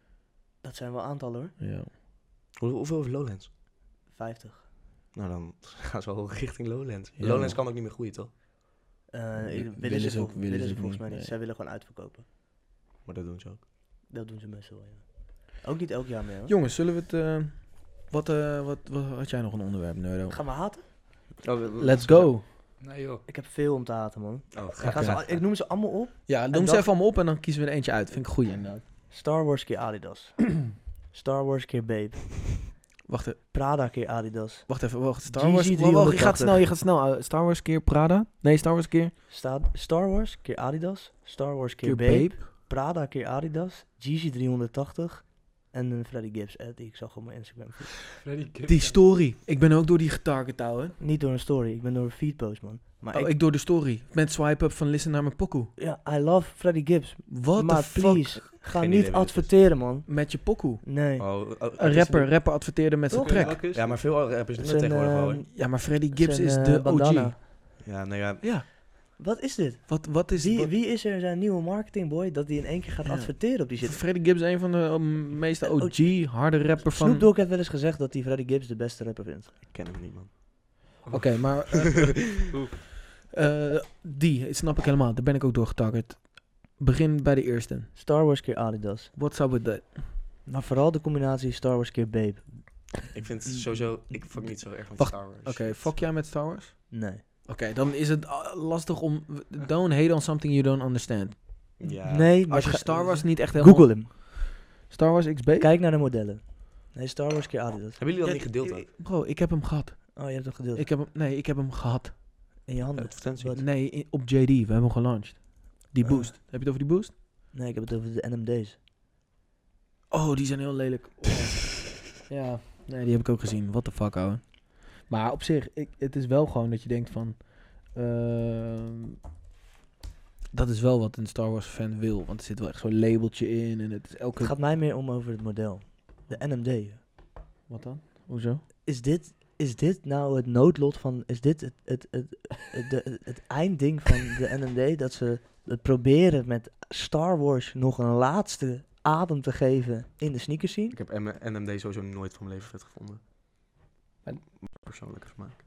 Dat zijn wel aantallen hoor. ja. Hoe, hoeveel heeft Lowlands? vijftig. Nou, dan gaan ze wel richting Lowlands. Ja, Lowlands man. kan ook niet meer groeien, toch? Eh, Willen willen, willen ze, ze ook- vol- willen willen ze ze ook volgens niet, mij niet. nee. Zij willen gewoon uitverkopen. Maar dat doen ze ook. Dat doen ze meestal wel, ja. Ook niet elk jaar meer hoor. Jongens, zullen we het... eh, wat, eh, wat, wat had jij nog een onderwerp, Nerdo? Gaan we haten? Let's go. Nee joh. Ik heb veel om te haten, man. Oh, Ik, ga ze, al- ik noem ze allemaal op. Ja, noem En ze dat- even allemaal op en dan kiezen we er eentje uit. Vind ik een goeie inderdaad. Star Wars keer Adidas. Star Wars keer Babe. Wacht, e- Prada keer Adidas. wacht even, wacht. Star G G Wars... Wacht, wacht, je gaat driehonderdtachtig. snel, je gaat snel. Uh, Star Wars keer Prada? Nee, Star Wars keer... Sta- Star Wars keer Adidas. Star Wars keer, Keer Babe. Babe. Prada keer Adidas. G G driehonderdtachtig. En een Freddy Gibbs ad die ik zag op mijn Instagram. Freddy Gibbs. Die story. Ik ben ook door die getarget, ouwe. Niet door een story, ik ben door een feedpost, man. Maar Oh, ik, ik door de story. Met swipe-up van listen naar mijn pokoe. ja, I love Freddy Gibbs. What the maar fuck? please, ga Geen idee niet wie het is. adverteren, man. Met je pokoe. Nee. Oh, oh, het Een is rapper, een- rapper adverteerde met zijn Toch? track. Welke is Ja, maar veel rappers doen dat Zijn, tegenwoordig wel, ehm, hoor. Ja, maar Freddie Gibbs zijn, is eh, de O G. bandana. Ja, nou ja. Ja, Wat is dit? wat, wat is... Wie, wat- wie is er zijn nieuwe marketingboy dat hij in één keer gaat Ja. adverteren op die shit? Freddie Gibbs is een van de um, meeste Eh, O G, harde rapper van... Snoop Dogg heeft wel eens gezegd dat hij Freddy Gibbs de beste rapper vindt. Ik ken hem niet, man. Oké, maar... eh, Oef. eh, die, snap ik helemaal. Daar ben ik ook door getarget. Begin bij de eerste. Star Wars keer Adidas. What's up with that? Maar vooral de combinatie Star Wars keer Babe. Ik vind het sowieso... Ik fuck niet zo erg van Wacht, Star Wars. Oké, fuck jij met Star Wars? Nee. Oké, dan is het uh, lastig om... Don't hate on something you don't understand. Ja. Nee, maar Als je ga- Star Wars niet echt helemaal... Google hem. Star Wars X B? Kijk naar de modellen. Nee, Star Wars keer Adidas. Hebben jullie dat Ja, niet gedeeld ik- ook? ik- Bro, ik heb hem gehad. Oh, je hebt het gedeeld. Ik heb hem, nee, ik heb hem gehad. In je handen. Advertentie. Wat? Nee, in- op J D. We hebben hem gelanceerd. Die Ah. boost. Heb je het over die boost? Nee, ik heb het over de N M D's. Oh, die zijn heel lelijk. Oh. Ja, nee, die heb ik ook gezien. What the fuck, ouwe. Maar op zich, ik, het is wel gewoon dat je denkt van... ehm, dat is wel wat een Star Wars fan wil. Want er zit wel echt zo'n labeltje in. En het is elke... Het gaat mij meer om over het model. De N M D. Wat dan? Hoezo? Is dit, is dit nou het noodlot van... Is dit het, het, het, het, de- het, het eindding van de N M D? Dat ze het proberen met Star Wars nog een laatste adem te geven in de sneakers scene? Ik heb M- N M D sowieso nooit van mijn leven vet gevonden. En- Persoonlijke smaak.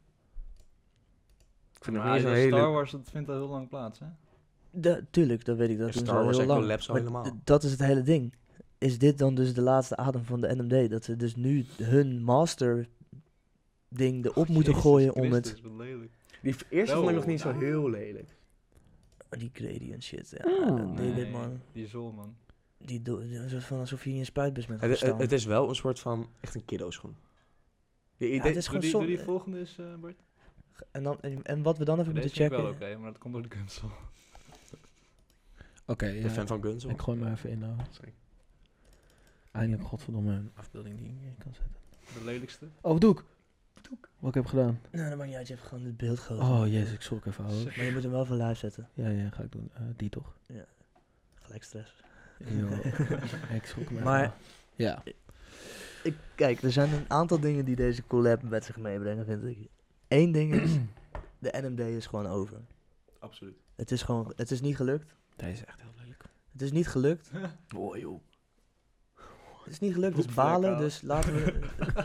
Ik vind het Maar niet eens ja, een Star hele... Wars, dat vindt al heel lang plaats, hè? De, tuurlijk, dat weet ik. Dat Ja, doen ze Star al Wars heel en lang. collabs al Maar helemaal. d- dat is het hele ding. Is dit dan dus de laatste adem van de N M D? Dat ze dus nu hun master ding erop moeten Jezus gooien om het... Christus, wat lelijk. Die eerste Wel, vond ik nog niet zo nou. heel lelijk. Die gradient shit. Ja, Oh. dat deed dit, Nee, man. Die zol, man. Die do- een soort van alsof je in je spuitbus bent Het, het, gestaan. het is wel een soort van... Echt een kiddo schoen. Je, je Ja, denkt- het is Doe gewoon die, zo- doe die volgende eens, eh Bart. En, dan, en, en wat we dan even Deze moeten vind ik checken... wel oké, maar dat komt door de kunstel. Oké, Ik ben fan van Guns. hoor. ik gooi maar even in. Nou. Sorry. Eindelijk, godverdomme, een afbeelding die ik in kan zetten. De lelijkste. Oh, wat doe ik? Wat ik heb gedaan? Nou, dat maakt niet uit. Je hebt gewoon het beeld gehad. Oh, jezus, ik schrok even, ouwe. Maar je moet hem wel van live zetten. Ja, ja, ga ik doen. Eh, die toch? Gelijk stress. Yo. Ik schrok me even Maar- af. Ja. Ik, kijk, er zijn een aantal dingen die deze collab met zich meebrengen, vind ik. Eén ding is, de N M D is gewoon over. Absoluut. Het is gewoon, het is niet gelukt. Deze is echt heel lelijk. Het is niet gelukt. Boy, joh. Het is niet gelukt, dus Poepvlek, balen. ouwe. Dus laten we...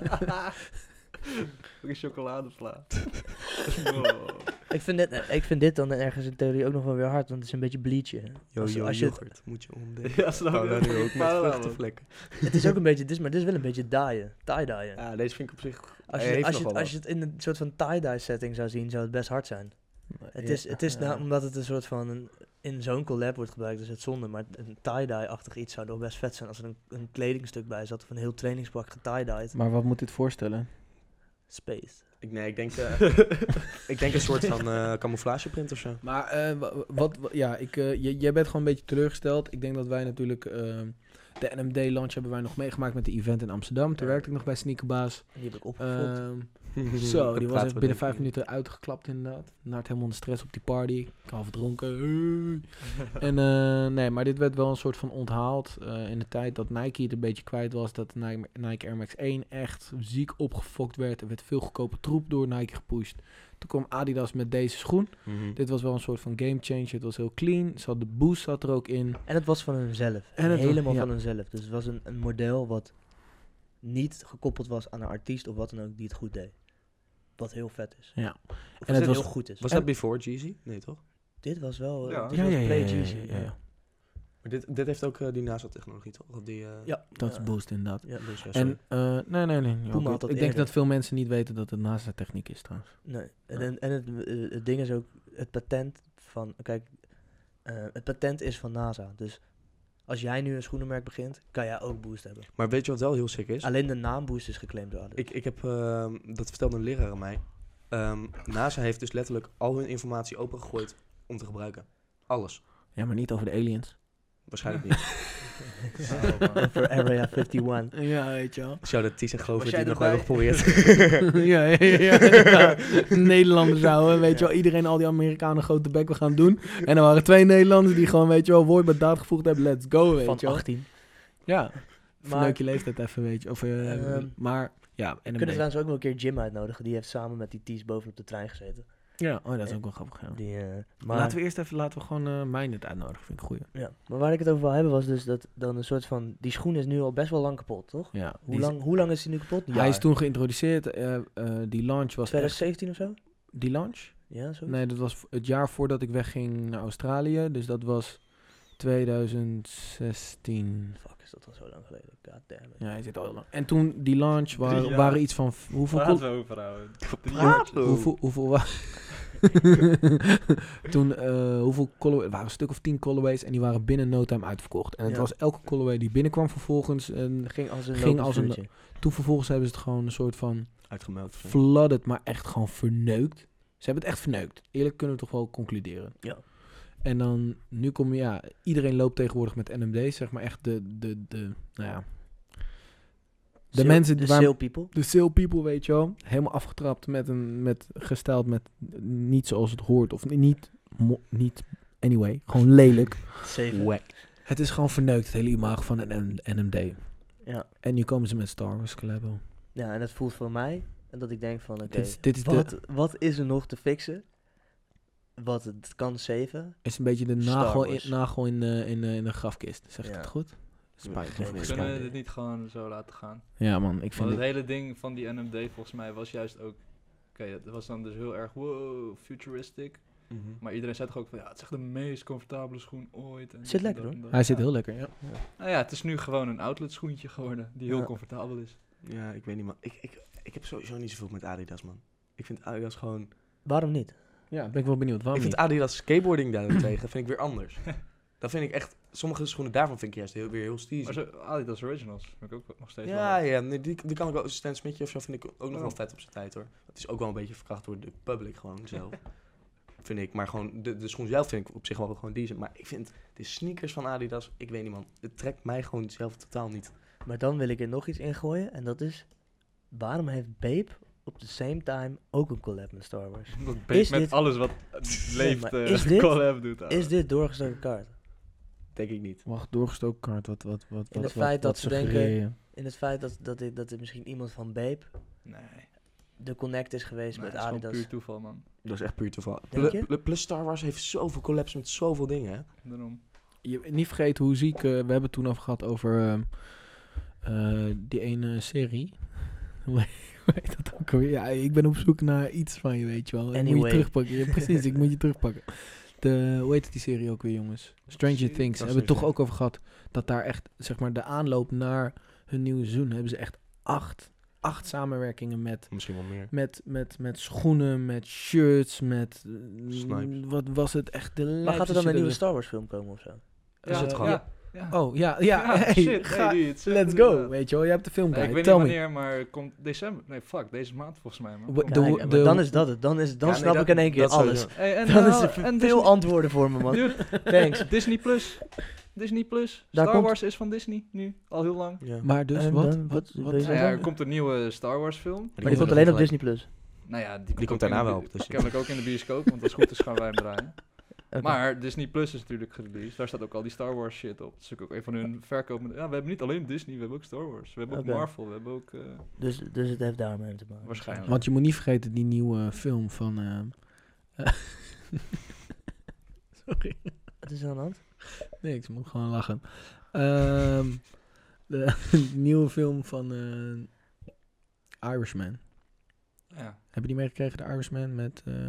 Ook een chocoladevla. Wow. ik, vind dit, ik vind dit dan ergens in theorie ook nog wel weer hard, want het is een beetje bleachen. Yo, Als- yo, als je het- yoghurt. Moet je omdenken. Ja, snap Oh, je? nou, nu ook met Parallel, vruchtenvlekken. Het is ook een beetje, dit is, maar dit is wel een beetje daaien. Tie-daaien. Ja, deze vind ik op zich... Als hij je, heeft als, je, nog het- wel als je het in een soort van tie-dye setting zou zien, zou het best hard zijn. Het is, het is nou, omdat het een soort van, een, in zo'n collab wordt gebruikt, dus het zonde. Maar een tie-dye-achtig iets zou nog best vet zijn als er een, een kledingstuk bij zat of een heel trainingspak getie-dyed. Maar wat moet dit voorstellen? Space. Ik, nee, ik denk, eh, ik denk een soort van eh camouflageprint of zo. Maar eh, wa- wat, wa- ja, ik, eh, j- jij bent gewoon een beetje teleurgesteld. Ik denk dat wij natuurlijk, eh, De N M D-launch hebben wij nog meegemaakt met de event in Amsterdam. Toen Ja. werkte ik nog bij Sneakerbaas. Die heb ik opgevolgd. Ehm Daar zo, die was praten echt we binnen denk vijf ik minuten uitgeklapt inderdaad. Naart helemaal in de stress op die party. Ik half dronken. Hey. En eh, nee, maar dit werd wel een soort van onthaald. eh, in de tijd dat Nike het een beetje kwijt was. Dat Nike, Nike Air Max één echt ziek opgefokt werd. Er werd veel goedkope troep door Nike gepusht. Toen kwam Adidas met deze schoen. Mhm. Dit was wel een soort van game changer. Het was heel clean. Ze had de boost zat er ook in. En het was van hunzelf. En het was- Helemaal ja. van hunzelf. Dus het was een, een model wat niet gekoppeld was aan een artiest of wat dan ook die het goed deed. Wat heel vet is. Ja. Of het het was- heel goed is. Was En dat before Jeezy? Nee, toch? dit was wel... Ja. dit Ja, was ja, ja, Play ja, ja, Jeezy, ja, ja. Maar dit, dit heeft ook eh, die NASA-technologie, toch? Of die, eh, Ja, Dat is ja. boost inderdaad. Ja. dus, ja, sorry. En, eh, nee, nee, nee. ja, Puma ik- had dat ik denk eerder. dat veel mensen niet weten dat het NASA-techniek is trouwens. Nee. En, en, en het, eh, het ding is ook, het patent van... Kijk, eh, het patent is van NASA. Dus als jij nu een schoenenmerk begint, kan jij ook Boost hebben. Maar weet je wat wel heel sick is? Alleen de naam Boost is geclaimd door Adidas. Ik, ik heb, ehm, dat vertelde een leraar aan mij. Ehm, NASA heeft dus letterlijk al hun informatie opengegooid om te gebruiken. Alles. Ja, maar niet over de aliens. Waarschijnlijk niet. Voor Area eenenvijftig. Ja, weet je wel. Zou dat Ties en Gover Was die jij nog wel erbij? geprobeerd. ja, ja, ja, ja. Nederlanders zouden, weet je wel, iedereen, al die Amerikanen grote bekken gaan doen. En er waren twee Nederlanders die gewoon, weet je wel, woord bij daad gevoegd hebben. Let's go, weet Van je wel. achttien. Ja, Maar verneuk je leeftijd even, weet je. Of, eh, Ehm, maar, ja. En we kunnen trouwens ook nog een keer Jim uitnodigen. Die heeft samen met die Ties bovenop de trein gezeten. Ja, oh, dat is ook wel grappig, ja. Die, eh, maar, Laten we eerst even, laten we gewoon uh, Mijnert uitnodigen, vind ik een goeie. ja. maar waar ik het over wil hebben was dus dat dan een soort van... Die schoen is nu al best wel lang kapot, toch? Ja, Hoe, die is- lang, hoe lang is die nu kapot? Een Hij is jaar. toen geïntroduceerd, eh, eh, die launch was twintig echt... zeventien of zo? Die launch? Ja, zo. Nee, dat was v- het jaar voordat ik wegging naar Australië. Dus dat was twintig zestien. Fuck, is dat al zo lang geleden? God damn it. Ja, hij zit al heel lang. En toen die launch wa- Drie jaar. waren iets van... v- Hoeveel, Waar col- gaan we overhouden? Praten. hoeveel, hoeveel wa- toen, eh hoeveel colorways... Het waren een stuk of tien colorways en die waren binnen no time uitverkocht. En het Ja. was elke colorway die binnenkwam vervolgens. En Ging als een Ging lopend als een- vuurtje. toen vervolgens hebben ze het gewoon een soort van... Uitgemeld. flooded, maar echt gewoon verneukt. Ze hebben het echt verneukt. Eerlijk kunnen we toch wel concluderen. Ja. En dan, nu kom je, ja, iedereen loopt tegenwoordig met N M D, zeg maar echt de, de, de, nou ja, de Sale- mensen de waar- sale people. de sale people, weet je wel, helemaal afgetrapt met een, met gesteld met niet zoals het hoort, of niet, mo- niet, anyway, gewoon lelijk. Zeven. Wack. Het is gewoon verneukt, het hele imago van een N M D. Ja. En nu komen ze met Star Wars collabo. ja, en het voelt voor mij... En dat ik denk van, oké, Dit is, dit is, de, wat, wat is er nog te fixen? Wat het kan saven? is een beetje de Star nagel, in, Wars. nagel in, de, in, de, in de grafkist. Zeg ik Ja. het goed? Spijt me Geen voor idee. de Kunnen spijt. we dit niet gewoon zo laten gaan? Ja man, ik vind Want het het... hele ding van die N M D volgens mij was juist ook... Oké, het was dan dus heel erg wow, futuristic. Mhm. Maar iedereen zei toch ook van ja, het is echt de meest comfortabele schoen ooit. En Zit dit en lekker, dat hoor. en dat. Hij zit Ja. heel lekker, ja. Nou ja, het is nu gewoon een outlet schoentje geworden die heel Ja. comfortabel is. Ja, ik weet niet, man. Ik, ik, ik heb sowieso niet zoveel met Adidas, man. Ik vind Adidas gewoon... Waarom niet? Ja, ben ik wel benieuwd. Waarom ik vind niet? Adidas skateboarding daarentegen vind ik weer anders. Dat vind ik echt... Sommige schoenen daarvan vind ik juist heel, weer heel steezy. Maar zo Adidas Originals vind ik ook nog steeds Ja, wel. ja, nee, die, die kan ik wel. Stan Smithje of zo vind ik ook nog Oh. wel vet op zijn tijd, hoor. Het is ook wel een beetje verkracht door de public gewoon zelf. Vind ik. Maar gewoon, de, de schoen zelf vind ik op zich wel gewoon decent. Maar ik vind de sneakers van Adidas, ik weet niet, man. Het trekt mij gewoon zelf totaal niet. Maar dan wil ik er nog iets ingooien. En dat is... Waarom heeft Bape op the same time ook een collab met Star Wars? Dat Is beest met dit- alles wat leeft maar eh, is dit- collab doet. Is dit doorgestoken kaart? Denk ik niet. Wacht, doorgestoken kaart. Wat, wat, wat, In wat, het feit wat, dat wat ze denken- suggereer je? In het feit dat, dat, dit- dat er misschien iemand van Bape Nee, de connect is geweest nee met dat is gewoon Adidas. puur toeval, man. Dat is echt puur toeval. Denk Pl- je? pl- Plus Star Wars heeft zoveel collabs met zoveel dingen, hè. Daarom. Je niet vergeten hoe ziek... eh, we hebben het toen over gehad over ehm, eh, die ene serie. Hoe heet dat ook alweer? Ja, ik ben op zoek naar iets van je, weet je wel. Ik moet je Anyway. terugpakken. Ja, precies, ik moet je terugpakken. De, hoe heet het die serie ook weer, jongens? Stranger Serie? Things. Dat Hebben we het toch serie. ook over gehad. Dat daar echt, zeg maar, de aanloop naar hun nieuwe seizoen... hebben ze echt acht, acht samenwerkingen met... Misschien wel meer. Met, met, met schoenen, met shirts, met... eh, Snipes. wat was het echt de Maar gaat er dan een nieuwe lijpste Star Wars film komen of zo? Is het Eh, gewoon? ja. Ja. Oh, ja, ja, Ja, hey, shit, ga- hey, dude, zeg let's het go, inderdaad. weet je wel. Je hebt de film Nee, ik guide, weet tell niet me. wanneer, maar komt december? Nee, fuck, deze maand volgens mij, man. Wa- Komt- de- Kijk, maar de- dan is dat het. Dan, is, dan Ja, nee, snap dat- ik in één keer dat alles. sowieso. Hey, en Dan nou, is er en veel Disney, antwoorden voor me, man. dude, Thanks. Disney Plus. Disney Plus. Daar Star komt- Wars is van Disney nu, al heel lang. Ja. Maar dus, En wat? dan, wat, wat wat, wil je Nou ja, zeggen? er komt een nieuwe Star Wars film. Maar die komt komt alleen op gelijk. Disney Plus. Nou ja, die, komt ook daarna in de wel bi- op Disney. Kennelijk ook in de bioscoop, want als het goed is gaan wij hem draaien. Oké. Maar Disney Plus is natuurlijk gereleased. Daar staat ook al die Star Wars shit op. Dat is ook een van hun verkopende... Ja, we hebben niet alleen Disney, we hebben ook Star Wars. We hebben Oké. ook Marvel, we hebben ook... eh, Dus, dus het heeft daarmee te maken. Waarschijnlijk. Want je moet niet vergeten die nieuwe film van... eh, Sorry. Wat is er aan de hand? Nee, ik moet gewoon lachen. Ehm, de nieuwe film van eh, Irishman. ja. Heb je die meegekregen, de Irishman? Met eh,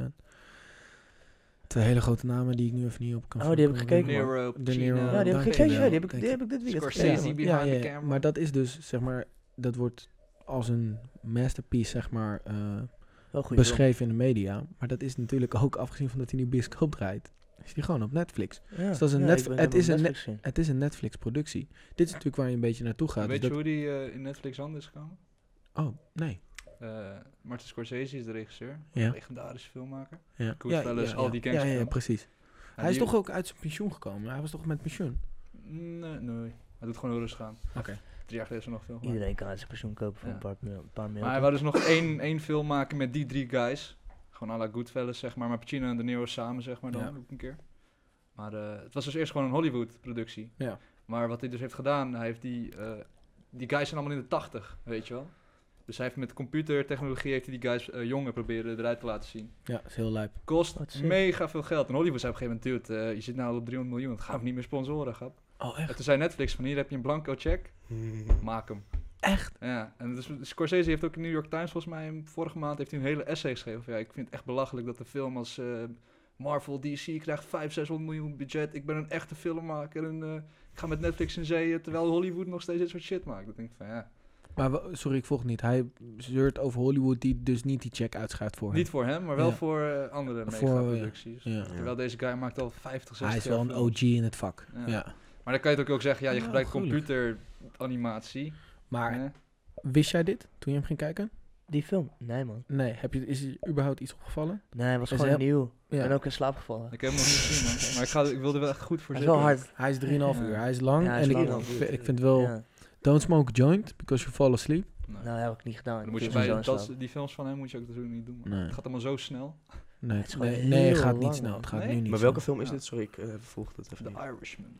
twee hele grote namen die ik nu even niet op kan Oh, die heb ik komen. gekeken, man. Nero, De Niro. Ja, die heb ik dank gekeken. je Ja, die heb ik, wel. die heb ik dit weekend Scorsese gekeken. behind Ja, ja, the ja. camera. Maar dat is dus, zeg maar, dat wordt als een masterpiece, zeg maar, eh, Wel goed. beschreven in de media. Maar dat is natuurlijk ook, afgezien van dat hij nu bioscoop draait, is die gewoon op Netflix. Ja. Dus dat is een Ja, Netf- ik ben- het heb hem is een op net- Netflix gezien. Het is een Netflix-productie. Dit is natuurlijk waar je een beetje naartoe gaat. Weet dus je dat- hoe die eh, in Netflix aan is gekomen? Oh, nee. Eh Martin Scorsese is de regisseur. Ja. Legendarische filmmaker. Ja. Goodfellas, al die ja, ja, ja, gangsterfilms. precies. En Hij is die- toch ook uit zijn pensioen gekomen? Hij was toch met pensioen? Nee, nee. Hij doet gewoon heel rustig aan. Oké. Drie jaar geleden is er nog veel gemaakt. Iedereen kan uit zijn pensioen kopen voor Ja. een paar, mil- een paar mil. Maar hij wou dus nog één, één film maken met die drie guys. Gewoon à la Goodfellas, zeg maar. Maar Pacino en De Niro samen, zeg maar dan, Ja. ook een keer. Maar eh, het was dus eerst gewoon een Hollywood-productie. Ja. Maar wat hij dus heeft gedaan, hij heeft die... eh, die guys zijn allemaal in de tachtig, weet je wel. Dus hij heeft met computertechnologie heeft hij die guys eh, jonger proberen eruit te laten zien. Ja, dat is heel lijp. Kost Wat sick. mega veel geld. En Hollywood zei op een gegeven moment, dude, eh, je zit nou op driehonderd miljoen. Dat gaan we niet meer sponsoren, grap. Oh, En echt? toen zei Netflix van, hier heb je een blanco check, maak hem. Echt? Ja, en dus Scorsese heeft ook in New York Times volgens mij hem- vorige maand heeft hij een hele essay geschreven. Van, ja, ik vind het echt belachelijk dat de film als eh, Marvel, D C krijgt vijfhonderd, zeshonderd miljoen budget. Ik ben een echte filmmaker en eh, ik ga met Netflix in zee, terwijl Hollywood nog steeds dit soort shit maakt. Dat denk ik van ja, Maar wa- sorry, ik volg het niet. Hij zeurt over Hollywood die dus niet die check uitschrijft voor hem. niet voor hem, maar wel Ja. voor eh, andere Voor, eh, megaproducties. ja. Terwijl deze guy maakt al vijftig, zestig Hij is jaar wel een films. O G in het vak. Ja. Ja. Maar dan kan je het ook, ook zeggen, ja, je Ja, gebruikt gruwelijk. computeranimatie. Maar hè? wist jij dit toen je hem ging kijken? Die film? Nee, man. Nee. Heb je, is er überhaupt iets opgevallen? Nee, hij was Is gewoon heel- nieuw. Ja. En ook in slaap gevallen. Ik heb hem nog niet gezien, man. Maar ik, ga, ik wilde er wel echt goed voor Hij is zitten. wel hard. Hij is drieënhalf Ja. uur. Hij is lang. Ja, hij is en lang, ik, man. ik, ik vind wel... Ja. Don't smoke a joint, because you fall asleep. Nee. Nou, dat heb ik niet gedaan. Dan moet je Ik bij viel zo in dat, slaap. die films van hem moet je ook natuurlijk niet doen. Man. Nee. Het gaat allemaal zo snel. Nee, Het is gewoon nee, nee, het heel gaat niet lang, snel. man. Het gaat Nee? nu niet Maar snel. welke film is Ja. dit? Sorry, ik uh, volg het even The niet. Irishman.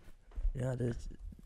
Ja, dit...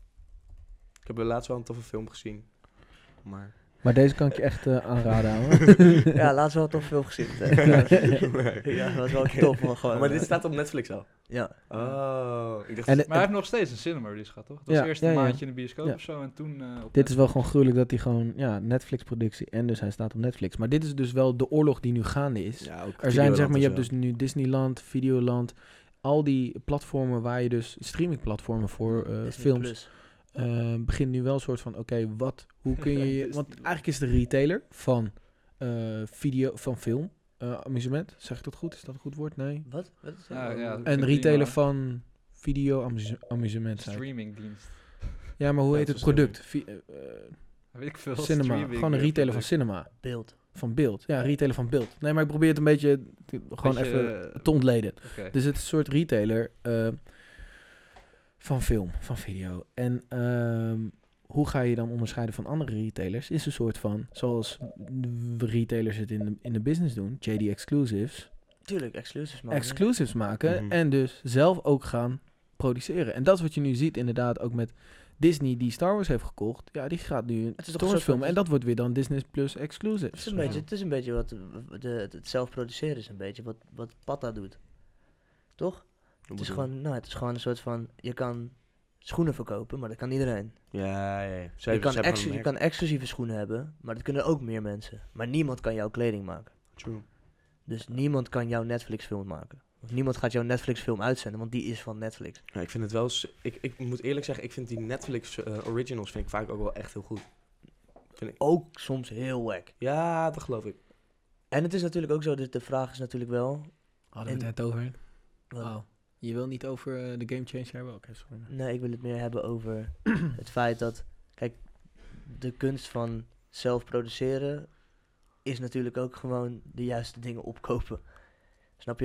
Ik heb er laatst wel een toffe film gezien. Maar... Maar deze kan ik je echt eh, aanraden, ouwe. ja, laatst wel toch veel gezien. Nee. Ja, dat was wel tof, man. Gewoon, Maar dit eh, staat op Netflix al. Ja. Oh, ik dacht... En, Maar hij heeft nog steeds een cinema release gehad, toch? Dat was Ja, eerst ja, een ja. maandje in de bioscoop Ja. of zo en toen uh, op dit is wel gewoon gruwelijk dat hij gewoon, ja, Netflix-productie en dus hij staat op Netflix. Maar dit is dus wel de oorlog die nu gaande is. Ja, ook Er zijn, zeg maar, je Videoland hebt dus nu Disneyland, Videoland, al die platformen waar je dus, streamingplatformen voor eh, Disney films, Plus. eh, begint nu wel een soort van, oké, wat, hoe kun je, je- want Disney. eigenlijk is de retailer van eh, video, van film, eh, amusement, zeg ik dat goed? Is dat een goed woord? Nee. Wat? Wat is dat? Ja, ja, dat Een vind ik retailer prima. van video amuse- amusement. zei ik. Streamingdienst. Ja, maar hoe Ja, heet het het is product? Vi- eh, eh, Weet ik veel. cinema, streaming, gewoon een eh, retailer van product. cinema, Beeld. van beeld. Ja, retailer van beeld. Nee, maar ik probeer het een beetje, te- gewoon Beetje, even eh, te ontleden. Oké. Dus het is een soort retailer eh, van film, van video. En ehm, hoe ga je dan onderscheiden van andere retailers? Is een soort van, zoals de retailers het in de, in de business doen, J D Exclusives, Tuurlijk, exclusives maken. exclusives maken Mhm. en dus zelf ook gaan produceren. En dat is wat je nu ziet inderdaad ook met Disney die Star Wars heeft gekocht. Ja, die gaat nu een Het is toch Star een Wars soort filmen van- en dat wordt weer dan Disney Plus Het exclusives. is een beetje, het is een beetje wat de, de, het zelf produceren is een beetje wat, wat Patta doet. Toch? Het is, gewoon, nou, het is gewoon een soort van, je kan schoenen verkopen, maar dat kan iedereen. Ja, ja, ja. Ze Je hebben- kan, ze hebben exclu- een je kan exclusieve schoenen hebben, maar dat kunnen ook meer mensen. Maar niemand kan jouw kleding maken. merk. True. Dus niemand kan jouw Netflix film maken. Of niemand gaat jouw Netflix film uitzenden, want die is van Netflix. Ja, ik vind het wel... s- Ik, ik moet eerlijk zeggen, ik vind die Netflix eh, originals vind ik vaak ook wel echt heel goed. Vind ik... Ook soms heel wack. Ja, dat geloof ik. En het is natuurlijk ook zo, dus de vraag is natuurlijk wel... Hadden we En- het net over? wat- Oh. Je wil niet over eh, de Game Changer hebben? Oké, sorry. Nee, ik wil het meer hebben over het feit dat... Kijk, de kunst van zelf produceren is natuurlijk ook gewoon de juiste dingen opkopen. Snap je?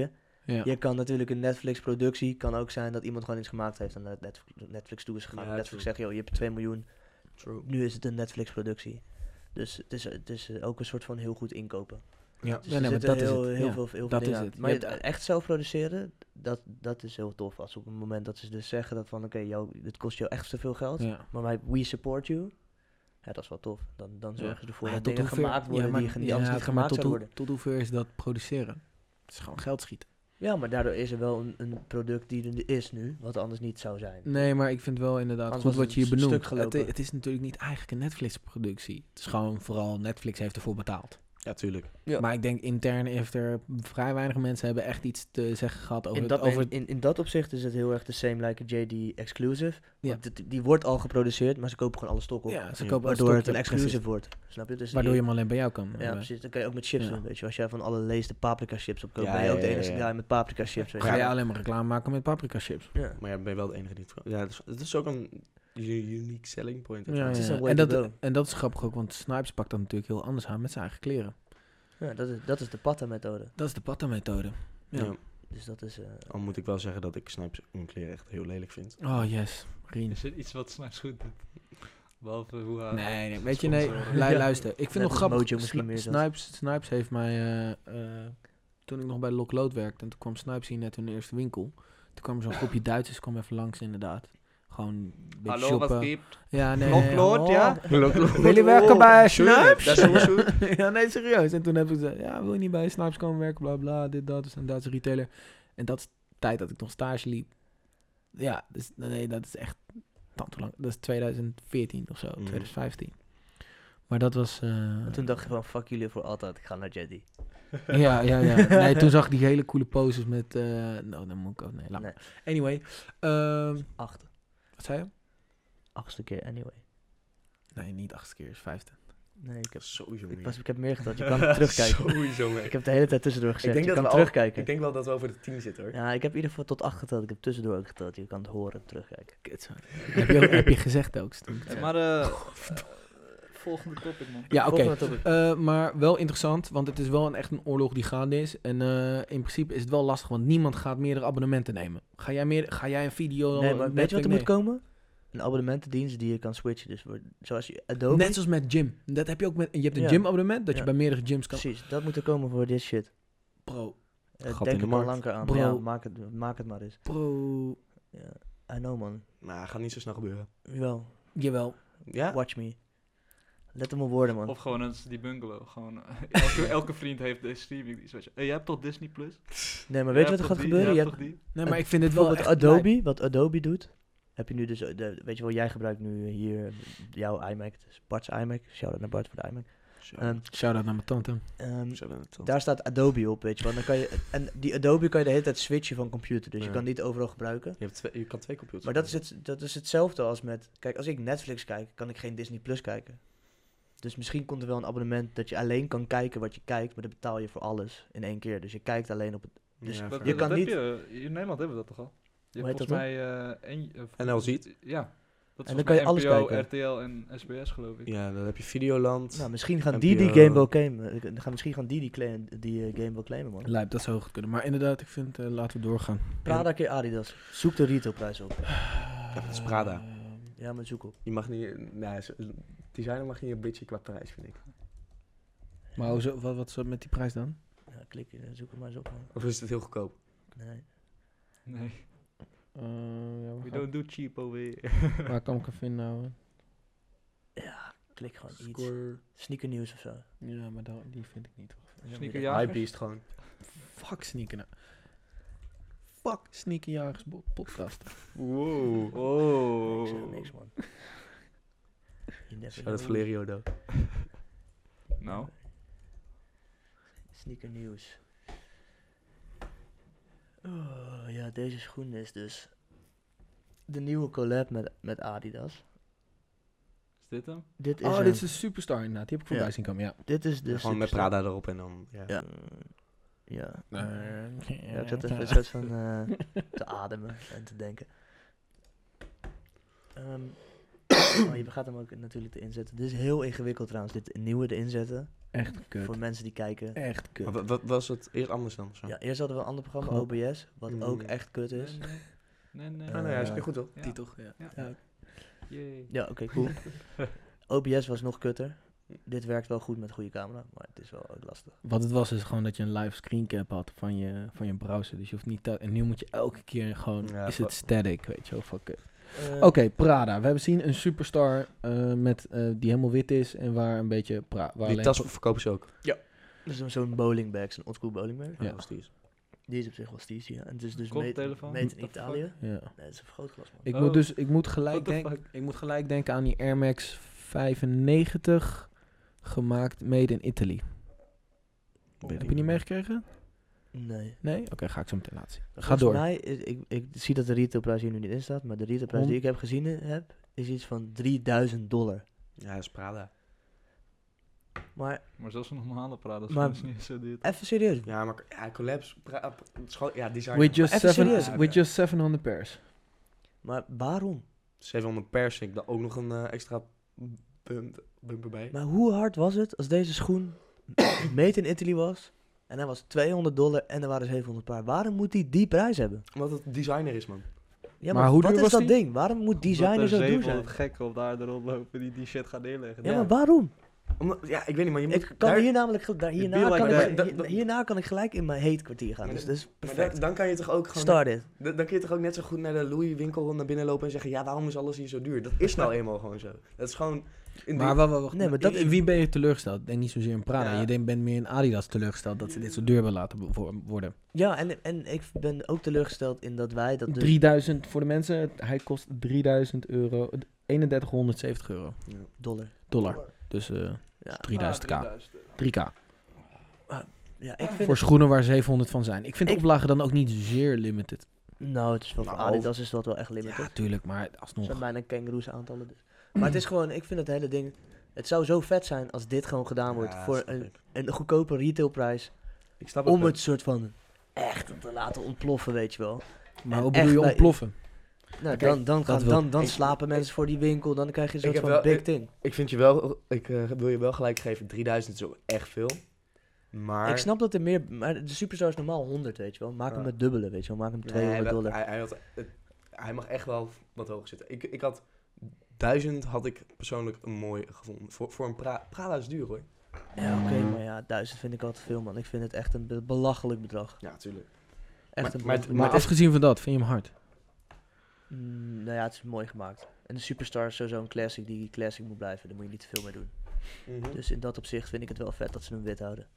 Ja. Je kan natuurlijk een Netflix-productie, kan ook zijn dat iemand gewoon iets gemaakt heeft en naar Net- Netflix toe is gegaan. Ja, Netflix true. zegt, joh, je hebt twee miljoen, True. nu is het een Netflix-productie. Dus het is, het is eh, ook een soort van heel goed inkopen. Ja, Dus ja er nee, maar zitten dat heel, is het. heel Ja. veel, heel veel dat dingen is aan. het. Maar Je het hebt- echt zelf produceren, dat, dat is heel tof. Als op het moment dat ze dus zeggen dat van, oké, jou dit kost jou echt te veel geld, Ja. maar wij, we support you. Ja, dat is wel tof. Dan, dan zorgen ze ervoor Maar dat tot dingen hoever- gemaakt worden ja, maar- die, ge- die ja, anders niet maar gemaakt tot, zouden hoe- worden. tot hoever is dat produceren? Het is gewoon geld schieten. Ja, maar daardoor is er wel een, een product die er is nu, wat anders niet zou zijn. Nee, maar ik vind wel inderdaad Anders goed was wat je het hier een benoemt. stuk Het, gelopen. het is natuurlijk niet eigenlijk een Netflix-productie. Het is gewoon vooral Netflix heeft ervoor betaald. Ja, tuurlijk. Ja. Maar ik denk intern heeft er vrij weinig mensen hebben echt iets te zeggen gehad over In het... dat, over in, in, in dat opzicht is het heel erg de same like a J D exclusive. Ja. Want het- die wordt al geproduceerd, maar ze kopen gewoon alle stok op. ja, ze Ja, kopen waardoor een het een stokje, exclusive precies. wordt. Snap je? Dus Waardoor je die- hem alleen bij jou kan. Ja, hebben. precies. Dat kan je ook met chips Ja. doen, weet je. Als jij van alle lees de paprika chips opkoopt, Ja, ben je ook ja, de ja, enige ja. guy met paprika chips. Weet je. Ga je alleen maar reclame maken met paprika chips. Ja. Maar ja, ben je wel de enige die het... Ja, het is, het is ook een u- unique selling point. Ja, het is ja. een way En, to dat, go. en dat is grappig ook, want Snipes pakt dat natuurlijk heel anders aan met zijn eigen kleren. Ja, dat is, dat is de patta-methode. Dat is de patta-methode. Ja. Ja. Dus dat is... eh, Al moet ik wel zeggen dat ik Snipes hun kleren echt heel lelijk vind. Oh, yes. Rien. Is er iets wat Snipes goed doet? Behalve hoe hij... Nee, nee, weet je, nee. sponsoren. Lu- Ja. luister, ik vind Net nog als grappig. Mojo misschien Sni- meer zelfs. Snipes, Snipes heeft mij, eh, eh, toen ik nog bij Lock Load werkte, en toen kwam Snipes hier net in de eerste winkel. Toen kwam er zo'n groepje Duitsers, kwam even langs inderdaad. Gewoon een beetje Hallo, shoppen. wat gibt? Ja, nee. Lock Load, hallo. ja? Wil jullie werken bij Snipes? Dat is zo goed. Ja, nee, serieus. En toen heb ik gezegd, ja, wil je niet bij Snipes komen werken, bla bla, dit, dat. Dus een Duitse retailer. En dat is de tijd dat ik nog stage liep. Ja, dus, nee, dat is echt tante lang. Dat is twintig veertien of zo, Mhm. twintig vijftien. Maar dat was... eh, en toen dacht ik van, fuck jullie voor altijd, ik ga naar J D. ja, ja, ja. Nee, toen zag ik die hele coole poses met... eh nou, dan moet ik ook... Nee, laat Nee, maar. Anyway. ehm, acht. wat zei je? Achtste keer, anyway. Nee, niet achtste keer, is vijfde. Nee, ik heb, Sowieso ik, meer. was, ik heb meer geteld. Je kan terugkijken. Sowieso meer. Ik heb de hele tijd tussendoor gezegd. denk je dat kan we al- terugkijken. Ik denk wel dat we over de tien zitten hoor. Ja, ik heb in ieder geval tot acht geteld. Ik heb tussendoor ook geteld. Je kan het horen, terugkijken. heb, je, heb je gezegd ook? Stond. Ja, maar eh, eh, volgende topic, man. Ja, oké. Volgende topic. Eh, maar wel interessant, want het is wel een, echt een oorlog die gaande is. En eh, in principe is het wel lastig, want niemand gaat meerdere abonnementen nemen. Ga jij, meer, ga jij een video... Nee, maar weet je wat er Netflix- moet komen? Een abonnementendienst die je kan switchen. Dus voor, zoals je Adobe. Net zoals met gym. Dat heb je ook met... Je hebt een Ja. gymabonnement, dat je Ja. bij meerdere gyms kan... Precies, dat moet er komen voor dit shit. Bro, Uh, Gat denk in de ik al markt. langer aan. Bro. Ja, maak het, maak het maar eens. bro... Ja, I know man. Maar gaat niet zo snel gebeuren. Jawel, Jawel. Ja? watch me. Let hem op woorden man. Of gewoon eens die bungalow. Gewoon, eh, elke, elke vriend heeft deze streaming. Die, weet je, hey, jij hebt toch Disney Plus? Nee, maar weet je Jij wat er hebt gaat toch die? gebeuren? Je Jij hebt hebt toch die? Nee, maar Eh, ik vind het wel bijvoorbeeld echt lijp. Adobe, wat Adobe doet. Heb je nu dus, eh, de, weet je wel, jij gebruikt nu hier jouw iMac. Dus Bart's iMac. Shout-out naar Bart voor de iMac. Zo. Ehm, Shout-out naar mijn tante. ehm, Zo ben het dan. daar staat Adobe op, weet je wel. Dan kan je, en die Adobe kan je de hele tijd switchen van computer. Dus je Ja. kan niet overal gebruiken. Je, hebt twee, je kan twee computers. Maar dat is, het, dat is hetzelfde als met... Kijk, als ik Netflix kijk, kan ik geen Disney Plus kijken. Dus misschien komt er wel een abonnement dat je alleen kan kijken wat je kijkt, maar dan betaal je voor alles in één keer. Dus je kijkt alleen op het... dus Ja, Dat, fair. je dat kan heb niet- Je, in Nederland hebben we dat toch al? Je Hoe hebt heet volgens dat mij... eh en, N L Ziet? Ja. Dat is En dan volgens kan je mij alles N P O, kijken. R T L en S B S geloof ik. Ja, dan heb je Videoland. Nou, misschien gaan N die P die O. game wel claimen. Dan gaan misschien gaan die die, claim, die eh, game wel claimen, man. Lijp, dat zou goed kunnen. Maar inderdaad, ik vind, eh, laten we doorgaan. Prada keer Adidas. Zoek de retailprijs op. Ja, dat is Prada. Ja, maar zoek op. Je mag niet... Nee, zo- designer mag niet een beetje qua prijs, vind ik. Maar hoezo, wat, wat is dat met die prijs dan? Ja, klik, eh, zoek het maar eens op, man. Of is het heel goedkoop? Nee. Nee, Eh, ja, waar, we ga- don't do cheap over here. waar kan ik hem vinden nou? Ja, klik gewoon iets. Score... Sneaker nieuws of zo. Ja, maar dan, die vind ik niet. Ja, Sneakerjagers? Hypebeast gewoon. Fuck sneaker nou. Fuck sneakerjagers bo- podcast. Wow. Nee, ik zeg Oh. niks, man. You never Shout out know. Valerio, though. Nou, Sneaker nieuws. Oh, ja, deze schoen is dus de nieuwe collab met, met Adidas. is dit hem? Dit is, Oh, een- dit is een superstar inderdaad. Die heb ik voorbij Ja. zien komen, ja. dit is de Gewoon met superstar. Prada erop en dan... Ja. Ja. Ja. Eh, Ja, ik zat even een soort van eh, te ademen en te denken. Ehm, oh, je gaat hem ook natuurlijk te inzetten. Dit is heel ingewikkeld trouwens, dit nieuwe te inzetten. Echt kut. Voor mensen die kijken. Echt kut. Maar wat, wat was het eerst anders dan? Zo? Ja, eerst hadden we een ander programma, Gewoon- O B S, wat Mm. ook echt kut is. Nee, nee, nee. Eh, Ah, nee, hij is weer goed toch? Ja. Die toch? Ja. Ja. Ja. Yay. Ja, oké, cool. O B S was nog kutter. Dit werkt wel goed met een goede camera, maar het is wel ook lastig. Wat het was is gewoon dat je een live screencap had van je, van je browser. Dus je hoeft niet... te- en nu moet je elke keer gewoon... Ja, is wa- het static, weet je wel. Fuck it. Eh, Oké, Prada. We hebben zien een superstar eh, met, eh, die helemaal wit is en waar een beetje... Pra waar Die alleen- tas verkopen ze ook. Dus zo'n- zo'n bowlingbag, zo'n oldschool bowlingbag. Ja. Ja. Die is. Die is op zich wel steez, ja. En het is dus made Koptelefoon? made in What the Italië. Ja. Nee, het is een vergrootglas, man. Ik Oh. moet dus ik moet What gelijk, the denk, fuck? ik moet gelijk denken aan die Air Max vijfennegentig gemaakt made in Italy. Heb je niet meegekregen? Nee. Nee? Oké, ga ik zo meteen laten zien. Ga Volgens door. mij, is, ik, ik zie dat de retailprijs hier nu niet in staat, maar de retailprijs Hon- die ik heb gezien eh, heb, is iets van drieduizend dollar. Ja, dat is Prada. Maar Maar zelfs een normale Prada is Maar- maar, niet zo duur. even serieus. Ja, maar ja, collabs. Pra, het is gewoon- ja, design. With just, Maar even seven, serieus. with just zevenhonderd pairs. Maar waarom? zevenhonderd per ik dan ook nog een eh, extra bump, bumper bij. Maar hoe hard was het als deze schoen made in Italy was en hij was tweehonderd dollar en er waren zevenhonderd paar? Waarom moet die die prijs hebben? Omdat het designer is, man. Ja, Maar maar, hoe wat duur is was dat die? ding? Waarom moet designer zo duur zijn? gekken op daar rondlopen die die shit gaan neerleggen. Ja, Ja. maar waarom? Omdat, ja, ik weet niet, maar je moet... Ik kan daar- hier namelijk, ge- daar, hierna, be like kan that. ik, Da- hier- da- hierna kan ik gelijk in mijn hate kwartier gaan. Maar Dus dat- dat is maar perfect. dan, dan kan je toch ook gewoon... Start it. Dan, dan kun je toch ook net zo goed naar de Louis winkel naar binnen lopen en zeggen... Ja, waarom is alles hier zo duur? Dat is nou eenmaal gewoon zo. Dat is gewoon... In Maar die- wacht, wacht, wacht. Nee, maar dat In wie ben je teleurgesteld? Ik denk niet zozeer in Prada. Ja. Je denkt, bent meer in Adidas teleurgesteld dat ze dit zo duur willen laten bevo- worden. Ja, en, en ik ben ook teleurgesteld in dat wij dat dus... drieduizend voor de mensen. Hij kost drieduizend euro. eenendertighonderdzeventig euro. Ja. dollar. Dollar. Dus eh Ja, drieduizend k. Ah, drie k. ja ik vind Voor schoenen waar zevenhonderd van zijn. Ik vind de Ik- oplagen dan ook niet zeer limited. Nou, het is wel voor Nou, Adidas is dat wel echt limited. Ja, tuurlijk, maar Het alsnog. zijn bijna kangaroes aantallen. Dus. Maar het is gewoon, ik vind het hele ding... Het zou zo vet zijn als dit gewoon gedaan wordt Ja, voor snap een, ik. een goedkope retailprijs. Ik snap Om wel. het soort van echt te laten ontploffen, weet je wel. Maar en hoe bedoel echt je bij- ontploffen? Nou, Kijk, dan, dan, dat gaan, wil- dan, dan ik- slapen mensen voor die winkel. Dan krijg je een soort heb van wel- big ik- thing. Ik vind je wel... Ik eh, wil je wel gelijk geven. drieduizend is ook echt veel. Maar... Ik snap dat er meer... Maar de Superstar is normaal honderd, weet je wel. Maak hem Ja. met dubbele, weet je wel. Maak hem Nee, tweehonderd hij, dollar. hij, hij, had, het- hij mag echt wel wat hoger zitten. Ik, ik had duizend had ik persoonlijk een mooi gevonden. Voor, voor een pra, Prada is duur hoor. Ja, oké, maar ja, duizend vind ik altijd veel, man. Ik vind het echt een be- belachelijk bedrag. Ja, tuurlijk. Echt Maar- een maar het- belachelijk Maar het is- afgezien van dat, vind je hem hard? Mm, nou ja, het is mooi gemaakt. En de Superstar is sowieso een classic die classic moet blijven. Daar moet je niet te veel mee doen. Mhm. Dus in dat opzicht vind ik het wel vet dat ze hem wit houden.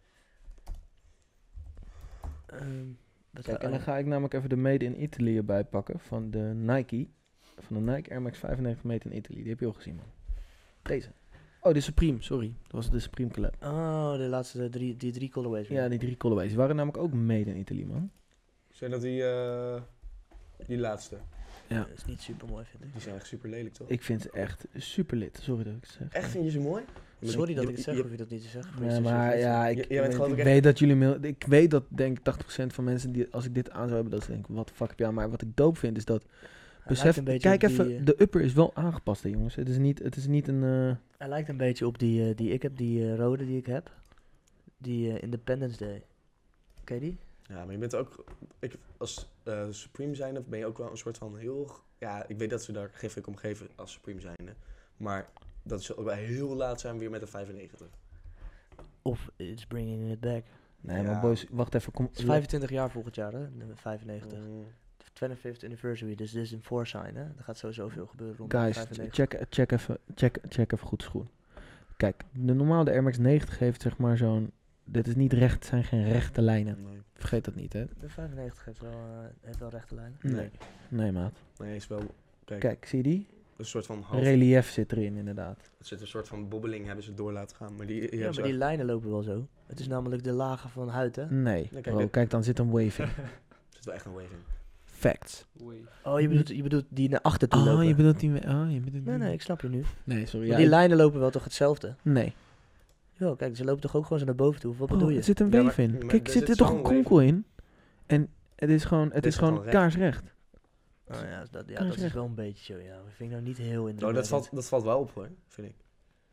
Ehm, wat Kijk, ga- en dan ga ik namelijk even de Made in Italy erbij pakken van de Nike. Van de Nike Air Max vijfennegentig Made in Italy. Die heb je al gezien, man. Deze. Oh, de Supreme, sorry. Dat was de Supreme collab. Oh, de laatste drie, die drie colorways. Ja, die drie colorways. Die waren namelijk ook Made in Italy, man. Zijn dat die, eh, die laatste? Ja. Dat is niet super mooi, vind ik. Die zijn echt super lelijk toch? Ik vind ze echt super lit. Sorry dat ik het zeg. Echt vind je ze mooi? Sorry dat Je- ik het zeg, je- hoef je dat niet te zeggen. Nee, Please, maar alsjeblieft. ja, Je- ik, jij ik bent weet, geloof ik ik weet dat jullie... mil- Ik weet dat denk ik tachtig procent van mensen die... Als ik dit aan zou hebben, dat ze denken, wat de fuck heb je aan? Maar wat ik dope vind, is dat... Hij lijkt Besef, een beetje kijk op die, even, eh, de upper is wel aangepast, hè, jongens. Het is niet, het is niet een... eh, Hij lijkt een beetje op die, eh, die ik heb, die eh, rode die ik heb. Die eh, Independence Day. Ken je die? Ja, maar je bent ook... Ik, als eh, Supreme zijnde ben je ook wel een soort van heel... Ja, ik weet dat ze daar geen fuck om geven als Supreme zijnde. Maar dat ze ook wel heel laat zijn weer met een vijfennegentig. Of It's Bringing It Back. Nee, Ja. maar boys, wacht even. Kom, Het is vijfentwintig jaar volgend jaar, hè? Nummer vijfennegentig. Mm. twenty-fifth anniversary, dus dit is een voorsign, hè? Er gaat sowieso veel gebeuren rond Guys, vijfennegentig. check, check, even, check, check even goed schoen. Kijk, de normale Air Max negentig heeft zeg maar zo'n... Dit is niet recht, zijn geen rechte lijnen. Nee. Vergeet dat niet, hè? De vijfennegentig heeft wel, eh, heeft wel rechte lijnen. Nee. Nee, maat. Nee, is wel... Kijk, Kijk, zie je die? een soort van half... Relief zit erin, inderdaad. Het zit een soort van bobbeling hebben ze door laten gaan. Maar die, die Ja, hebben maar ze die echt- lijnen lopen wel zo. Het is namelijk de lagen van huid, hè? Nee, kijk, bro, dit- kijk, dan zit een wave in. Er zit wel echt een wave in. Facts. Oh, je bedoelt, je bedoelt die naar achter toe Oh, lopen? je bedoelt die... Oh, je bedoelt Nee, nee, ik snap je nu. Nee, sorry. Maar Ja, die ik- lijnen lopen wel toch hetzelfde? Nee. Ja, kijk, ze lopen toch ook gewoon zo naar boven toe? Of wat Bro, bedoel je? er zit een Ja, wave maar- in. maar Kijk, er zit zit er toch zo'n een wave kronkel in? En het is gewoon, het Dit is is gewoon gewoon recht. kaarsrecht. Oh ja, dat, ja, Kan je dat is zeggen. wel een beetje zo, ja. Dat vind ik nou niet heel Oh, indrukwekkend. dat valt, dat valt wel op hoor, vind ik.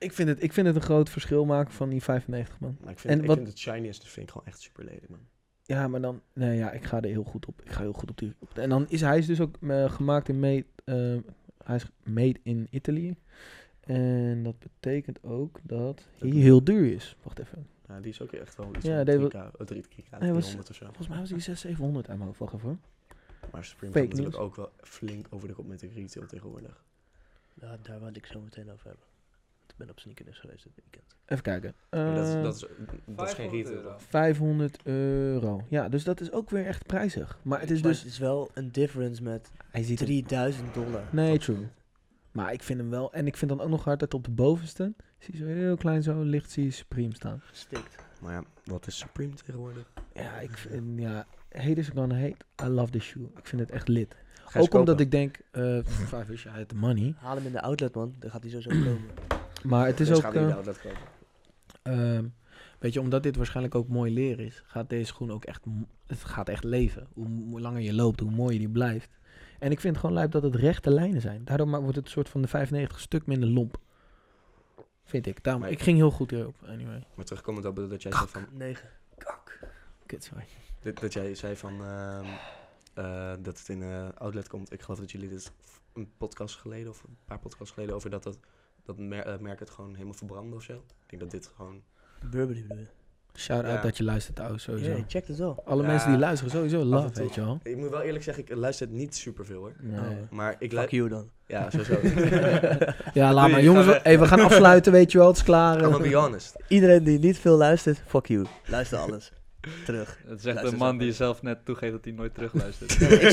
Ik vind, het, ik vind het een groot verschil maken van die vijfennegentig, man. Maar ik vind, En ik wat- vind het shiniest vind ik gewoon echt super lelijk, man. Ja, maar dan... Nee, ja, ik ga er heel goed op. Ik ga heel goed op die... op de- en dan is hij is dus ook eh, gemaakt in... Made, eh, hij is made in Italy. En dat betekent ook dat hij heel duur is. Wacht even. Ja, die is ook echt wel iets Ja, van die drie wil- K, oh, drie K, Nee, was- driehonderd of zo. Volgens mij was hij zeshonderd, zevenhonderd aan mijn hoofd. Wacht even hoor. Maar Supreme Fake gaat natuurlijk news. ook wel flink over de kop met de retail tegenwoordig. Ja, daar wil ik zo meteen over hebben. Ik ben op sneakers geweest dit weekend. Even kijken. Maar dat, is, Eh, dat, is, dat is geen vijfhonderd retail. euro. toch? vijfhonderd euro. Ja, dus dat is ook weer echt prijzig. Maar het is Maar dus... het is wel een difference met Hij ziet er... drieduizend dollar. Nee, true. Maar ik vind hem wel... En ik vind dan ook nog hard dat op de bovenste... Zie je zo heel klein zo licht zie je Supreme staan. Gestikt. Maar ja, wat is Supreme tegenwoordig? Ja, ik vind... Ja, haters gonna hate. I love the shoe. Ik vind het echt lit. Ga je eens Ook omdat kopen? ik denk... eh vijf is je uit de money. Haal hem in de outlet, man. Dan gaat hij sowieso komen. Maar het is Dus ook... ga die in eh, de outlet kopen. Ehm, weet je, omdat dit waarschijnlijk ook mooi leer is, gaat deze schoen ook echt, mo- het gaat echt leven. Hoe, hoe langer je loopt, hoe mooier die blijft. En ik vind het gewoon lijp dat het rechte lijnen zijn. Daardoor ma- wordt het een soort van de vijfennegentig stuk minder lomp. Vind ik. Daarom, Maar- ik ging heel goed hierop, anyway. Maar terugkomend op dat jij zei van... negen. Kut, sorry. Dat, dat jij zei van... ehm, eh, dat het in de outlet komt. Ik geloof dat jullie dit een podcast geleden... of een paar podcasts geleden... over dat dat, dat mer- eh, merk het gewoon helemaal verbranden of zo. Ik denk dat dit gewoon... Burberry bedoel je? Shout-out Ja. dat je luistert, ouwe, sowieso. Ja, je checkt het wel. Alle Ja. mensen die luisteren, sowieso Af en love, toe. weet je wel. Ik moet wel eerlijk zeggen, ik luister het niet superveel hoor. Nee. Oh. Maar ik Fuck luister... you dan. Ja, sowieso. Ja, laat doe maar. je? Jongens, Gaan we, we- hey, we gaan afsluiten, weet je wel. Het is klaar. I'm gonna be honest. Iedereen die niet veel luistert, fuck you. Luister alles. Terug. Het is echt Luister een man zo. die zelf net toegeeft dat hij nooit terugluistert.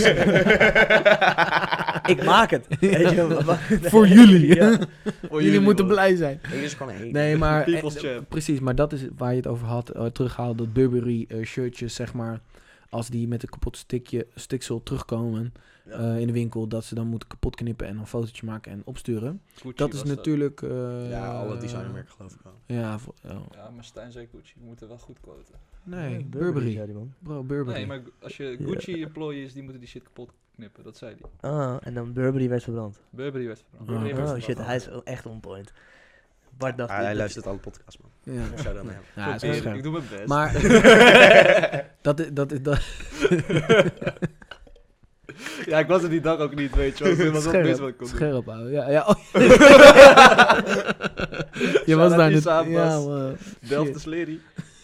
Ik maak het. Weet je, wa- wa- Voor jullie. Ja. Voor Jullie moeten man. blij zijn. Ik is gewoon een hater. Nee, maar People's eh, champ. precies, maar dat is waar je het over had, eh, teruggehaald, dat Burberry eh, shirtjes, zeg maar, als die met een kapot stikje, stiksel terugkomen Ja. eh, in de winkel, dat ze dan moeten kapot knippen en een fotootje maken en opsturen. Gucci Dat is was natuurlijk... eh, Ja, alle designermerken geloof ik wel. Ja, vo- ja. Ja, maar Stijn zei Gucci. We moeten wel goed quoten. Nee, Ja, Burberry. zei die man. Bro, Burberry. Nee, maar als je Ja. Gucci employee is, die moeten die shit kapot knippen. Dat zei hij. Ah, en dan Burberry werd verbrand. Burberry werd verbrand. Ah. Burberry werd Oh shit, verbrand. hij is wel echt on point. Bart dacht... Ah, dit- hij dit- luistert alle podcasts, man. Ja. Shout out naar hem. Ja, het is ik, scherp. ik doe mijn best. Maar dat is... Dat is dat, ja, ik was er die dag ook niet, weet je wel. Dus dit was ook best wat ik scherp, kon doen. scherp, ouwe. Ja, ja. Oh. Je was Shout-out daar die net... Saab Ja, was. man. Delft Shit. is Lery.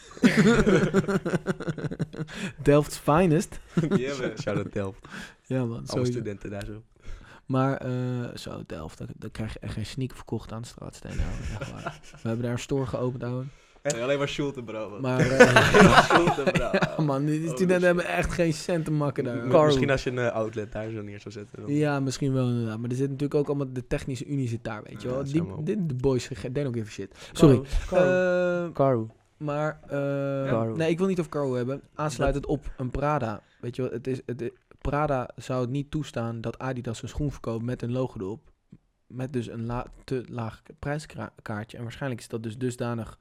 Delft's finest. Ja, man. Shout out Delft. Ja, man. Alle Sowieso. studenten daar zo. Maar eh, zo, Delft, dan, dan krijg je echt geen sneaker verkocht aan de straatsteen. ouwe. Echt waar. We hebben daar een store geopend, ouwe. Nee, alleen maar Schulte, bro. Man. Maar, eh, Schulte, bro. ja, man, die Holy studenten shit. hebben echt geen cent te makken daar. M- Carl. Misschien als je een eh, outlet daar zo neer zou zetten. Dan... Ja, misschien wel inderdaad. Maar er zit natuurlijk ook allemaal... De technische unie zit daar, weet je Ja, wel. dat Die, zou wel. die, de boys, they don't give a shit. Sorry. Caro. Eh, Caro. maar, eh, Caro. nee, ik wil niet over Caro hebben. Aansluitend op een Prada. Weet je wel, het is, het, Prada zou het niet toestaan dat Adidas een schoen verkoopt met een logo erop. Met dus een la- te laag prijskaartje. En waarschijnlijk is dat dus dusdanig...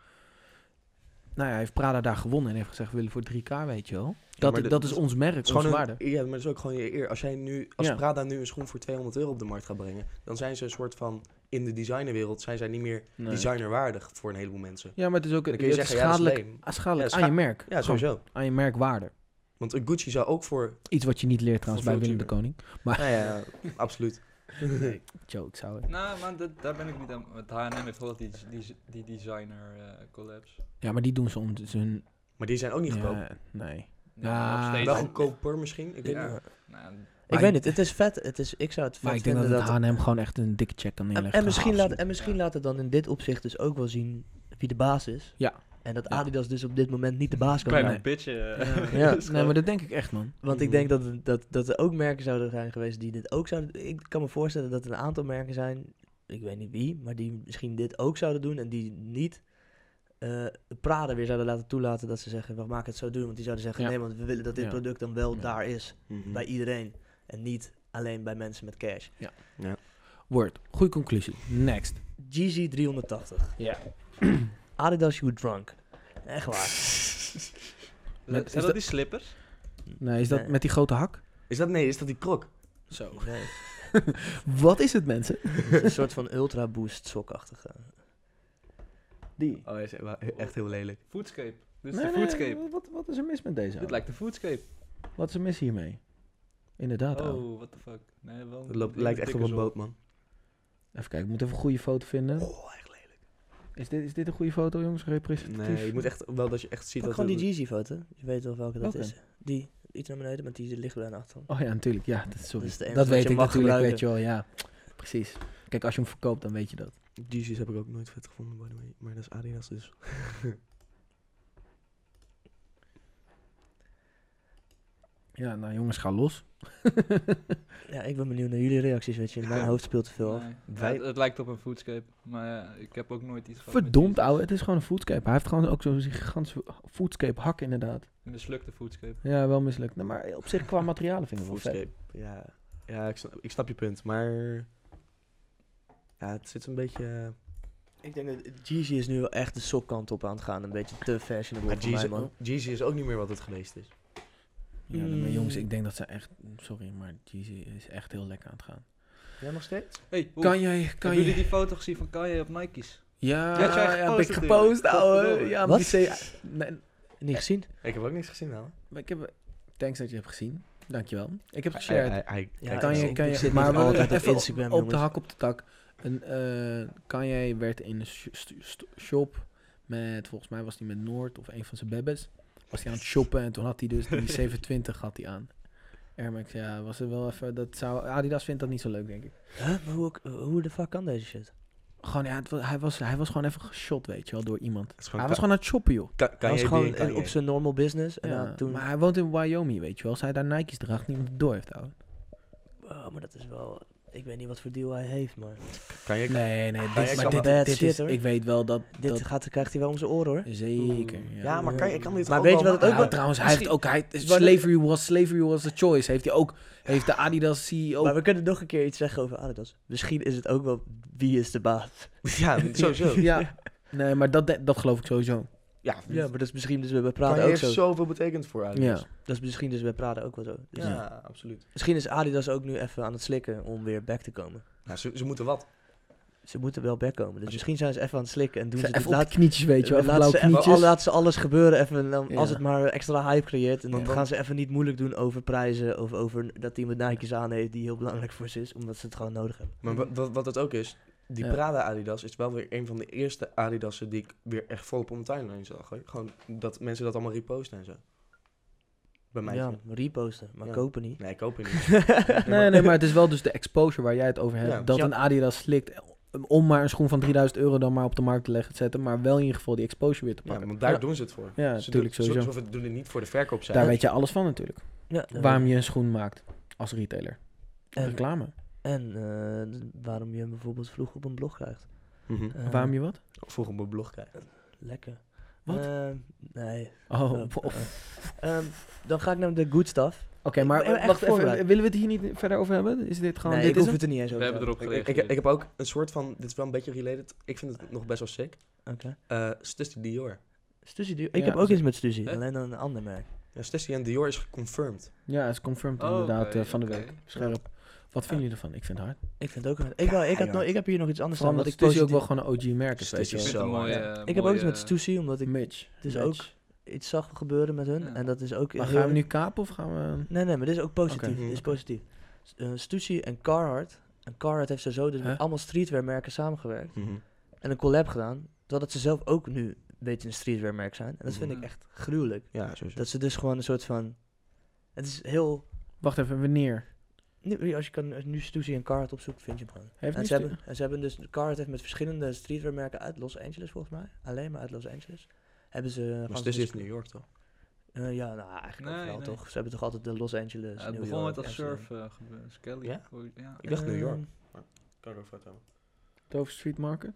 Nou ja, heeft Prada daar gewonnen en heeft gezegd, we willen voor drie k, weet je wel. Dat, maar de- dat is dat- ons merk, Het is onze gewoon waarde. een, ja, maar dat is ook gewoon je eer. Als jij nu, als Ja. Prada nu een schoen voor tweehonderd euro op de markt gaat brengen, dan zijn ze een soort van, in de designerwereld zijn zij niet meer Nee. designerwaardig voor een heleboel mensen. Ja, maar het is ook Dan het kun je is zeggen, ja, dat is schadelijk, lame. ah, schadelijk Ja, aan je scha- merk. Ja, Gewoon sowieso. aan je merkwaarde. Want een Gucci zou ook voor, Iets wat je niet leert trouwens bij Voor Willem de veel Koning. Maar, nou ja, absoluut. joke, zou het. Nou, maar dat, daar ben ik niet aan. Het H en M heeft wel die, die, die designer eh, collabs. Ja, maar die doen ze om hun... Maar die zijn ook niet goedkoop. Ja, nee. Ja, Ja, nog steeds. Wel dan- goedkoper misschien. Ik weet Ja. niet. Nou, Ik Maar weet ik- niet, het is vet. Het is, ik zou het vet Maar ik denk dat vinden het dat... H en M gewoon echt een dikke check kan en, neerleggen. en misschien, Gaaf. laat, en misschien laat het dan in dit opzicht dus ook wel zien wie de baas is. Ja. En dat Ja. Adidas dus op dit moment niet de baas kan kleine zijn. bitch. eh. Ja. Is Nee, gewoon- maar dat denk ik echt, man. Want ik denk dat, het- dat, dat er ook merken zouden zijn geweest die dit ook zouden... Ik kan me voorstellen dat er een aantal merken zijn, ik weet niet wie, maar die misschien dit ook zouden doen en die niet eh Prada weer zouden laten toelaten dat ze zeggen, we maken het zo doen. Want die zouden zeggen, Ja. nee, want we willen dat dit Ja. product dan wel Ja. daar is. Mhm. Bij iedereen. En niet alleen bij mensen met cash. Word. Goeie conclusie. Next. G Z driehonderdtachtig. Ja. Adidas You Drunk. Echt waar. Met- Zijn is dat dat- die slippers? Nee, is dat Nee. met die grote hak? Is dat, nee, is dat die krok? Zo. Nee. Wat is het, mensen? Het is een soort van Ultra Boost sokachtige. Die. Oh, hij is wel echt heel lelijk. Foodscape. Dit is Nee, de nee, Foodscape. wat, wat is er mis met deze Dit auto? lijkt de Foodscape. Wat is er mis hiermee? Inderdaad, ouwe. Oh, what the fuck. Nee, wel Het een loopt, hele lijkt echt op dikke een zon. boot, man. Even kijken, ik moet even een goede foto vinden. Oh, echt lelijk. Is dit, is dit een goede foto, jongens? Representatief? Nee, je moet echt wel dat je echt ziet Pak dat... gewoon die het- Jeezy-foto. Je weet wel welke dat Welke? is. Die, iets naar beneden, maar die ligt bijna achter. Oh ja, natuurlijk. Ja, dat, sorry. Dat is de enige dat wat weet je ik mag natuurlijk, gebruiken. weet je wel. Ja, precies. Kijk, als je hem verkoopt, dan weet je dat. Yeezys heb ik ook nooit vet gevonden, by the way. Maar dat is Adidas dus. Ja, nou jongens, ga los. Ja, ik ben benieuwd naar jullie reacties, weet je. In mijn hoofd speelt te veel af. Nee. Ja, Wij- het, het lijkt op een Foodscape. Maar ja, ik heb ook nooit iets gehad met Verdomd, Jeezys. ouwe. Het is gewoon een Foodscape. Hij heeft gewoon ook zo'n gigantische Foodscape hak, inderdaad. Een mislukte Foodscape. Ja, wel mislukt. Nee, maar op zich qua materialen vind ik het wel vet. Foodscape. Ja, ja ik, snap, ik snap je punt, maar... Ja, het zit een beetje... eh, Ik denk dat Jeezy is nu wel echt de sokkant op aan het gaan. Een beetje te fashionable Maar voor mij, Yeezy, man. Yeezy is ook niet meer wat het geweest is. Ja, nee, maar Mm. jongens, ik denk dat ze echt... Sorry, maar Jeezy is echt heel lekker aan het gaan. Ja, nog steeds? Hey, hoe- Kan jij... Kan hebben je... jullie die foto gezien van Kanye op Nike's? Ja, Ja, jij ja, gepost heb ik natuurlijk. gepost, ouwe. Godverdomme. Ja, Wat? maar die C- nee, Niet gezien? Ik heb ook niks gezien, nou. maar ik heb... Thanks dat je hebt gezien. Dankjewel. Ik heb Hij, geshared. hij, hij, Ja, kijk, kan ik je, zit- kan ik je, zit maar niet we- altijd op even Instagram, op, op de jongens. hak op de tak. Een, eh Kanye werd in een sh- st- st- shop met, volgens mij was hij met Noord of een van zijn bebbes. Was hij aan het shoppen en toen had hij dus die zevenentwintig had hij aan. Air Max, ja, was er wel even, dat zou, Adidas vindt dat niet zo leuk, denk ik. Huh? Maar hoe, hoe de fuck kan deze shit? Gewoon, ja, het wa- hij, was, hij was gewoon even geshot, weet je wel, door iemand. Het is gewoon Hij was Ka- gewoon aan het shoppen, joh. Ka- Hij Kanye was B gewoon en Kanye. in- op zijn normal business. En Ja, dan toen... Maar hij woont in Wyoming, weet je wel. Als hij daar Nike's draagt, niemand het door heeft, ouwe. Oh, maar dat is wel... Ik weet niet wat voor deal hij heeft, maar... Kanye, Nee, nee, Kanye dit, maar kan dit, wel- dit Bad is, shit, hoor. ik weet wel dat, Dit dat gaat, krijgt hij wel om zijn oren, hoor. zeker. Ja, Ja, maar Kanye kan dit Maar ook weet je wel wat het ook Ja, wel- trouwens, hij misschien- heeft ook, hij, Maar- slavery was, slavery was a choice. Heeft hij ook, heeft de Adidas C E O. Maar we kunnen nog een keer iets zeggen over Adidas. Misschien is het ook wel... Wie is de baas? Ja, sowieso. Ja, nee, maar dat, dat geloof ik sowieso. Ja, Ja, maar dat is misschien dus bij Kanye Prada ook heeft zo. zoveel betekend voor Adidas. Ja. Dat is misschien dus bij Prada ook wel zo. Dus Ja, absoluut. misschien is Adidas ook nu even aan het slikken om weer back te komen. Nou, ze, ze moeten wat. Ze moeten wel back komen. Dus Als je- misschien zijn ze even aan het slikken en doen ze Even het. op de Laat, knietjes, weet je wel. Even laat, blauwe ze even, knietjes. al, laat ze alles gebeuren even. Dan, Ja. Als het maar extra hype creëert. En dan Want dan- gaan ze even niet moeilijk doen over prijzen. Of over dat iemand Nike's aan heeft die heel belangrijk voor ze is. Omdat ze het gewoon nodig hebben. Maar wa- wat, wat het ook is, die Ja. Prada Adidas is wel weer een van de eerste Adidas'en die ik weer echt volop op mijn timeline zag. Hoor. Gewoon dat mensen dat allemaal reposten en zo. Bij mij. Ja, reposten. Maar Ja. kopen niet. Nee, ik koop het niet. Nee, nee, maar het is wel dus de exposure waar jij het over hebt. Ja, dat ja. een Adidas slikt om maar een schoen van drieduizend euro dan maar op de markt te leggen, te zetten. Maar wel in ieder geval die exposure weer te Ja, pakken. want daar Ja. doen ze het voor. Ja, Ze natuurlijk, doen, sowieso. Ze, ze doen het niet voor de verkoop zijn. Daar weet je alles van natuurlijk. Ja, dat Waarom weet je een schoen maakt als retailer. En- Reclame. ik. En eh, d- waarom je hem bijvoorbeeld vroeg op een blog krijgt. Mhm. Eh, Waarom je wat? Vroeg op mijn blog kijken. Lekker. Wat? Eh, nee. Oh, Eh, of- of- Ehm, dan ga ik naar de good stuff. Oké, maar Ik ben eh, echt wacht even. voorbereid. Willen we het hier niet verder over hebben? Is dit gewoon... nee, dit ik is hoef hem? het er niet eens We over hebben te erop Ik, gereageerd. ik, ik, ik heb ook een soort van, dit is wel een beetje related, ik vind het nog best wel sick. hebben. Oké. Eh Stussy Dior. Stussy, Dior- Ja, ik heb ook dus- iets met Stussy, Hè? alleen dan een ander merk. Ja, Stussy en Dior is geconfirmed. Ja, het is confirmed Oh, inderdaad oké, eh, van de oké. week. Scherp. Wat vinden jullie ervan? Ik vind het hard. Ik vind het ook... Ik, wou, ik, had nog, ik heb hier nog iets anders Vooral staan. dat Wat ik Stussy ook positief... wel gewoon een O G-merk is, weet Stussy je is wel. Ik vind het zo een hard. mooie, Ik heb ook iets mooie- met Stussy, omdat ik Mitch. dus Mitch. ook iets zag gebeuren met hun. Ja. En dat is ook Maar heel... gaan we hem nu kapen of gaan we... Nee, nee, maar dit is ook positief. Oké. Dit is Oké. positief. Uh, Stussy en Carhartt. En Carhartt heeft sowieso dus Huh? met allemaal streetwear merken samengewerkt. Mhm. En een collab gedaan. Totdat ze zelf ook nu een beetje een streetwear merk zijn. En dat vind ik Mhm. echt gruwelijk. Ja, sowieso. Dat ze dus gewoon een soort van... Het is heel... Wacht even, wanneer? Nu, als je kan als je nu Stussy en Carhartt opzoekt, vind je hem gewoon. Heeft En nu ze, Stu- hebben, en ze hebben dus... Carhartt heeft met verschillende streetwear merken uit Los Angeles volgens mij. Alleen maar uit Los Angeles. Hebben ze... gaan Maar ze Stussy dus- is New York toch? Eh, ja, nou eigenlijk Nee, overal nee. toch. Ze hebben toch altijd de Los Angeles, Ja, het New begon York, met als Amsterdam. surf eh, gebeuren. Skelly. Ja? Oh, ja. Ik dacht New York. Ehm, Kan ik ook foto hebben. Dover Street Market?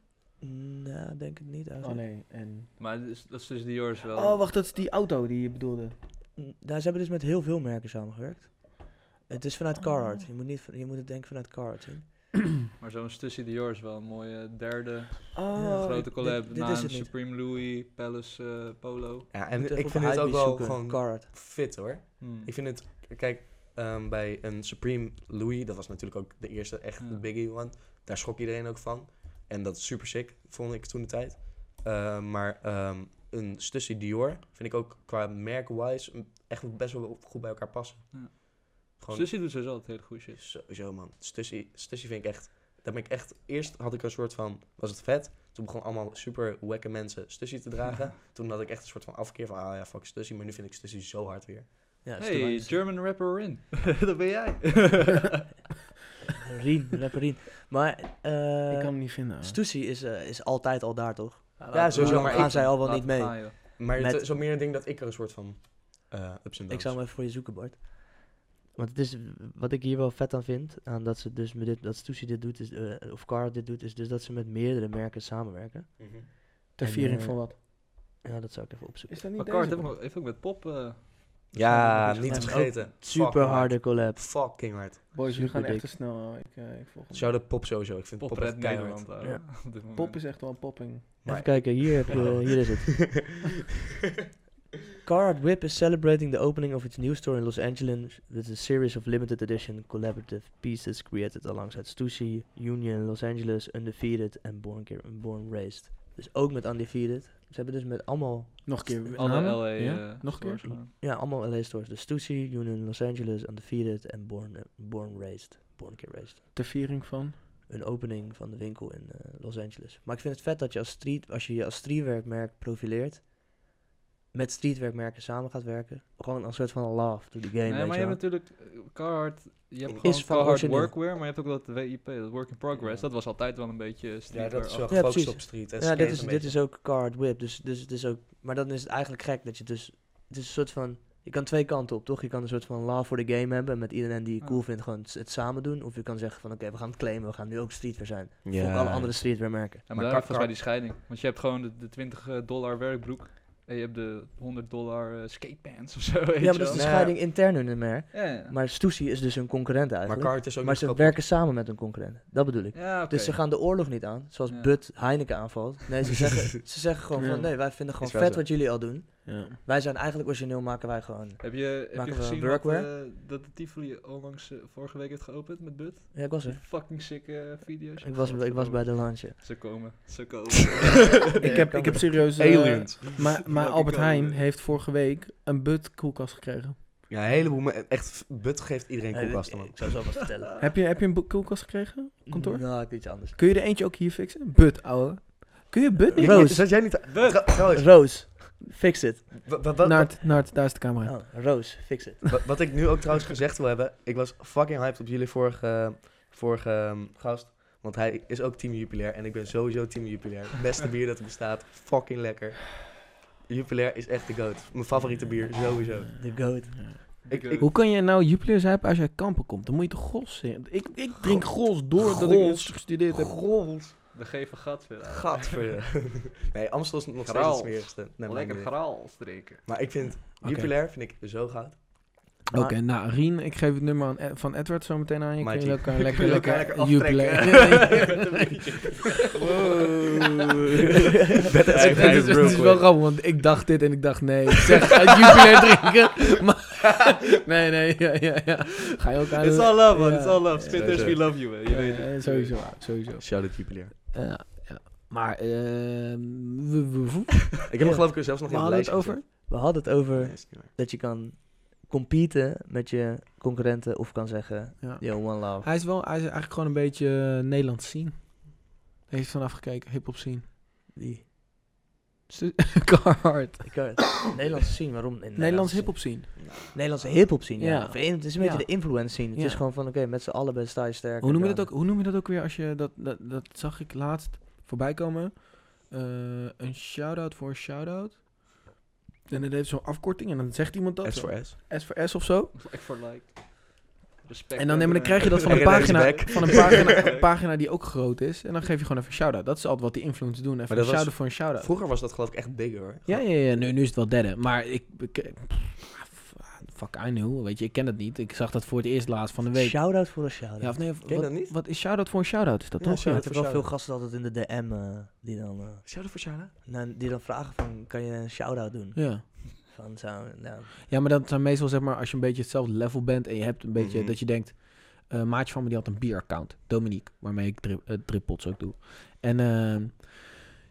Nou, denk het niet Oh eigenlijk. nee, en... Maar dat is, dat is dus Dior's wel. Oh, wacht, dat is die auto die je bedoelde. Mm, Nou, ze hebben dus met heel veel merken samengewerkt. Het is vanuit Oh. Carhartt. Je moet, niet, van- je moet het denken vanuit Carhartt zien. Maar zo'n Stussy Dior is wel een mooie derde Oh, grote dit- collab. dit na is een het niet. Supreme Louis, Palace eh, Polo. Ja, Je en moet even ik op vind het ook Hypebeast wel zoeken, gewoon Carhartt. fit hoor. Hmm. Ik vind het, kijk, ehm, bij een Supreme Louis, dat was natuurlijk ook de eerste echt Ja. biggie one. Daar schrok iedereen ook van. En dat is super sick, vond ik toen de tijd. Uh, maar um, een Stussy Dior vind ik ook qua merk-wise een- echt best wel goed bij elkaar passen. Ja. Gewoon Stussy doet sowieso altijd hele goede shit. sowieso, man. Stussy, Stussy vind ik echt... Daar ben ik echt... Eerst had ik een soort van... Was het vet? Toen begon allemaal super wacke mensen Stussy te dragen. Toen had ik echt een soort van afkeer van... Ah ja, fuck Stussy. Maar nu vind ik Stussy zo hard weer. Ja, Hey, Stu- German rapper Rin. Dat ben jij. Rien, rapper Rien. Maar eh ik kan hem niet vinden. Stussy is, eh, is altijd al daar, toch? Ja, sowieso, maar gaan ik- zij al wel laat niet hem mee. gaan, joh. Maar Met- het is zo meer een ding dat ik er een soort van... Uh, ups en downs. Ik zou hem even voor je zoeken, Bart. Want het is, wat ik hier wel vet aan vind, aan dat ze dus met dit, dat Stussy dit doet, is, eh, of Car dit doet, is dus dat ze met meerdere merken samenwerken. Mhm. Ter en, viering eh, van wat? Ja, dat zou ik even opzoeken. Is dat niet Maar deze? Card heeft ook, heeft ook met Pop... eh, Ja, samen- niet te Ja, vergeten. Super Fucking harde hard. collab. Fucking hard. Boys, jullie gaan super echt dik. te snel. Ik, uh, ik volg hem. Shout-out Pop sowieso. Ik vind Pop Pop, Red echt keihard. Nederland. Ja. Ja. Op dit moment. Pop is echt wel een popping. Maar- Even kijken, hier, heb je, hier is het. Carhartt Whip is celebrating the opening of its new store in Los Angeles with a series of limited edition collaborative pieces created alongside Stussy, Union, Los Angeles, Undefeated en Born, Ca- Born Raised. Dus ook met Undefeated. Ze hebben dus met allemaal, Nog een keer. Alle namen? L A Ja? eh, Nog een keer? stores gewoon. ja, allemaal L A stores. Dus Stussy, Union, Los Angeles, Undefeated en Born, eh, Born Raised. Born Ca- Raised. Ter viering van? Een opening van de winkel in eh, Los Angeles. Maar ik vind het vet dat je als street, als je je als streetwearmerk profileert, met streetwearmerken samen gaat werken. Gewoon een soort van love to the game, Nee, weet maar je je wel. hebt natuurlijk eh, Carhartt, je hebt Is gewoon van Carhartt origineel. Workwear, maar je hebt ook dat W I P, dat Work in Progress. Ja. Dat was altijd wel een beetje Ja, streetwear. dat is wel Ja, gefocust precies. op street. En Ja, skate dit is, een dit beetje. is ook Carhartt Whip. Dus, dus het is ook, maar dan is het eigenlijk gek dat je dus... Het is een soort van... Je kan twee kanten op, toch? Je kan een soort van love voor de game hebben. En met iedereen die je Ja. cool vindt gewoon het, het samen doen. Of je kan zeggen van oké, we gaan het claimen. We gaan nu ook streetwear zijn. Ja. Fuck alle andere streetwear merken. Ja, maar, Maar daar Car- heb je volgens mij die scheiding. Want je hebt gewoon de, de twintig dollar werkbroek. En je hebt de honderd dollar eh, skatepants of zo, weet Ja, je maar dat is de Nee. scheiding intern in het merk. wel. Ja, ja. Maar Stussy is dus een concurrent Maar eigenlijk. Carhartt is ook Maar niet ze goedkoop. werken samen met een concurrent. Dat bedoel ik. Ja, oké. Dus ze gaan de oorlog niet aan, zoals Ja. Bud Heineken aanvalt. Nee, ze zeggen, ze zeggen gewoon Ja. van nee, wij vinden gewoon Is wel vet zo. wat jullie al doen. Ja. Wij zijn eigenlijk origineel, maken wij gewoon. Heb je, heb Maken je we gezien workwear? wat, eh, dat de Tivoli onlangs eh, vorige week heeft geopend met Bud? Ja, ik was Die er. fucking sick eh, video's. Ik was, ik was bij de launch. ja. Ze komen, ze komen. ik, heb, ik heb serieus... eh, Aliens. Maar, maar Welke Albert kant? Heijn heeft vorige week een Bud koelkast gekregen. Ja, een heleboel. me- Echt, Bud geeft iedereen Eh, koelkasten, ik, man. ik zou zo wat vertellen. Heb je, heb je een bo- koelkast gekregen? Kantoor? Nou, ik heb iets anders. Kun je er eentje ook hier fixen? Bud, ouwe. Kun je Bud niet? Roos. Zat jij niet... Bud. Tra- Trouwens, Roos, fix it. wa- wa- wa- Naart, Naart, daar is de camera. Oh, Roos, fix it. wa- wat ik nu ook trouwens gezegd wil hebben... Ik was fucking hyped op jullie vorige, vorige ehm, gast. Want hij is ook Team Jupiler. En ik ben sowieso Team Jupiler. Het beste bier dat er bestaat. Fucking lekker. Jupiler is echt de goat. Mijn favoriete bier, sowieso. The goat. Ik, Ik- ik, Hoe kan je nou Jupiler zuipen als je uit Kampen komt? Dan moet je toch Gros zeggen. Ik, ik drink Gros doordat ik Gros. iets gestudeerd heb. Gold. We geven gat weer uit. Gadver. Nee, Amstel is nog steeds Graal. het smerigste. Nee, maar, Lekker niet. graal drinken. maar ik vind Oké. Jupiler vind ik zo goud. Oké, nou Rien, ik geef het nummer aan Ed- van Edward zo meteen aan je. Kun je Mighty. elkaar lekker, Kun je elkaar lekker, lekker Jupiler. That is Het, het is, het is real wel quick. grappig, want ik dacht dit en ik dacht nee, ik zeg ga Jupiler drinken. Maar, nee, nee, ja, ja, ja. Ga je ook aan It's all love, man. ja. It's all love. Ja, Spitters, sowieso. we love you, man. Je Ja, weet ja, het. sowieso, sowieso. Shout out Jupiler. Ja, ja. Maar, eh, we, we, we, Ik heb hem geloof ik zelfs nog we in het hadden het lijstje over. We hadden het gezet. over Nee, is niet waar. dat je kan competen met je concurrenten of kan zeggen, Ja. yo, one love. Hij is wel, hij is eigenlijk gewoon een beetje uh, Nederlands scene. Hij heeft vanaf gekeken, hip-hop scene. Die, Stu- Carhartt. ik kan het. Nederlandse scene, waarom? Nee, Nederlands hip-hop scene. Nederlandse hip-hop scene, ja. Ja. Of in- Het is een beetje Ja. de influence scene. Het Ja. is gewoon van, oké, met z'n allen ben- sta je sterk. Hoe noem, je dat ook, hoe noem je dat ook weer als je dat, dat, dat zag ik laatst voorbij komen? Uh, een shout-out voor een shout-out. En dan heeft zo'n afkorting en dan zegt iemand dat. S zo. voor S. S voor S of zo. Like for like. Respect. En dan, nee, maar dan krijg je dat van een En dan is pagina, het back. van een pagina, een pagina die ook groot is. En dan geef je gewoon even een shout-out. Dat is altijd wat die influencers doen. Even Maar een dat was- shout-out voor een shout-out. Vroeger was dat geloof ik echt big hoor. Ja, ja, ja. Nu, nu is het wel derde. Maar ik... ik pff, fuck, I know. Weet je, ik ken dat niet. Ik zag dat voor het eerst laatst van de week. Shout-out voor een shout-out. Ja, of nee, Ken je wat, dat niet? wat is shout-out voor een shout-out? Is dat Ja, toch? Je shout-out hebt voor wel veel shout-out. gasten altijd in de D M eh, die, dan, eh, Shout out voor Shana? nou, die dan vragen van, kan je een shout-out doen? Ja. Van, zo, nou, Ja, maar dat zijn meestal zeg maar als je een beetje hetzelfde level bent en je hebt een beetje Mhm. dat je denkt, eh maatje van me die had een bieraccount, Dominique, waarmee ik dri uh, drippels ook doe. En uh,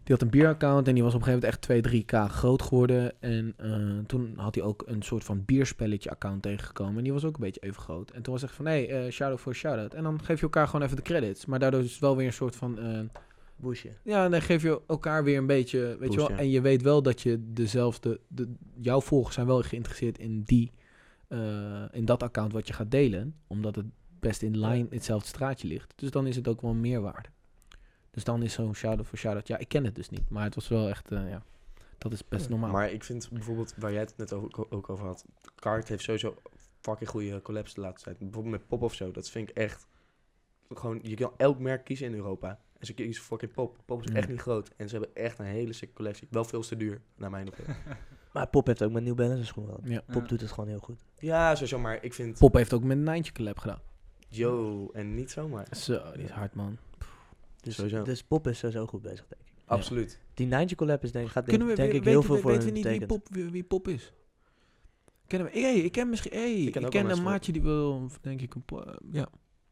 Die had een bieraccount en die was op een gegeven moment echt twee, drie k groot geworden. En uh, toen had hij ook een soort van bierspelletje account tegengekomen. En die was ook een beetje even groot. En toen was het echt van, hé, hey, uh, shout-out voor shout-out. En dan geef je elkaar gewoon even de credits. Maar daardoor is het wel weer een soort van... Uh, Boesje. ja, dan geef je elkaar weer een beetje, weet Boost, je wel. ja. En je weet wel dat je dezelfde... De, jouw volgers zijn wel geïnteresseerd in die... Uh, in dat account wat je gaat delen. Omdat het best in line hetzelfde straatje ligt. Dus dan is het ook wel meerwaarde. Dus dan is zo'n shout-out voor shout-out... Ja, ik ken het dus niet. Maar het was wel echt... Uh, ja, dat is best normaal. Maar ik vind bijvoorbeeld, waar jij het net ook, ook over had... Kaart heeft sowieso fucking goede collabs de laatste tijd. Bijvoorbeeld met Pop of zo. Dat vind ik echt... Gewoon, je kan elk merk kiezen in Europa. En ze kiezen fucking Pop. Pop is Ja. echt niet groot. En ze hebben echt een hele sick collectie. Wel veel te duur, naar mijn opinie. Maar Pop heeft ook met New Balance een schoen gehad. Ja. Pop doet het gewoon heel goed. Ja, sowieso, maar ik vind... Pop heeft ook met een Nijntje collab gedaan. Yo, en niet zomaar. Zo, die is hard, man. Dus, Sowieso. dus Pop is sowieso goed bezig, denk ik. Absoluut. Die Nijntje collab is denk, gaat denk, Kunnen we denk we- ik weten, heel veel we- voor weten hun we niet wie betekent. pop, wie, wie pop is? Kennen we... Hey, ik ken misschien... Hey, ik ken ken, ook wel een mensen maatje die wil, denk ik, een... po- uh, ja.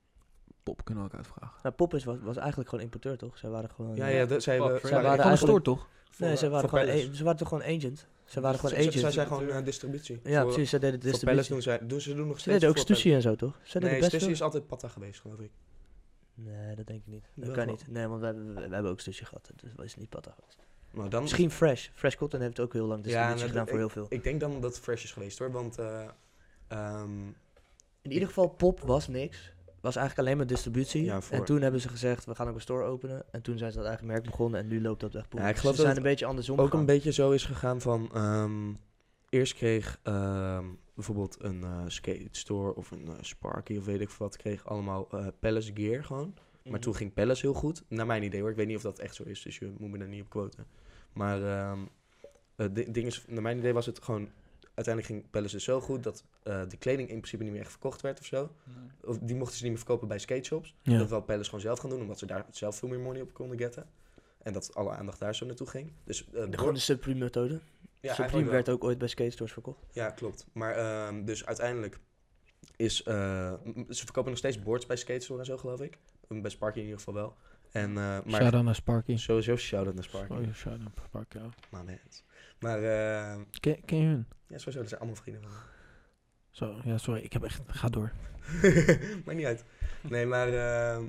Pop kunnen we ook uitvragen. Nou, Pop is, was, was eigenlijk gewoon importeur, toch? Zij waren gewoon... Ja, eh, ja, de, zij, Pop, hebben- Zij zij waren waren Van de store, eigenlijk- toch? Nee, zij waren, voor gewoon, Palace. a- ze waren toch gewoon agent? Ze waren gewoon Ze- ze- agent. Zij zijn gewoon eh, distributie. Ja, Voor- precies. Zij deden Voor Palace distributie. doen zij, doen ze doen nog Ze steeds. deden ook voor Stussy en zo, toch? Ze Palace. deden Nee, best Stussy veel. is altijd patta geweest, geloof ik. Nee, dat denk ik niet. Dat Wel kan wel. niet. Nee, want we hebben, we, we hebben ook Stussy gehad. Dus dat is niet patta geweest. Maar dan, Misschien Fresh. Fresh Cotton heeft ook heel lang Ja, distributie en gedaan dat- voor heel veel. ik denk dan dat het Fresh is geweest hoor, want eh, ehm, In ieder geval, Pop was niks. Was eigenlijk alleen maar distributie. Ja, voor- En toen hebben ze gezegd, we gaan ook een store openen. En toen zijn ze dat eigen merk begonnen. En nu loopt dat echt boem. Ja, ik Dus geloof ze dat zijn een beetje andersom ook gegaan. een beetje zo is gegaan van... ehm, eerst kreeg ehm, bijvoorbeeld een eh, skate store of een eh, Sparky of weet ik veel wat... kreeg allemaal eh Palace gear gewoon. Maar Mhm. toen ging Palace heel goed. Naar mijn idee hoor. Ik weet niet of dat echt zo is, dus je moet me daar niet op quoten. Maar ehm het di- ding is, naar mijn idee was het gewoon... Uiteindelijk ging Palace dus zo goed dat eh de kleding in principe niet meer echt verkocht werd of zo. Of die mochten ze niet meer verkopen bij skate shops. Ja. Dat wel Palace gewoon zelf gaan doen, omdat ze daar zelf veel meer money op konden getten. En dat alle aandacht daar zo naartoe ging. Dus, eh, De, Bor- gewoon de Supreme methode. ja, Supreme eigenlijk wel. werd ook ooit bij skate stores verkocht. Ja, klopt. Maar ehm, dus uiteindelijk is... eh, m- ze verkopen nog steeds boards bij skate store en zo, geloof ik. Um, bij Sparky in ieder geval wel. En, eh, maar Shout-out naar Sparky. sowieso shout-out naar Sparky. Oh, ja, shout-out naar Sparky. ja. Maar mens. Maar eh, Ken, ken je hun? ja, sowieso, dat zijn allemaal vrienden van me. Zo, ja, sorry. Ik heb echt... Ga door. Maakt niet uit. Nee, maar... ehm,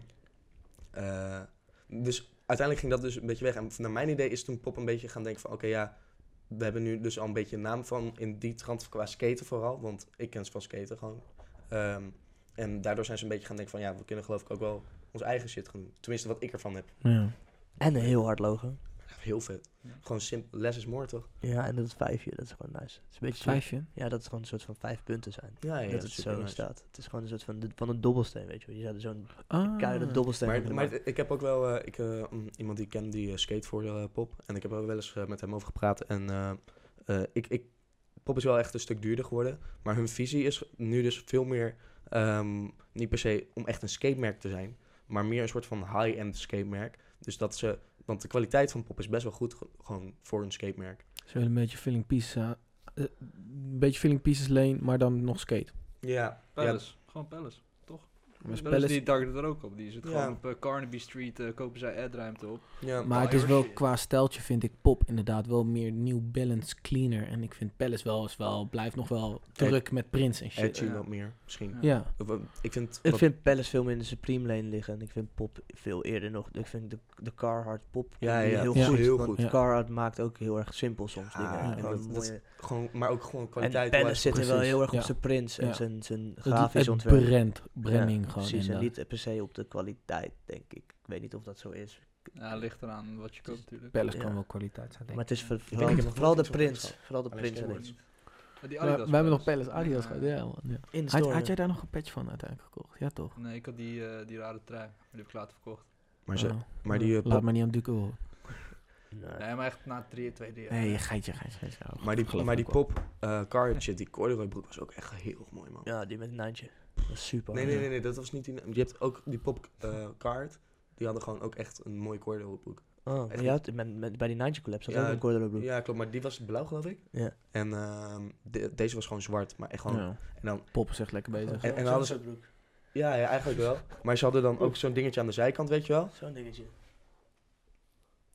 eh, dus uiteindelijk ging dat dus een beetje weg. En naar mijn idee is toen Pop een beetje gaan denken van... Oké, ja, we hebben nu dus al een beetje een naam van in die trant qua skaten vooral. Want ik ken ze van skaten gewoon. Ehm, en daardoor zijn ze een beetje gaan denken van... Ja, we kunnen geloof ik ook wel ons eigen shit gaan doen. Tenminste, wat ik ervan heb. Ja. En een heel hard logo. Ja, heel vet. Ja. Gewoon simpel. Less is more, toch? Ja, en dat is vijfje. Dat is gewoon nice. Het is een beetje zo- Vijfje? Ja, dat is gewoon een soort van vijf punten zijn. Ja, ja. dat het super zo nice. staat. Het is gewoon een soort van, de- van een dobbelsteen, weet je wel. Je zou er zo'n Ah. keiharde dobbelsteen Maar, van maar maken. ik heb ook wel eh, ik, eh, mm, iemand die ik ken die eh, skate voor de Pop. En ik heb er wel eens eh, met hem over gepraat. En eh, eh, ik, ik, Pop is wel echt een stuk duurder geworden. Maar hun visie is nu dus veel meer... ehm, niet per se om echt een skatemerk te zijn. Maar meer een soort van high-end skatemerk. Dus dat ze... Want de kwaliteit van Pop is best wel goed. ge- Gewoon voor een skatemerk. Ze willen een beetje Filling Pieces... uh, uh, een beetje Filling Pieces lane, maar dan nog skate. Ja. Palace. Gewoon Palace. Maar is Palace Palace- die target er ook op. Die zit Ja. gewoon op eh, Carnaby Street, eh, kopen zij ad-ruimte op. ja. Maar het is wel qua steltje vind ik Pop inderdaad wel meer New Balance cleaner. En ik vind Palace wel eens wel, blijft nog wel druk met prints en shit. Edgy Ja. wat meer, misschien. Ja. Of, eh, Ik vind... Ik wat- vind Palace veel meer in de Supreme lane liggen. En ik vind Pop veel eerder nog. Ik vind de, de Carhartt Pop Ja, die ja, heel ja. goed. heel want goed. Ja. Carhartt maakt ook heel erg simpel soms Ja, dingen. En gewoon een dat- mooie- Gewoon, maar ook gewoon en kwaliteit. Palace zit er wel Precies. heel erg op Ja. zijn prints en Ja. zijn, zijn Het, grafisch het ontwerp. brand, branding Ja, gewoon. precies, en inderdaad. niet per se op de kwaliteit, denk ik. Ik weet niet of dat zo is. Ja, ligt eraan wat je koopt natuurlijk. Palace Ja. kan wel kwaliteit zijn, denk Maar ik. het is voor- weet vooral, niet, de, ik heb nog vooral de nooit iets van prints. Palace Vooral de Alleen prints. skateboards. alleen. Maar die We, Adidas we hebben nog Palace. Palace Adidas Ja. gehad, ja man. Ja. In de Had, store. had jij daar nog een patch van uiteindelijk gekocht? Ja toch? Nee, ik had die, eh, die rare trui. Maar die heb ik later verkocht. Maar, ze, Oh. maar die, eh, Laat Pop- maar niet aan Duco horen. Nee. Nee, maar echt na drie, twee, drie jaar. Nee, geitje, geitje, geitje. Oh, maar die, geloof maar me die ook wel. Pop uh, card shit, die corduroy broek was ook echt heel erg mooi, man. Ja, die met een Nijntje. Dat is super. Nee, hard. nee, nee, nee, dat was niet die... Je hebt ook die Pop uh, card, die hadden gewoon ook echt een mooie corduroy broek. Oh, Echt ja, had- met, met, bij die Nijntje collab zat Ja, ook een corduroy broek. Ja, klopt, maar die was blauw, geloof ik. Ja. En ehm, de- deze was gewoon zwart, maar echt gewoon... Ja. En dan, Pop is echt lekker bezig. En- en dan hadden ze- ja, ja, eigenlijk wel. Maar ze hadden dan ook zo'n dingetje aan de zijkant, weet je wel? Zo'n dingetje. Nee.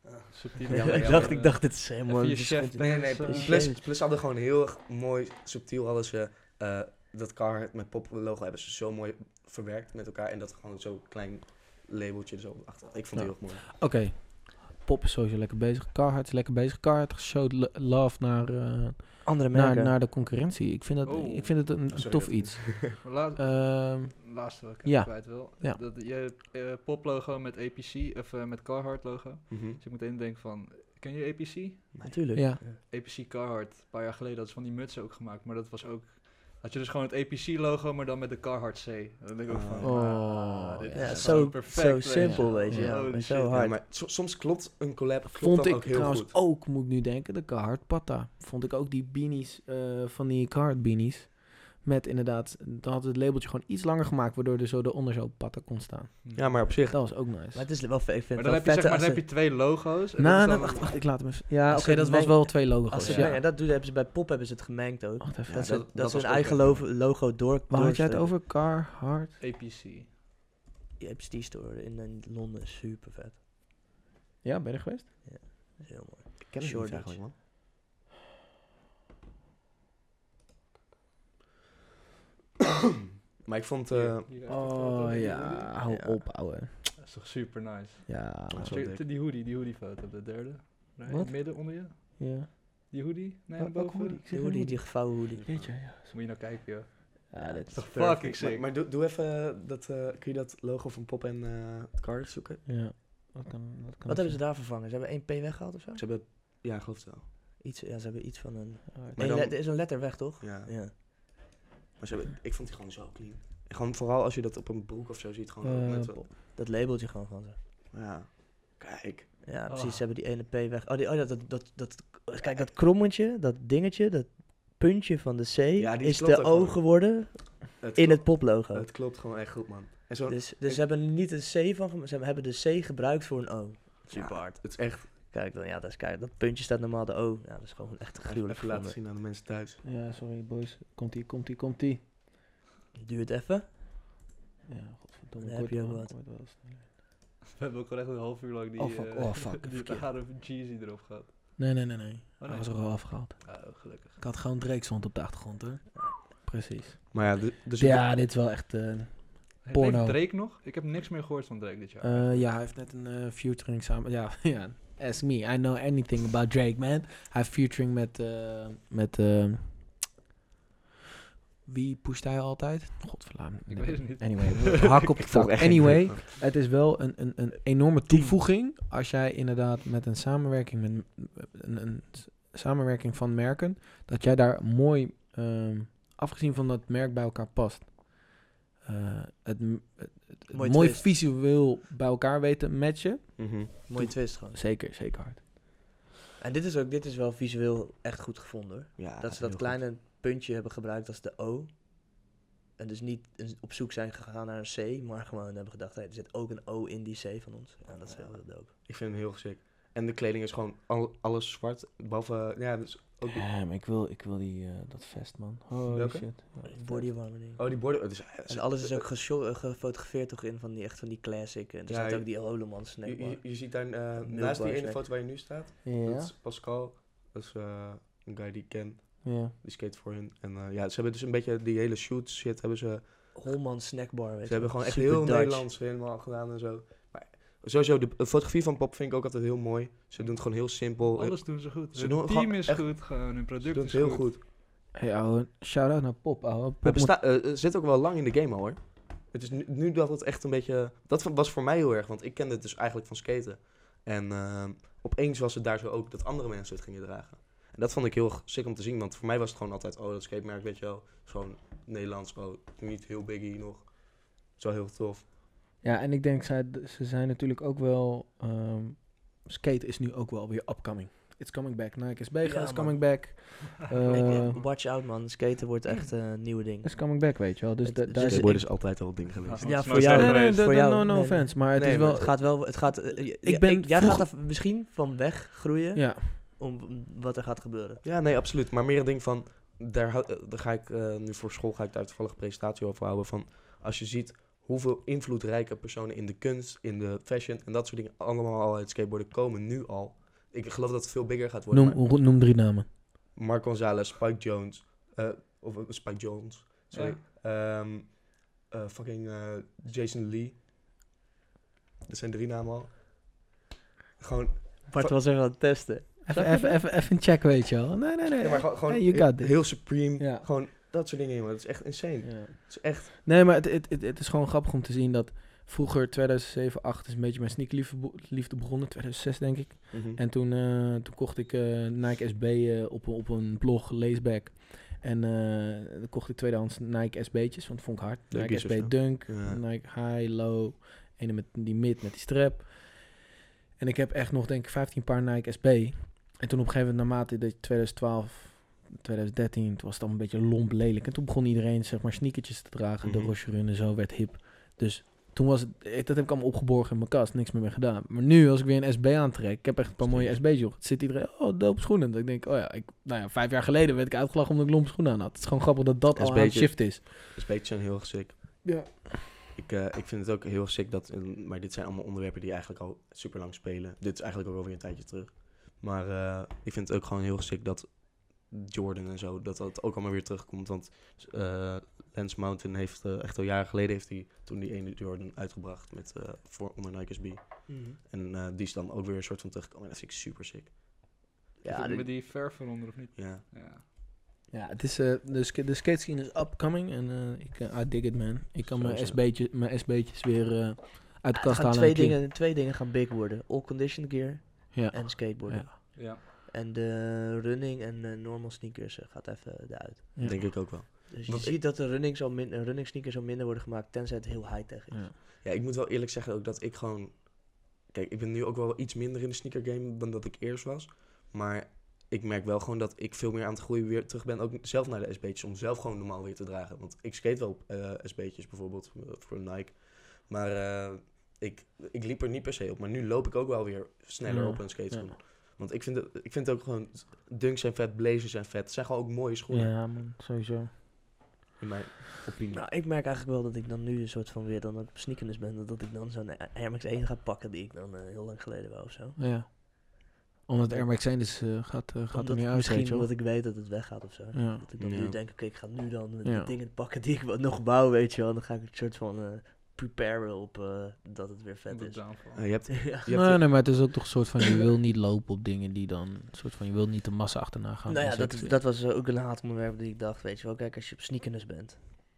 Subtiele Ja, maar ik, ja, dacht, maar, ik dacht, dit is helemaal... even je dit is chef goed. Nee, nee, Zo. plus, plus, plus ze hadden gewoon heel erg mooi, subtiel hadden ze uh, dat Carhartt met Pop logo hebben ze zo mooi verwerkt met elkaar. En dat gewoon zo'n klein labeltje er zo achter. Ik vond het Ja. heel erg mooi. Oké. Okay. Pop is sowieso lekker bezig. Carhartt is lekker bezig. Carhartt showed lo- love naar, uh, Andere naar, merken. naar de concurrentie. Ik vind, dat, Oh. ik vind het een Oh, sorry, tof dat- iets. Laat, Ehm laatste wat ik ja. even kwijt wil. Ja. Dat, je uh, poplogo met A P C, of uh, met Carhartt logo. Mhm. Dus ik meteen denk van, ken je A P C? Natuurlijk. ja. A P C Carhartt, een paar jaar geleden, dat is van die mutsen ook gemaakt. Maar dat was ook, had je dus gewoon het A P C logo, maar dan met de Carhartt C. Dan denk ik ook van, Oh, ah, dit ja, is zo- gewoon perfect. zo weet je. simpel, weet je, ja, Holy maar shit. zo Ja, hard. maar so- soms klopt een collab klopt Vond dan ik ook heel trouwens goed. ook, moet ik nu denken, de Carhartt Patta. Vond ik ook die beanies, uh, van die Carhartt beanies. Met inderdaad, dan had het labeltje gewoon iets langer gemaakt, waardoor er zo eronder zo Patta kon staan. Ja, maar op zich. Dat was ook nice. Maar het is wel vet. Ik vind Maar dan het heb wel je, zeg maar, vet dan heb je twee logo's. en dat Nou, is nou, dan- wacht, wacht, ik laat hem even. Ja, Als oké, ze dat het was mengen- wel twee logo's. Als ze, ja. ja. dat doen, hebben ze bij Pop hebben ze het gemengd ook. Wacht even. dat Ja, ze, dat- dat dat ze was hun ook eigen echt logo, logo door. Waar had jij het doorsteken. over? Carhartt? A P C. Die H D store in, in Londen is super vet. Ja, ben je er geweest? Dat is heel mooi. Ik ken het niet Shoreditch. eigenlijk, man. Maar ik vond... eh, Hier, hier heb je een foto Oh van die ja, hoodie. hou Ja. op, ouwe. Dat is toch super nice. Ja, Dat is Check wel dik. Die hoodie, die hoodie foto, de derde. Nee, Wat? midden onder je. ja. Die hoodie? Nee, Welke boven. hoodie? Ik Die zeg hoodie, een die gevouwen hoodie. Weet je, ja. Dus moet je nou kijken, joh. Ja, dit Dat is is toch perfect. fucking sick. Maar, maar doe, doe even dat... eh, kun je dat logo van Pop en uh, Carhartt zoeken? Ja. Wat, kan, wat, kan Wat hebben ze daar vervangen? Ze hebben één P weggehaald of zo? Ze hebben... Ja, ik geloof het wel. Iets, ja, ze hebben iets van een... daar? Maar Eén dan- let- er is een letter weg, toch? Ja. Ja. Maar ze hebben, ik vond die gewoon zo clean. En gewoon vooral als je dat op een broek of zo ziet. Gewoon Eh, met zo, Dat labeltje gewoon van ze. ja. Kijk. Ja, Oh. precies. Ze hebben die ene P weg. Oh, die, oh dat, dat, dat, dat, kijk, dat krommetje, dat dingetje, dat puntje van de C Ja, die is klopt de ook O gewoon. geworden Het in klopt- het poplogo. Het klopt gewoon echt goed, man. En zo, Dus, dus ze hebben er niet een C van gemaakt, ze hebben de C gebruikt voor een O. Super ja, hard. Het is echt... Kijk dan, ja, dat, is, kijk, dat puntje staat normaal de O. Ja, dat is gewoon echt Even, gruwelijk even laten gevonden. zien aan de mensen thuis. Ja, sorry boys. Komt-ie, komt-ie, komt-ie. Duurt even. Ja, godverdomme. Dan heb je kort ook wel, wat. kort wel snel. We hebben ook gewoon echt een half uur lang die, Oh, fuck. eh, Oh, fuck. die Verkeerd. rare Jeezy erop gehad. Nee, nee, nee, nee. Oh, Hij nee. was er al afgehaald. Oh, gelukkig. Ik had gewoon Drake stond op de achtergrond, hoor. Precies. Maar ja, de- dus... Ja, dit is wel echt... eh, Hey, Porno. leeft Drake nog? Ik heb niks meer gehoord van Drake dit jaar. eh, ja, hij heeft net een eh, featuring samen... Ja, ja. Ask me. I know anything about Drake, man. Hij heeft featuring met... eh, met eh, wie pusht hij altijd? Godverlaam. Ik weet het niet. Anyway, hak op de Ik volg tak. echt geen Anyway, Drake, het is wel een, een, een enorme toevoeging als jij inderdaad met een samenwerking met een, een s- samenwerking van merken, dat jij daar mooi, ehm, afgezien van dat het merk bij elkaar past, eh, het, m- het, het- het Mooi mooi twist. visueel bij elkaar weten matchen. Mhm. Mooie twist gewoon. Zeker, zeker hard. En dit is ook, dit is wel visueel echt goed gevonden hoor. Ja, Dat ze dat heel kleine puntje hebben gebruikt als de O. En dus niet een- op zoek zijn gegaan naar een C, maar gewoon hebben gedacht, hey, er zit ook een O in die C van ons. Ja, dat is Ja. heel dope. goed. Ik vind hem heel sick. En de kleding is gewoon al, alles zwart. Behalve... Ja, dus ook die, Ja, maar ik wil, ik wil die, eh, dat vest, man. Holy Welke? shit. Ja, vet. Bodywarmer ding. oh, die borden... het is- En alles is ook gesho- eh, gefotografeerd toch in van die echt van die classic. En er Ja, staat je- ook die Holoman je, snackbar. je, je ziet daar eh, Milk naast die bar ene snack. foto waar je nu staat. Ja, Dat is Pascal. Dat is eh, een guy die ik ken. ja. Die skate voor hun. En eh, ja, ze hebben dus een beetje die hele shoot shit hebben ze... Holman snackbar, weet Ze hebben gewoon echt Super heel Dutch. Nederlands helemaal gedaan en zo. Maar sowieso, de, de fotografie van Pop vind ik ook altijd heel mooi. Ze doen het gewoon heel simpel. Alles doen ze goed. Ze Hun doen team gewoon is echt- goed, gewoon hun Ze product doen is het heel goed. goed. Hey, ouwe, shout-out naar Pop, ouwe. Pop Het moet- besta- eh, het zit ook wel lang in de game al hoor. Het is nu, nu dat het echt een beetje... Dat was voor mij heel erg, want ik kende het dus eigenlijk van skaten. En eh, opeens was het daar zo ook dat andere mensen het gingen dragen. En dat vond ik heel sick om te zien, want voor mij was het gewoon altijd... Oh, dat skatemerk, weet je wel. Is gewoon Nederlands, oh, niet heel biggie nog. Zo heel tof. Ja, en ik denk, zij, ze zijn natuurlijk ook wel... ehm skate is nu ook wel weer upcoming. It's coming back. Nike is bezig, Ja, it's man. coming back. Eh, Ik- watch out man, skaten wordt echt eh, een nieuwe ding. it's coming back, weet je wel. Dus Het- da- het daar is- zit... Skateboard is altijd al een ding geweest. Ja, Ja, het is voor nooit jou. zo Nee, nee, geweest. nee, Voor no, jou. no, no Nee, nee. offense. Maar het Nee, is maar wel... het gaat wel, het gaat, eh, je- Ik ben ik- jij vroeg- gaat er misschien van weggroeien Ja, om wat er gaat gebeuren. Ja, nee, absoluut. Maar meer een ding van, daar, hou- eh, daar ga ik eh, nu voor school ga ik daar toevallig een presentatie over houden van, als je ziet hoeveel invloedrijke personen in de kunst, in de fashion en dat soort dingen allemaal al uit skateboarden komen nu al. Ik geloof dat het veel bigger gaat worden. Noem, maar hoe- noem drie namen. Mark Gonzalez, Spike Jones, eh, of uh, Spike Jones, sorry. Ehm, eh, fucking eh, Jason Lee. Dat zijn drie namen al. Gewoon, Bart was even aan het testen. Even, even, even, even een check, weet je wel. Nee, nee, nee. ja, maar gewoon, gewoon Hey, you heel, got this. heel Supreme. Ja. Gewoon dat soort dingen, jongen. Dat is echt insane. Ja. Het is echt... Nee, maar het, het, het, het is gewoon grappig om te zien dat vroeger tweeduizend zeven, twaalf is een beetje mijn sneakerliefde be- liefde begonnen. tweeduizend zes denk ik. Mhm. En toen, eh, toen kocht ik eh, Nike S B eh, op, op een blog, Laceback. En eh, dan kocht ik tweedehands Nike S B'tjes, want dat vond ik hard. Nike Dunkies S of B zo. Dunk, Ja. Nike High, Low. Ene met die mid met die strap. En ik heb echt nog denk ik vijftien paar Nike S B. En toen op een gegeven moment, naarmate dat tweeduizend twaalf, tweeduizend dertien, toen was het allemaal een beetje lomp lelijk. En toen begon iedereen zeg maar sneakertjes te dragen. De Mhm. Rocherun en zo werd hip. Dus toen was het, ik- dat heb ik allemaal opgeborgen in mijn kast, niks meer mee gedaan. Maar nu, als ik weer een S B aantrek, ik heb echt een paar mooie S B's, joh. Het zit iedereen, oh, dope schoenen. Dat ik denk, oh ja, ik, nou ja, vijf jaar geleden werd ik uitgelachen omdat ik lompe schoenen aan had. Het is gewoon grappig dat dat al aan het SB'tjes. shift is. Dus beetje zijn heel erg sick. Ja. Ik, eh, ik vind het ook heel erg sick dat... eh, maar dit zijn allemaal onderwerpen die eigenlijk al super lang spelen. Dit is eigenlijk ook alweer een tijdje terug. Maar eh, ik vind het ook gewoon heel erg sick dat Jordan en zo, dat dat ook allemaal weer terugkomt. Want eh Lance Mountain heeft eh, echt al jaren geleden heeft hij toen die ene Jordan uitgebracht met eh, voor onder Nike S B. En eh, die is dan ook weer een soort van teruggekomen. En dat vind ik super sick. Ja, Ja, dit- met die verf eronder of niet? Ja. Ja. Ja, het is, eh, de, sk- de skate scene is upcoming en eh, ik eh, I dig it, man. Ik kan mijn Sowieso. S B'tjes, mijn S B'tjes weer eh, uit de Er kast gaan halen. twee en clean. dingen, twee dingen gaan big worden. All-conditioned gear Ja. en skateboarden. Ja. Ja. En de running en eh, normal sneakers eh, gaat even eruit. Ja. Denk ik ook wel. Dus je Want ziet dat de running, zal min, eh, running sneakers zal minder worden gemaakt, tenzij het heel high-tech is. Ja. Ja, ik moet wel eerlijk zeggen ook dat ik gewoon... Kijk, ik ben nu ook wel iets minder in de sneaker game dan dat ik eerst was. Maar ik merk wel gewoon dat ik veel meer aan het groeien weer terug ben. Ook zelf naar de S B'tjes, om zelf gewoon normaal weer te dragen. Want ik skate wel op eh, S B'tjes bijvoorbeeld, eh, voor Nike. Maar eh, ik, ik liep er niet per se op. Maar nu loop ik ook wel weer sneller Ja, op een skateschoen. ja. Want ik vind, het, ik vind het ook gewoon... Dunks zijn vet, blazers zijn vet. Het zijn gewoon ook mooie schoenen, Ja, man, sowieso. in mijn opinie. Nou, ik merk eigenlijk wel dat ik dan nu een soort van weer dan ook op sneakers ben. Dat, dat ik dan zo'n Air Max één ga pakken die ik dan eh, heel lang geleden wou of zo. Ja. Omdat Air Max één dus eh, gaat, eh, gaat er Omdat meer uit, misschien weet je wel. omdat ik weet dat het weggaat of zo. Ja. Dat ik dan Ja. nu denk, oké, ik ga nu dan Ja. de dingen pakken die ik wat nog bouw, weet je wel. Dan ga ik een soort van eh preparen op eh, dat het weer vet De is. downfall. Eh, je hebt, Ja. je hebt Nee, nee, maar het is ook toch een soort van, je wil niet lopen op dingen die dan, een soort van, je wil niet de massa achterna gaan. Nou ja, Dus dat, ik- is- dat was eh, ook een haatonderwerp die ik dacht, weet je wel. Kijk, als je op sneakers bent,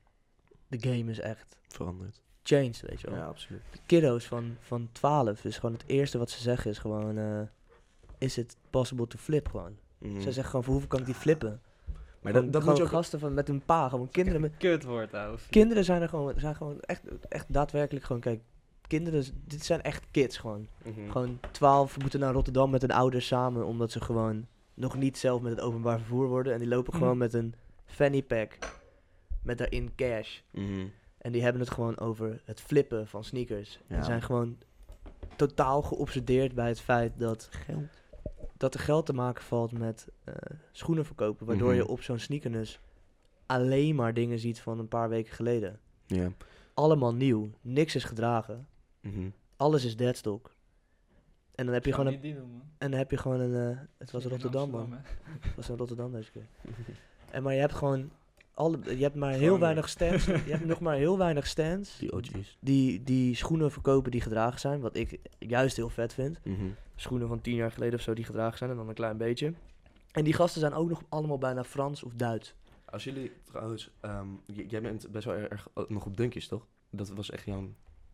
de game is echt veranderd. changed, weet je wel. Ja, absoluut. De kiddo's van, van twaalf is gewoon het eerste wat ze zeggen is gewoon, eh, is it possible to flip gewoon. Mhm. Ze zeggen gewoon, voor hoeveel kan ik die flippen? Maar Gewoon- dat, dat gewoon moet je ook... gasten van, met een pa, gewoon kinderen met... Kut wordt, ouwe. Kinderen zijn er gewoon, zijn gewoon echt, echt daadwerkelijk gewoon, kijk, kinderen, dit zijn echt kids gewoon. Mhm. Gewoon twaalf moeten naar Rotterdam met hun ouders samen, omdat ze gewoon nog niet zelf met het openbaar vervoer worden. En die lopen Mhm. gewoon met een fanny pack, met daarin cash. Mhm. En die hebben het gewoon over het flippen van sneakers. Ja. En zijn gewoon totaal geobsedeerd bij het feit dat, dat er geld te maken valt met eh, schoenen verkopen. Waardoor Mhm. je op zo'n sneakernus alleen maar dingen ziet van een paar weken geleden. Ja. Allemaal nieuw. Niks is gedragen. Mhm. Alles is deadstock. En dan heb je Gaan we gewoon een, niet die doen, man. en dan heb je gewoon een, eh, het was In Rotterdam, man. Amsterdam, hè. Het was in Rotterdam deze keer. En maar je hebt gewoon alle, je hebt maar heel Gewoon weinig stands. Je hebt nog maar heel weinig stands Die O G's. die, die schoenen verkopen die gedragen zijn. Wat ik juist heel vet vind. Mhm. Schoenen van tien jaar geleden of zo die gedragen zijn en dan een klein beetje. En die gasten zijn ook nog allemaal bijna Frans of Duits. Als jullie trouwens... ehm, j- jij bent best wel erg eh, nog op Dunkjes, toch? Dat was echt jouw...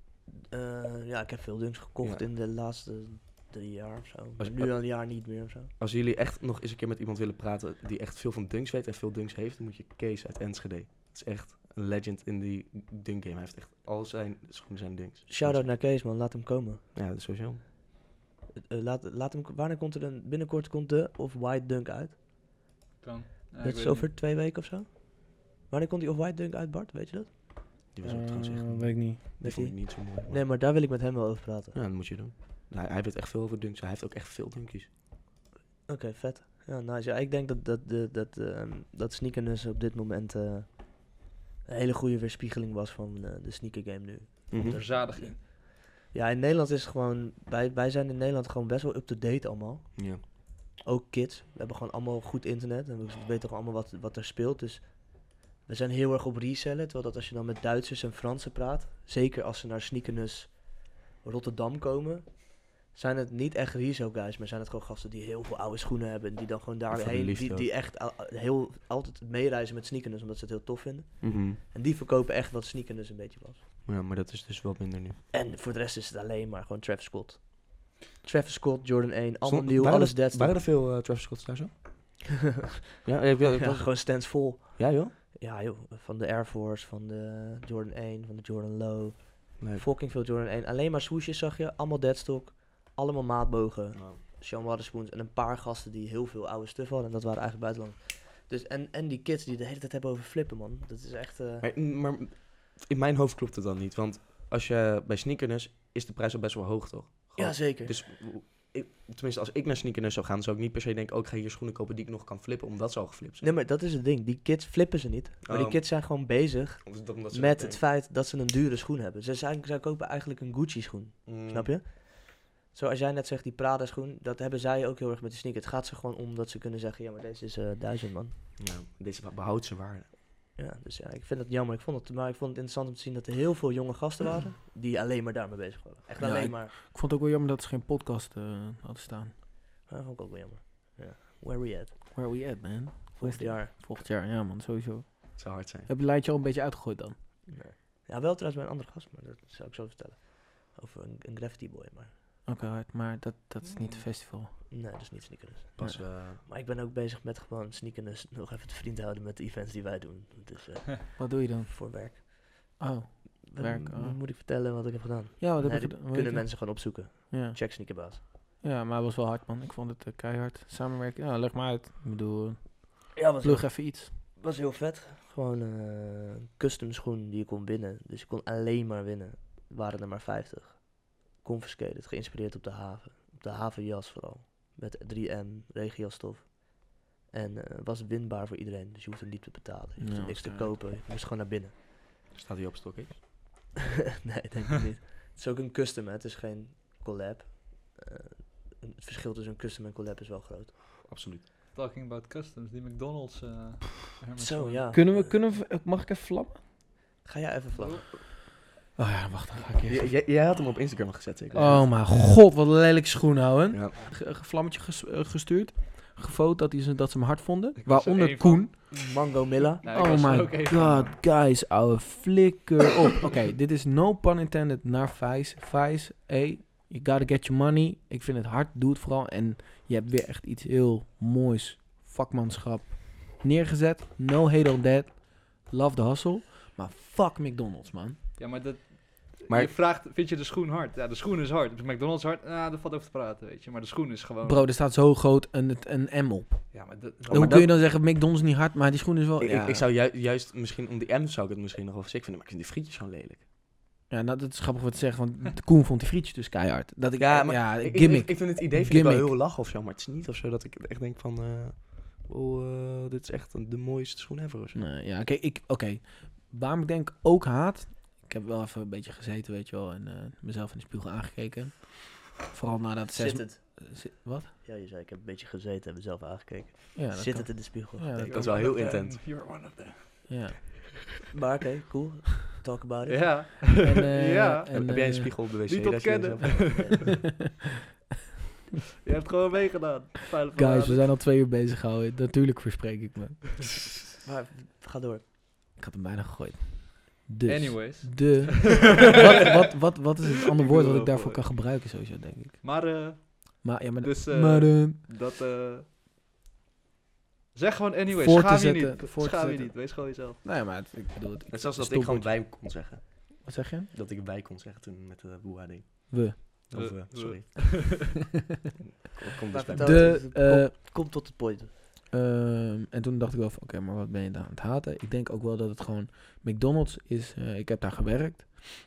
Eh, ja, ik heb veel dunks gekocht Ja. in de laatste drie jaar of zo. Maar Als- nu al een jaar niet meer of zo. Als jullie echt nog eens een keer met iemand willen praten die echt veel van Dunks weet en veel Dunks heeft, dan moet je Kees uit Enschede. Het is echt een legend in die Dunk game. Hij heeft echt al zijn schoenen zijn Dunks. Shout-out naar Kees, man. Laat hem komen. Ja, dat is sowieso. Eh, eh, laat, laat hem, wanneer komt er een, binnenkort komt de Off-White Dunk uit? Kan. Ja, ik dat weet is over niet. twee weken of zo? Wanneer komt die Off-White Dunk uit, Bart? Weet je dat? Die was ook trouwens echt... Eh, weet ik niet. Die Weet vond je? ik niet zo mooi. maar- Nee, maar daar wil ik met hem wel over praten. Ja, dat moet je doen. Nou, hij weet echt veel over Dunks. Hij heeft ook echt veel Dunkies. Oké, vet. Ja, nice. Ja, ik denk dat, dat, de, dat, ehm, dat sneakerness op dit moment... eh, een hele goede weerspiegeling was van uh, de sneaker game nu. Mhm. Verzadiging. Ja, in Nederland is het gewoon... Wij, wij zijn in Nederland gewoon best wel up-to-date allemaal. Ja. Ook kids. We hebben gewoon allemaal goed internet. En we weten gewoon allemaal wat, wat er speelt. Dus we zijn heel erg op resellen. Terwijl dat als je dan met Duitsers en Fransen praat... Zeker als ze naar Sneakerness Rotterdam komen... Zijn het niet echt resale guys, maar zijn het gewoon gasten die heel veel oude schoenen hebben. En die dan gewoon Voor de daarheen... liefde Die, ook. die echt al- heel, altijd meereizen met Sneakerness. Omdat ze het heel tof vinden. Mhm. En die verkopen echt wat Sneakerness een beetje was. Ja, maar dat is dus wel minder nu. En voor de rest is het alleen maar gewoon Travis Scott. Travis Scott, Jordan één, allemaal Stond- nieuw, waren alles er- dead. Waren er veel uh, Travis Scott's daar zo? ja, ik, ik, Ja, gewoon stands vol. ja, joh. Ja joh, van de Air Force, van de Jordan één, van de Jordan Low. Nee. Fucking veel Jordan één. Alleen maar swooshes zag je, allemaal deadstock. Allemaal maatbogen, Nou. Sean Waterspoons en een paar gasten die heel veel oude stuff hadden. En dat waren eigenlijk buitenlanders. Dus en, en die kids die de hele tijd hebben over flippen, man. Dat is echt... eh, Maar, maar in mijn hoofd klopt het dan niet. Want als je bij Sneakerness is de prijs al best wel hoog, toch? Gewoon- ja, zeker. Dus ik, tenminste, als ik naar Sneakerness zou gaan, zou ik niet per se denken... ook ik ga hier schoenen kopen die ik nog kan flippen, omdat ze al geflipt zijn. Nee, maar dat is het ding. Die kids flippen ze niet. Maar die Oh. kids zijn gewoon bezig Omdat- omdat ze met dat het feit dat ze een dure schoen hebben. Ze, zijn, zij kopen eigenlijk een Gucci schoen. denken. Mm. Snap je? Zoals jij net zegt, die Prada schoen, dat hebben zij ook heel erg met de sneaker. Het gaat ze gewoon om dat ze kunnen zeggen, ja, maar deze is eh duizend man. Ja, deze behoudt zijn waarde. Ja, dus ja, ik vind het jammer. Ik vond het, maar ik vond het interessant om te zien dat er heel veel jonge gasten waren die alleen maar daarmee bezig waren. Echt Ja, alleen ik- maar. Ik vond het ook wel jammer dat ze geen podcast uh, hadden staan. Ja, dat vond ik ook wel jammer. Ja. Where we at? Where we at, man? Volgend jaar. Volgend jaar, ja man, sowieso. Het zou hard zijn. Heb je het lijntje al een beetje uitgegooid dan? Nee. Ja, wel trouwens bij een andere gast, maar dat zou ik zo vertellen. Over een, een graffiti boy, maar Oké, hard, maar dat, dat is niet een festival. nee, dat is niet sneakers. Pas, Ja. eh, Maar ik ben ook bezig met gewoon sneakers nog even te vriend houden met de events die wij doen. Dus eh, Wat doe je dan? voor werk. Oh, Dan Werk, oh. moet ik vertellen wat ik heb gedaan. ja, wat Nee, heb je dat gedaan? kunnen mensen gewoon opzoeken. Ja. Check Sneakerbaas. ja, maar het was wel hard man. Ik vond het uh, keihard. Samenwerken, ja, leg maar uit. Ik bedoel, uh, Ja, was, plug even iets. was heel vet. Gewoon eh, een custom schoen die je kon winnen. Dus je kon alleen maar winnen. Er waren er maar vijftig. Confiscated, geïnspireerd op de haven. Op de havenjas vooral. Met drie M, regiastof. En eh, was winbaar voor iedereen. Dus je hoefde niet te betalen. Je hoefde Ja, niks te sterk. kopen. Je moest gewoon naar binnen. staat hij op StockX? Nee, denk ik niet. Het is ook een custom, hè. Het is geen collab. Eh, het verschil tussen een custom en collab is wel groot. Absoluut. Talking about customs, die McDonald's. eh Hermes Zo, gewoon. ja. Kunnen we, kunnen we, mag ik even flammen? Ga jij even vlaggen? Oh ja, wacht, dan ga ik J- eerst. jij- jij had hem op Instagram gezet, zeker? Oh mijn god, wat een lelijk schoen houden. Ja. Ge- ge- Vlammetje ges- eh, gestuurd. Gefoto dat, die ze, dat ze hem hard vonden. Ik was er Waaronder één van. Koen. Mango Milla. Nou, ik was Oh er my ook even god, van. guys, ouwe flikker op. Oké, dit is no pun intended naar Vice. Vice, hey, you gotta get your money. Ik vind het hard, doe het vooral. En je hebt weer echt iets heel moois, vakmanschap neergezet. No hate on that. Love the hustle. Maar fuck McDonald's, man. Ja, maar dat... Maar- je vraagt, vind je de schoen hard? Ja, de schoen is hard. Is McDonald's hard? Nou, daar valt over te praten, weet je. Maar de schoen is gewoon... Bro, er staat zo groot een, een M op. Ja, maar dat... Hoe maar kun je dat- dan zeggen, McDonald's niet hard, maar die schoen is wel... Ik, ja. ik, ik zou ju- juist misschien, om die M zou ik het misschien nog wel sick vinden, maar ik vind die frietjes zo lelijk. Ja, nou, dat is grappig wat te zeggen, want de Koen vond die frietjes dus keihard. Dat ik, ja, maar ja Ik, ik, gimmick. ik, ik vind het idee vind ik wel Gimmick. heel lach of zo, maar het is niet of zo dat ik echt denk van, eh, oh, eh, dit is echt een- de mooiste schoen ever of zo. Nee, ja, kijk, ik, oké. Waarom ik denk ook haat. Ik heb wel even een beetje gezeten, weet je wel, en eh, mezelf in de spiegel aangekeken. Vooral nadat zes... Zit het? eh, zi- wat? Ja, je zei ik heb een beetje gezeten en mezelf aangekeken. Ja, dat Zit kan. het in de spiegel? Ja, dat Dat is wel heel intens. You're one of them. Ja. Maar oké, cool. Talk about it. Ja. En, eh, Ja. en, Heb jij een eh, spiegel op de wc? niet dat je ontkennen. zelf- Je hebt gewoon meegedaan. Vuile Guys, we verrader. zijn al twee uur bezig gehouden. Natuurlijk verspreek ik me. Maar ga door. Ik had hem bijna gegooid. Dus. Anyways. De. wat, wat, wat, wat is het andere woord dat ik daarvoor kan gebruiken, sowieso, denk ik. Maar, eh, Maar, ja, maar, dus, eh, maar eh, dat, eh zeg gewoon anyways. Voor te Schaam je zetten, niet. voor te Schaam je zetten. niet. Wees gewoon jezelf. nee, maar het, ik bedoel het. Net zoals dat ik stop gewoon het. wij kon zeggen. Wat zeg je? Dat ik wij kon zeggen toen met de boeha ding. We. Of, We- eh, we. sorry. Kom dus bij Laat me. het De, houden. eh, Kom, kom tot het point. Ehm, en toen dacht ik wel van, oké, maar wat ben je dan aan het haten? Ik denk ook wel dat het gewoon... McDonald's is... eh, ik heb daar gewerkt.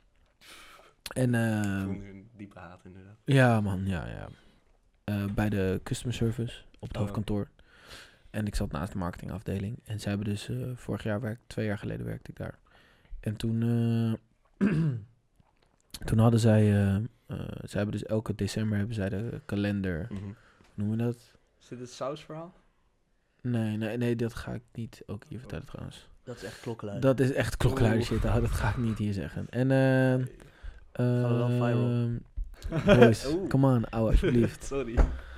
En... Ik ehm, voel nu een diepe haat inderdaad. ja, man, ja, ja. Eh, bij de customer service op het Oh. hoofdkantoor. En ik zat naast de marketingafdeling. En zij hebben dus... eh, vorig jaar werkt, twee jaar geleden werkte ik daar. En toen, uh, toen hadden zij, uh, uh, ze hebben dus elke december hebben zij de kalender, Mhm. hoe noemen we dat? Is dit het sausverhaal? Nee, nee, nee, dat ga ik niet ook hier vertellen trouwens. Dat is echt klokkenluid. Dat is echt klokluider Oeh. shit, dat dat ga ik niet hier zeggen. En eh... Uh, Gaan we wel viral. boys, Oeh. come on, ouwe, alsjeblieft. Sorry.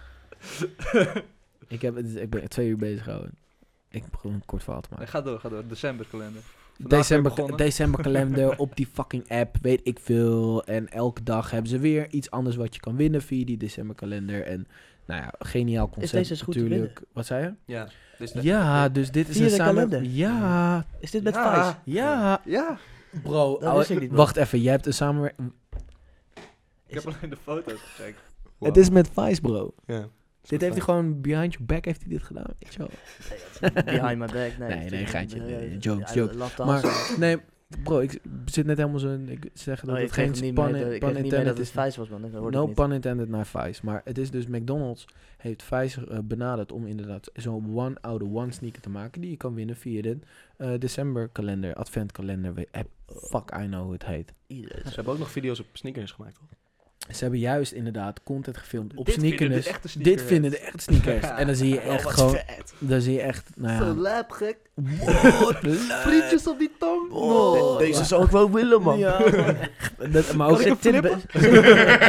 ik, heb, het is- ik ben twee uur bezig gehouden. Ik heb gewoon een kort verhaal te Nee, maken. ga door, ga door. Decemberkalender. Vandaag weer December, begonnen. decemberkalender op die fucking app, weet ik veel. En elke dag hebben ze weer iets anders wat je kan winnen via die decemberkalender. En nou ja, geniaal concept deze eens goed te natuurlijk. Wat zei je? Ja. Dus de- Ja, dus dit is Via een de samen... kalender? Ja, Is dit met Ja. Vice? ja. Ja. Bro, Dat ouwe, wist ik niet, bro. wacht even. Jij hebt een samenwerking... Ik heb alleen de foto's gecheckt. Wow. Het is met Vice, bro. Ja. Dit heeft hij gewoon behind your back heeft hij dit gedaan, weet je wel. Nee, dat is behind my back. Nee, Nee, dat nee, is- geintje, eh, nee, eh, jokes, I jokes. love Maar- dansen. Nee, bro, ik zit net helemaal zo... Ik zeg dat Oh, het ik kreeg geen niet pun, mee dat- ik pun kreeg niet mee dat intended het is. Vice was, man. Dat hoorde No ik niet. pun intended naar Vice. Maar het is dus McDonald's heeft Vice uh, benaderd om inderdaad zo'n one out of one sneaker te maken die je kan winnen via de uh, decemberkalender, adventkalender. we- eh, Fuck, I know hoe het heet. Iedereen. Ze hebben ook nog video's op sneakers gemaakt, toch? Ze hebben juist inderdaad content gefilmd op Dit vinden de sneakers. echte Dit sneakerheads. vinden de echte sneakers. En dan zie je Oh, echt wat gewoon... vet. Dan zie je echt, nou Zo ja... lijp gek. What? Frietjes op die tong. Oh, Deze ja. zou ik wel willen, man. Ja, man. Dat, maar ook, Kan ik Zit hem dit flippen?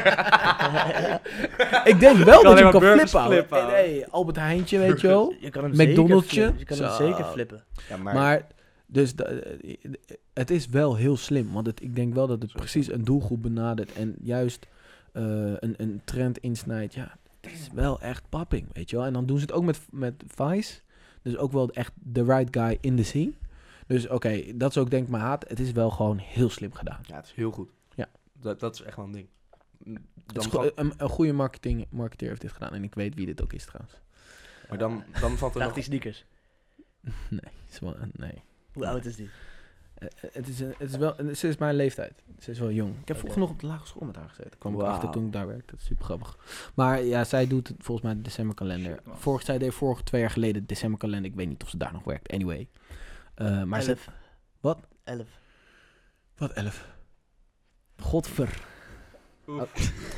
be- ik denk wel Kan dat je alleen hem kan maar burgers flippen, ouwe. flippen, Hey, hey, Albert Heijntje, weet je wel. Je kan hem McDonald'sje. zeker flippen. Je kan hem Zo. zeker flippen. Ja, maar... Maar, dus da- eh, het is wel heel slim. Want het, ik denk wel dat het precies een doelgroep benadert. En juist eh, een, een trend insnijdt. Ja, het is wel echt popping, weet je wel. En dan doen ze het ook met, met Vice. Dus ook wel echt the right guy in the scene. Dus oké, dat is ook denk ik mijn haat. Het is wel gewoon heel slim gedaan. Ja, het is heel goed. Ja. Dat, dat is echt wel een ding. Het Dan is van- go- een, een goede marketing, marketeer heeft dit gedaan. En ik weet wie dit ook is trouwens. maar dan, dan valt er Draagt nog... die sneakers. Nee, is wel, nee. Hoe oud is die? Eh, eh, het, is, een- het is wel, ze is mijn leeftijd. Ze is wel jong. Ik heb Oké. vroeger nog op de lagere school met haar gezeten. Kwam ik Wauw. achter toen ik daar werkte. Dat is super grappig. Maar ja, zij doet het volgens mij de decemberkalender. Shit, man. Vorig, zij deed vorig twee jaar geleden de decemberkalender. Ik weet niet of ze daar nog werkt. Anyway. Eh, maar ze... Elf. Wat? Elf. Wat elf? Godver. Oef.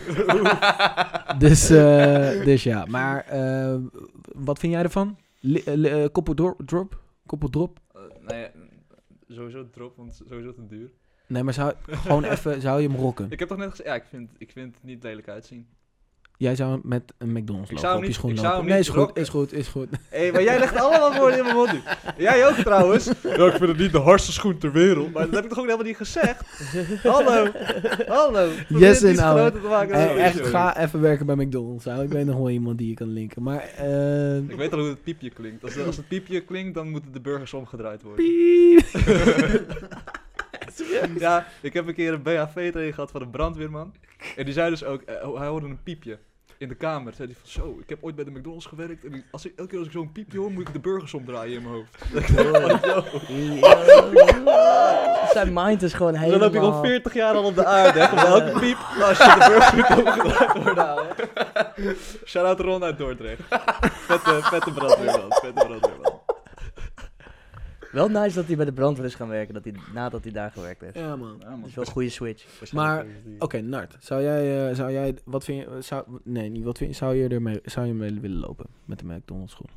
Dus, eh, dus ja. Maar eh, wat vind jij ervan? Li- eh, li- eh, Koppeldrop? Drop? Koppeldrop? Eh, nee, sowieso drop, want sowieso te duur. Nee, maar zou, gewoon even, zou je hem rocken? Ik heb toch net gezegd, ja, ik vind, ik vind het niet lelijk uitzien. Jij zou met een McDonald's Ik logo zou op hem je niet- schoen ik lopen. zou hem Nee, niet is goed, rocken. is goed, is goed. Hé, maar jij legt allemaal woorden in mijn mond nu. Jij ook trouwens. Ja, ik vind het niet de hardste schoen ter wereld. Maar dat heb ik toch ook helemaal niet gezegd? Hallo. Hallo. Probeer Yes, het iets en ouwe. groter te maken dan Hey, het is, echt, jongen. ga even werken bij McDonald's. Ouwe. Ik ben nog wel iemand die je kan linken. Maar, eh... Ik weet al hoe het piepje klinkt. Als, als het piepje klinkt, dan moeten de burgers omgedraaid worden. piep. Ja, ik heb een keer een B H V-training gehad van een brandweerman. En die zei dus ook, eh, hij hoorde een piepje in de kamer. Zei hij van, zo, ik heb ooit bij de McDonald's gewerkt. En als ik, elke keer als ik zo'n piepje hoor, moet ik de burgers omdraaien in mijn hoofd. Zijn mind is gewoon Dan helemaal... loop je al veertig jaar al op de aarde. Hè, van elke piep, als je de burgers moet omgedraaid worden. ouwe. Shout-out Ron uit Dordrecht. Vette, vette brandweerman, vette brandweerman. Wel nice dat hij bij de brandweer is gaan werken, dat hij, nadat hij daar gewerkt heeft. Ja, man. Ja, Dat man. is wel een goede switch. Maar, Oké, Nart. Zou jij, eh, zou jij, wat vind je, zou, nee, niet wat vind je, zou je ermee, zou je mee willen lopen met de McDonald's schoen?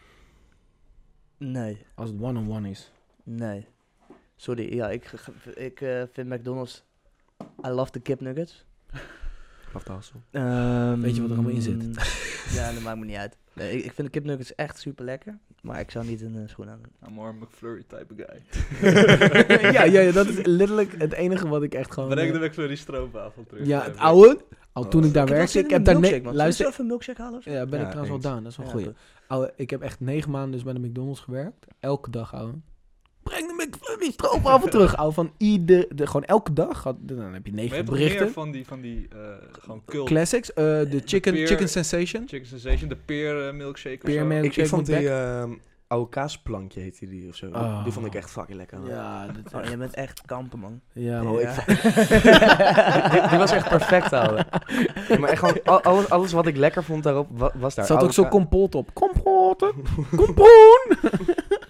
Nee, Als het one-on-one is. nee. Sorry, ja, ik, ik eh, vind McDonald's... I love the kip nuggets. Aftassen. Ehm, Weet je wat er allemaal in zit? Ja, dat maakt me niet uit. Nee, ik, ik vind de kip nuggets echt super lekker. Maar ik zou niet een eh, schoen aan doen. I'm more McFlurry type guy. ja, ja, ja, dat is letterlijk het enige wat ik echt gewoon... Breng eh, de McFlurry stroopwafel terug. ja, Eh, het oude. Al toen Oh. ik daar Ik heb wel werkte, zin ik in heb een daar... milkshake, Ne- man. luister, Zullen we even een milkshake halen? of zo? ja, ben ik Ja, trouwens wel eens. down. Dat is wel een Ja, goeie. Ouwe, ik heb echt negen maanden dus bij de McDonald's gewerkt. Elke dag, ouwe. Breng de McFlurry stroopwafel terug, ouwe. Van ieder... De, gewoon elke dag. had- Dan heb je Maar je negen hebt toch berichten. meer van die, van die eh, gewoon cult Classics. eh, de chicken, peer- chicken sensation. chicken sensation, de peer eh, milkshake of Peer zo. milk- Ik, ik vond moet die back. ehm oude kaasplankje, heette die of zo. Die- Oh. Die vond ik echt fucking lekker. Ja, dat Oh, je bent echt kampen, man. ja, Oh, man. ik die, die was echt perfect, ouwe. Ja, maar echt gewoon, al- alles, alles wat ik lekker vond daarop wa- was daar. Er zat ook Oude zo'n ka- kompot op. Kompotten. Kompoen. Ken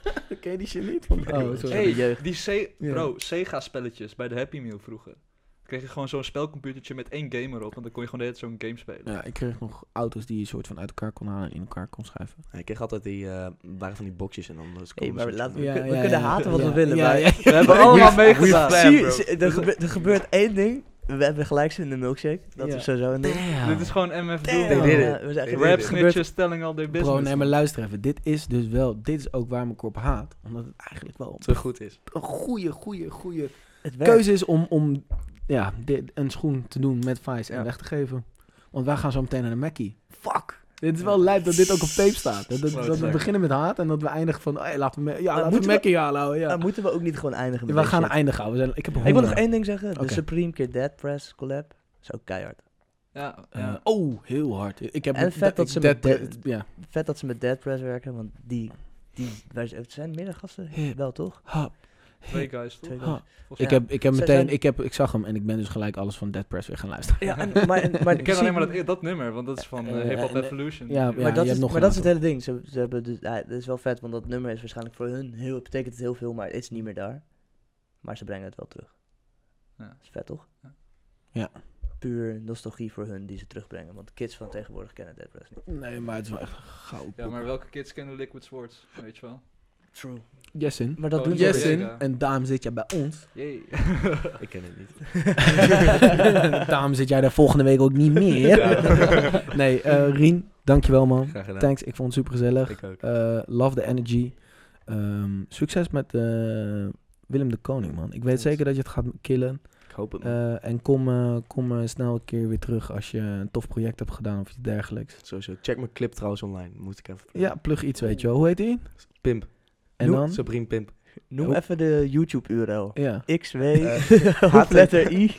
ken je die shit niet? Van, oh, sorry. Hey, jeugd. die C- Ja. bro, Sega-spelletjes bij de Happy Meal vroeger. Dan kreeg je gewoon zo'n spelcomputertje met één gamer op. En dan kon je gewoon de hele tijd zo'n game spelen. Ja, ik kreeg nog auto's die je soort van uit elkaar kon halen en in elkaar kon schuiven. Ja, ik kreeg altijd die, eh waren van die boxjes en dan... Dus Hey, maar laten we, Ja, we ja, kunnen ja, haten wat ja, we willen, ja, maar... ja. We hebben allemaal We've- meegedaan. we've- Zie je, bro. zie- er, gebe- er gebeurt één ding. We hebben gelijk zin in de milkshake. Dat Ja. is sowieso een ding. Dit is gewoon M F Damn. Doom. They did it. Ja, we zijn They echt- did Rap it. snitches telling all their business. Bro, nee, maar luister even. Dit is dus wel, dit is ook waarom ik erop haat. Omdat het eigenlijk wel Zo goed is. een goede, goede, goede Het werkt. keuze is om, om ja, dit, een schoen te doen met Vice en Ja. weg te geven. Want wij gaan zo meteen naar de Mackie. Fuck! Dit is wel lijp dat dit ook op tape staat. Dat, dat, dat we Exact. beginnen met haat en dat we eindigen van, hey, laten we, me- ja, laten we moeten we- Mackie halen. houden, Ja. Uh, moeten we ook niet gewoon eindigen met we deze gaan shit? eindigen. houden. We zijn, ik heb Ik wil honger. nog één ding zeggen. De Oké. Supreme Kid Dead Press collab. Is ook keihard. Ja, Eh, ja. oh, heel hard. Ik heb En vet dat ze Dead met Pre- Dead- ja. Vet dat ze met Dead Press werken, want die... die wij, het zijn meerdere gasten? Hip. Wel, toch? Ha, Twee guys, toch? Twee ha. guys. Volgens Ik Ja. heb, ik heb Ze meteen, zijn- ik, heb, ik zag hem en ik ben dus gelijk alles van Dead Press weer gaan luisteren. Ja, en, maar, en, maar Ik ken zie- alleen maar dat, dat nummer, want dat is van eh, Eh, Hip Hop en- Evolution. ja, maar je dat, hebt is, nog maar een dat is het hele ding. Ze, ze hebben dus, ja, dat is wel vet, want dat nummer is waarschijnlijk voor hun heel, betekent het heel veel, maar het is niet meer daar. Maar ze brengen het wel terug. Ja. Dat is vet, toch? Ja. Ja. Puur nostalgie voor hun die ze terugbrengen, want de kids van tegenwoordig kennen Dead Press niet. Nee, maar het is wel echt goud. Ja, maar welke kids kennen Liquid Swords? Weet je wel? True. Jessin. Maar dat Oh, doen ze Jessin. ook. Jessin. En daarom zit jij bij ons. Yay. Ik ken het niet. daarom zit jij daar volgende week ook niet meer. nee, eh Rien, dankjewel man. Graag gedaan. Thanks, ik vond het super gezellig. Ik ook. love the energy. Ehm, succes met eh, Willem de Koning man. Ik weet Thanks. zeker dat je het gaat killen. Ik hoop het. man. Eh, en kom, eh, kom eh, snel een keer weer terug als je een tof project hebt gedaan of iets dergelijks. Sowieso. Check mijn clip trouwens online. Moet ik even... Ja, plug iets weet je wel. Hoe heet die? Pimp. En Noem- dan? Supreme Pimp. Noem Hoe- even de YouTube U R L. Ja. X W, Eh, hoofdletter I.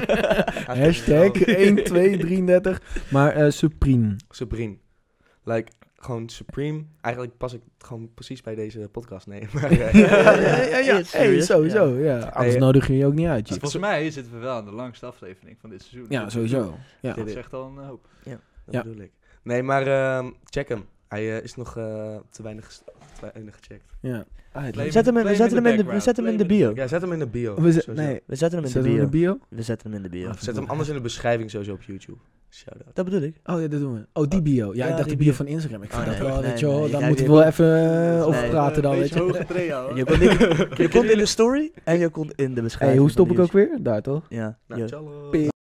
Hashtag één twee drieëndertig. Maar eh Supreme. Supreme. Like, gewoon Supreme. Eigenlijk pas ik gewoon precies bij deze podcast. Nee, maar... eh, ja, ja, ja, ja. Hey, Hey, serious? sowieso, ja. Anders Hey, nodig je je ook niet uit, Dus Jeep. volgens mij zitten we wel aan de langste aflevering van dit seizoen. Ja, sowieso. Ja. Dat zegt al een hoop. Dat Ja. bedoel ik. Nee, maar ehm, check hem. Hij eh, is nog eh, te weinig, ges- te weinig gecheckt. ja. Ah, Claim- Zet hem in, we claim zetten in hem the in de, we background. zetten hem in de Claim bio. Ja, zet hem in de bio. We zet- sowieso. nee, We zetten hem in de zetten we in de bio. bio? We zetten hem in de bio. Ah, Zet hem anders in de beschrijving sowieso op YouTube. Shout-out. Dat bedoel ik. Oh ja, dat doen we. Oh, die bio. Ja, Ja, ik dacht die de bio bio. van Instagram. Ik vind Oh, dat nee, wel, nee, weet je wel, nee, daar ja, moeten je- we wel even eh, over Nee. praten dan, weet Beetje je. hoge tree, ouwe. Je komt, in, je komt in de story en je komt in de beschrijving. Hey, hoe van stop de ik ook weer? Daar toch? YouTube. Ja. Nou, yo. ciao. Peace.